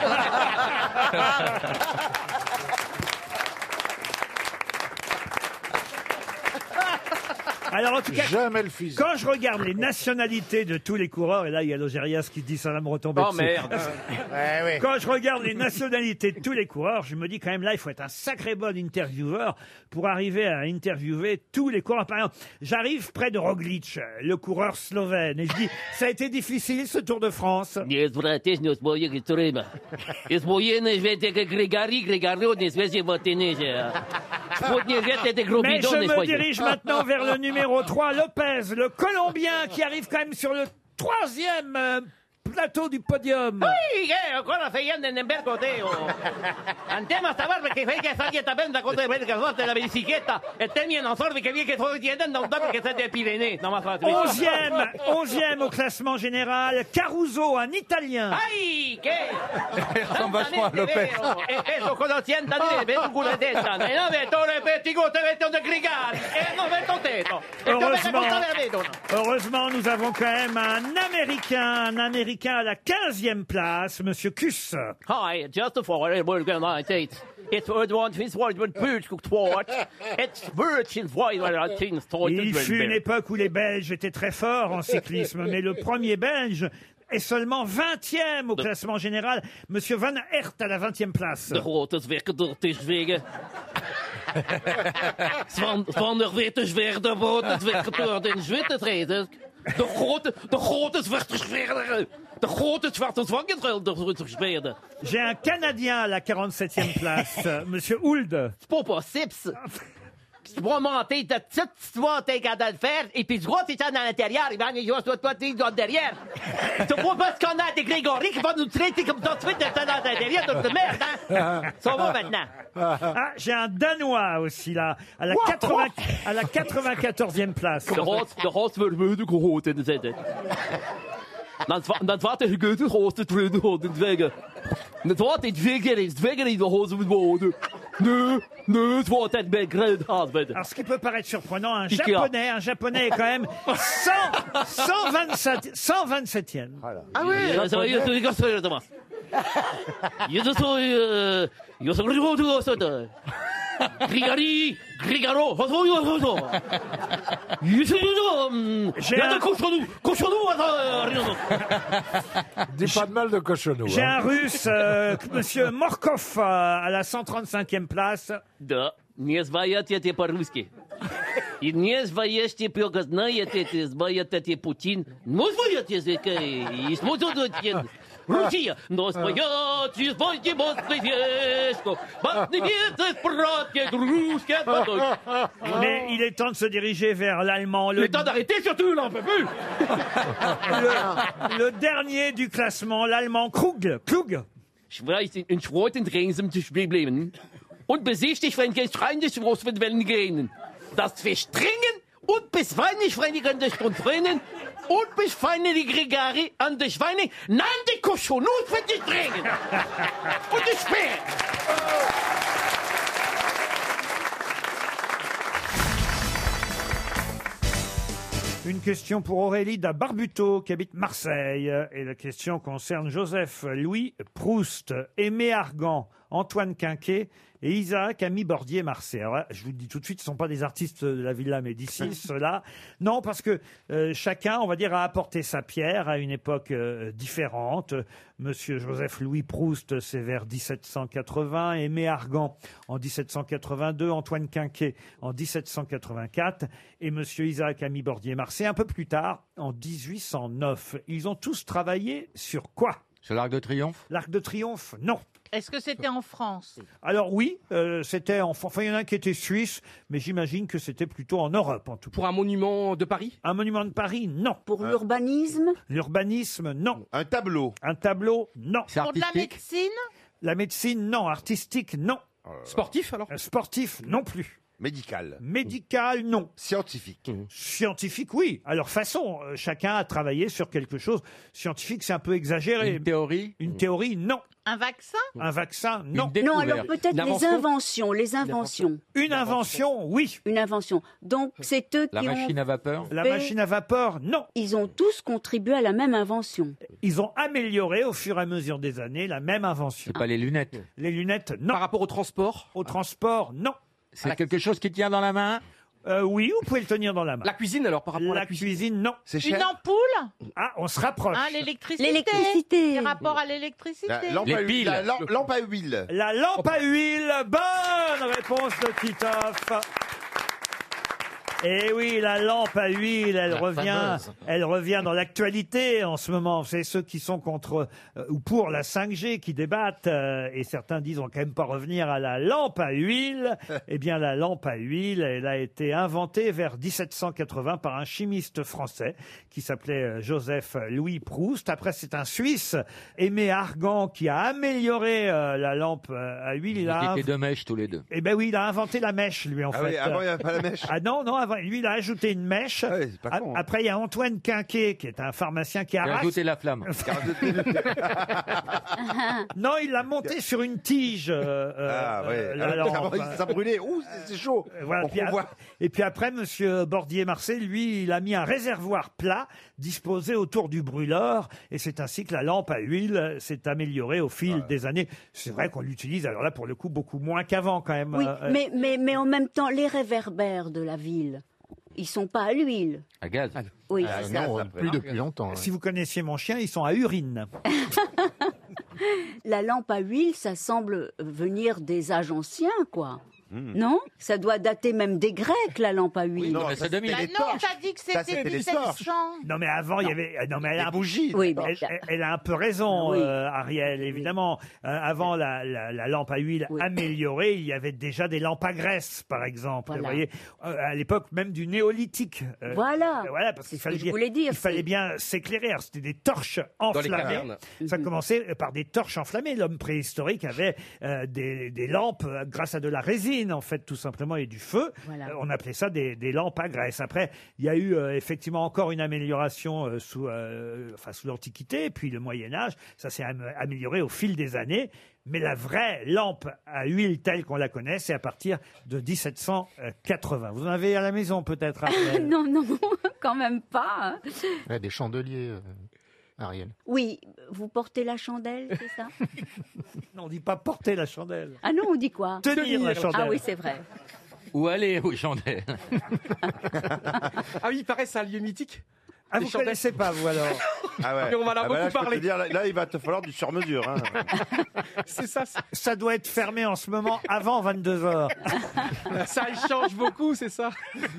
Alors en tout cas, Jamais le physique. quand je regarde les nationalités de tous les coureurs, et là il y a Logérias qui dit ça va me retomber Oh dessus. merde. Quand je regarde les nationalités de tous les coureurs, je me dis quand même là, il faut être un sacré bon intervieweur pour arriver à interviewer tous les coureurs. Par exemple, j'arrive près de Roglic, le coureur slovène, et je dis, ça a été difficile ce Tour de France. Nie zwracaj nie swoje historie. Jest wojenne, je vais Grégario, nie svezie voteneže. Spodnie viete de gros Mais bidons, je ne me soyez. dirige maintenant vers le numéro 3, Lopez, le Colombien qui arrive quand même sur le 3e plateau du podium. Ui, ancora feien nel bergo teo. Andiamo a saber perché fai che sta dieta benda cosa de verga forte la bicicletta e temi non sorbi che vie che sto chiedendo un dopo che sei dei Pyrénées. Non ma fa 11e au classement général, Caruso, un Italien. Ai, che? ressemble vachement à Lopez. E questo cosa tienta di per tu culo testa. E non vedo le petti gote vedo de grigari. E non vedo teto. Heureusement, nous avons quand même un Américain à la 15e place, Monsieur Kuss. Hi, just for a Burger Night. It's one his word with birds cooked what? It's virgin void when I think Il fut une époque où les Belges étaient très forts en cyclisme, mais le premier Belge est seulement 20e au classement général. Monsieur Van Aert à la 20e place. De grote zwerken door te zwegen. Van der witte zwergen, de grote zwergen door de zwitte treden. De grote zwarte zwergen. De grote zwarte zwangen door de zwergen. J'ai un Canadien à la 47e place, Monsieur Hould. C'est pas possible, ça. Tu vas monter de toute histoire, t'es capable de le faire, et puis tu vois, t'es à l'intérieur, et bien, toi, t'es derrière. Tu vois pas ce qu'on a des Grégory qui vont nous traiter comme tout de suite, t'es à l'intérieur de merde, hein? Ça va maintenant. Ah, j'ai un Danois aussi là, à la 94e place. De rood wordt de groot in de zitten. Dan vaart de grote rood te treden in de wegen. Het wordt niet wegen in de roze moet worden. Nee, het wordt het bij groot haast. Alors, ce qui peut paraître surprenant, un Ikea. japonais est quand même 127e. Ah oui. Grigaro, Dis pas de mal de cochonou. J'ai hein. un Russe, Monsieur Morkov, à la 135e place. Не знаете по-русски. И не знаете, как знаете, знаете Путин. Ну, знаете язык, и смотрите. Россия, но знаете, знаете, Москву, Mais il est temps de se diriger vers l'allemand. Il est temps d'arrêter surtout, là, on peut plus. Le dernier du classement, l'allemand Krug. Ich weiß, in zweiten Grenzen zu bleiben. Und besichtigt, wenn ich reinlich was mit Wellen gehen. Das Verstringen und bis wann ich wenn ich an der Stunde rennen und bis feine die Gregari an der Schweine. Nein, die Kuschel, nur für die Tränen. Und die Speer. Une question pour Aurélie da Barbuto qui habite Marseille. Et la question concerne Joseph Louis Proust, Aimé Argan, Antoine Quinquet et Isaac Ami Bordier Marseille. Alors là, je vous le dis tout de suite, ce ne sont pas des artistes de la Villa Médicis, ceux-là. Non, parce que chacun, on va dire, a apporté sa pierre à une époque différente. Monsieur Joseph Louis Proust, c'est vers 1780. Aimé Argan en 1782. Antoine Quinquet en 1784. Et monsieur Isaac Ami Bordier Marseille un peu plus tard, en 1809. Ils ont tous travaillé sur quoi? Sur l'Arc de Triomphe? L'Arc de Triomphe, non. Est-ce que c'était en France? Alors oui, c'était enfin il y en a un qui était suisse, mais j'imagine que c'était plutôt en Europe en tout cas. Pour un monument de Paris? Un monument de Paris, non. Pour l'urbanisme? L'urbanisme, non. Un tableau? Un tableau, non. Pour de la médecine? La médecine, non. Artistique, non. Sportif alors? Sportif, non plus. Médical? Médical, non. Scientifique? Scientifique, oui. Alors façon, chacun a travaillé sur quelque chose. Scientifique, c'est un peu exagéré. Une théorie? Une théorie, non. Un vaccin? Un vaccin, non. Non, alors peut-être les inventions. Une invention, oui. Une invention. Donc c'est eux La qui machine ont... à vapeur? La machine à vapeur, non. Ils ont tous contribué à la même invention. Ils ont amélioré au fur et à mesure des années la même invention. C'est pas les lunettes? Les lunettes, non. Par rapport au transport? Au transport, non. C'est quelque chose qui tient dans la main? Oui, vous pouvez le tenir dans la main. La cuisine alors, par rapport à La cuisine, non. C'est Une cher? ampoule? Ah, on se rapproche. Hein, l'électricité? L'électricité. Des rapports à l'électricité? La lampe à huile. La lampe à huile. La lampe à huile. Bonne réponse de Titoff. Et oui, la lampe à huile, elle revient dans l'actualité en ce moment. C'est ceux qui sont contre ou pour la 5G qui débattent. Et certains disent on va quand même pas revenir à la lampe à huile. Eh bien, la lampe à huile, elle a été inventée vers 1780 par un chimiste français qui s'appelait Joseph Louis Proust. Après, c'est un Suisse, Aimé Argan, qui a amélioré la lampe à huile. Ils étaient deux mèches tous les deux. Eh ben oui, il a inventé la mèche, lui, en fait. Oui, avant, il n'y avait pas la mèche. Ah non, avant, lui, il a ajouté une mèche. Ah oui, c'est pas con, hein. Après, il y a Antoine Quinquet, qui est un pharmacien qui Il a arrache. ajouté la flamme. Non, il l'a monté sur une tige. La lampe. Ça brûlait. Ouh, c'est chaud. Voilà, et puis après, monsieur Bordier-Marseille, lui, il a mis un réservoir plat disposé autour du brûleur. Et c'est ainsi que la lampe à huile s'est améliorée au fil des années. C'est vrai qu'on l'utilise, alors là, pour le coup, beaucoup moins qu'avant, quand même. Oui, mais en même temps, les réverbères de la ville, ils sont pas à l'huile. À gaz? Oui, Ah, c'est ça. non, plus depuis longtemps. Si vous connaissiez mon chien, ils sont à urine. La lampe à huile, ça semble venir des âges anciens, quoi. Non? Ça doit dater même des Grecs, la lampe à huile. Non, t'as dit que c'était 1700. Non, mais avant, il y avait. Non, mais elle a bougies. Oui, elle a un peu raison, Oui. Ariel, évidemment. Avant la lampe à huile améliorée, il y avait déjà des lampes à graisse, par exemple. Voilà. Vous voyez, à l'époque même du néolithique. Voilà. Voilà, parce qu'il fallait je voulais dire, il fallait bien s'éclairer. Alors, c'était des torches enflammées. cavernes. Ça commençait par des torches enflammées. L'homme préhistorique avait des lampes grâce à de la résine, en fait, tout simplement, et du feu. Voilà. On appelait ça des lampes à graisse. Après, il y a eu effectivement encore une amélioration sous l'Antiquité, puis le Moyen-Âge. Ça s'est amélioré au fil des années. Mais la vraie lampe à huile telle qu'on la connaît, c'est à partir de 1780. Vous en avez à la maison, peut-être, Ariel? Non, quand même pas. Hein. Ouais, des chandeliers, Ariel. Oui, vous portez la chandelle, c'est ça? Non, on dit pas porter la chandelle. Ah non, on dit quoi? Tenir la chandelle. Ah oui, c'est vrai. Ou aller aux chandelles. Ah oui, il paraît, c'est un lieu mythique. Ah, Les vous chandelles. connaissez pas, vous, alors? Ah ouais. Et on va en avoir Ah bah là, beaucoup je peux te parler. dire, là, il va te falloir du sur-mesure. Hein. C'est ça. Ça doit être fermé en ce moment avant 22h. Ça change beaucoup, c'est ça.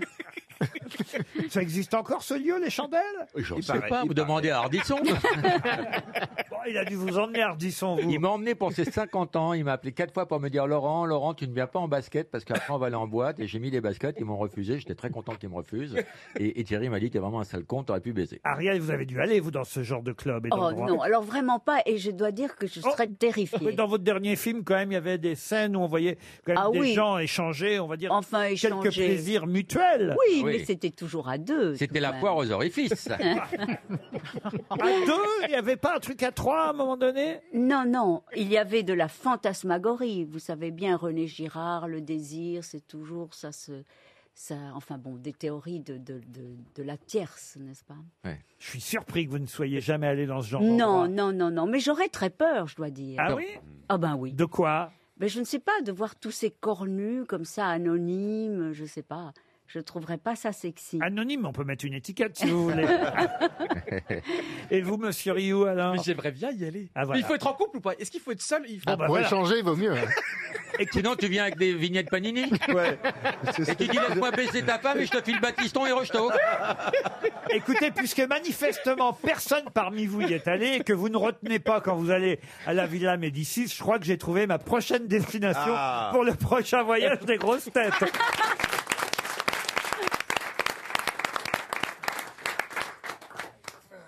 Ça existe encore ce lieu, les chandelles? J'en sais pas, vous demandez à Ardisson. Bon, il a dû vous emmener à Ardisson, vous. Il m'a emmené pour ses 50 ans, il m'a appelé 4 fois pour me dire Laurent, tu ne viens pas en basket parce qu'après on va aller en boîte, et j'ai mis des baskets, ils m'ont refusé, j'étais très content qu'ils me refusent, et Thierry m'a dit t'es vraiment un sale con, t'aurais pu baiser. Ariel, vous avez dû aller, vous, dans ce genre de club et Oh d'endroit. non, alors vraiment pas, et je dois dire que je serais terrifiée. Oui, dans votre dernier film, quand même, il y avait des scènes où on voyait quand même Ah des oui. gens échanger, on va dire, Enfin, quelques échanger. plaisirs mutuels. Oui, mais c'était toujours à deux. C'était la même. poire aux orifices. À deux, il n'y avait pas un truc à trois à un moment donné? Non, non, il y avait de la fantasmagorie. Vous savez bien, René Girard, le désir, c'est toujours enfin bon, des théories de la tierce, n'est-ce pas? Je suis surpris que vous ne soyez jamais allé dans ce genre Non, d'endroit. non, mais j'aurais très peur, je dois dire. Ah oui? Ah ben oui. De quoi? Mais je ne sais pas, de voir tous ces corps nus comme ça, anonymes, je sais pas. Je trouverais pas ça sexy. Anonyme, on peut mettre une étiquette si vous voulez. Et vous, monsieur Rioux, alors? Mais j'aimerais bien y aller. Ah, voilà. Mais il faut être en couple ou pas? Est-ce qu'il faut être seul? Pour échanger, il vaut mieux. Sinon, tu viens avec des vignettes Panini. Ouais. Et tu dis laisse-moi baisser ta femme et je te file Baptiston et Rocheteau. Écoutez, puisque manifestement personne parmi vous y est allé et que vous ne retenez pas quand vous allez à la Villa Médicis, je crois que j'ai trouvé ma prochaine destination pour le prochain voyage des grosses têtes.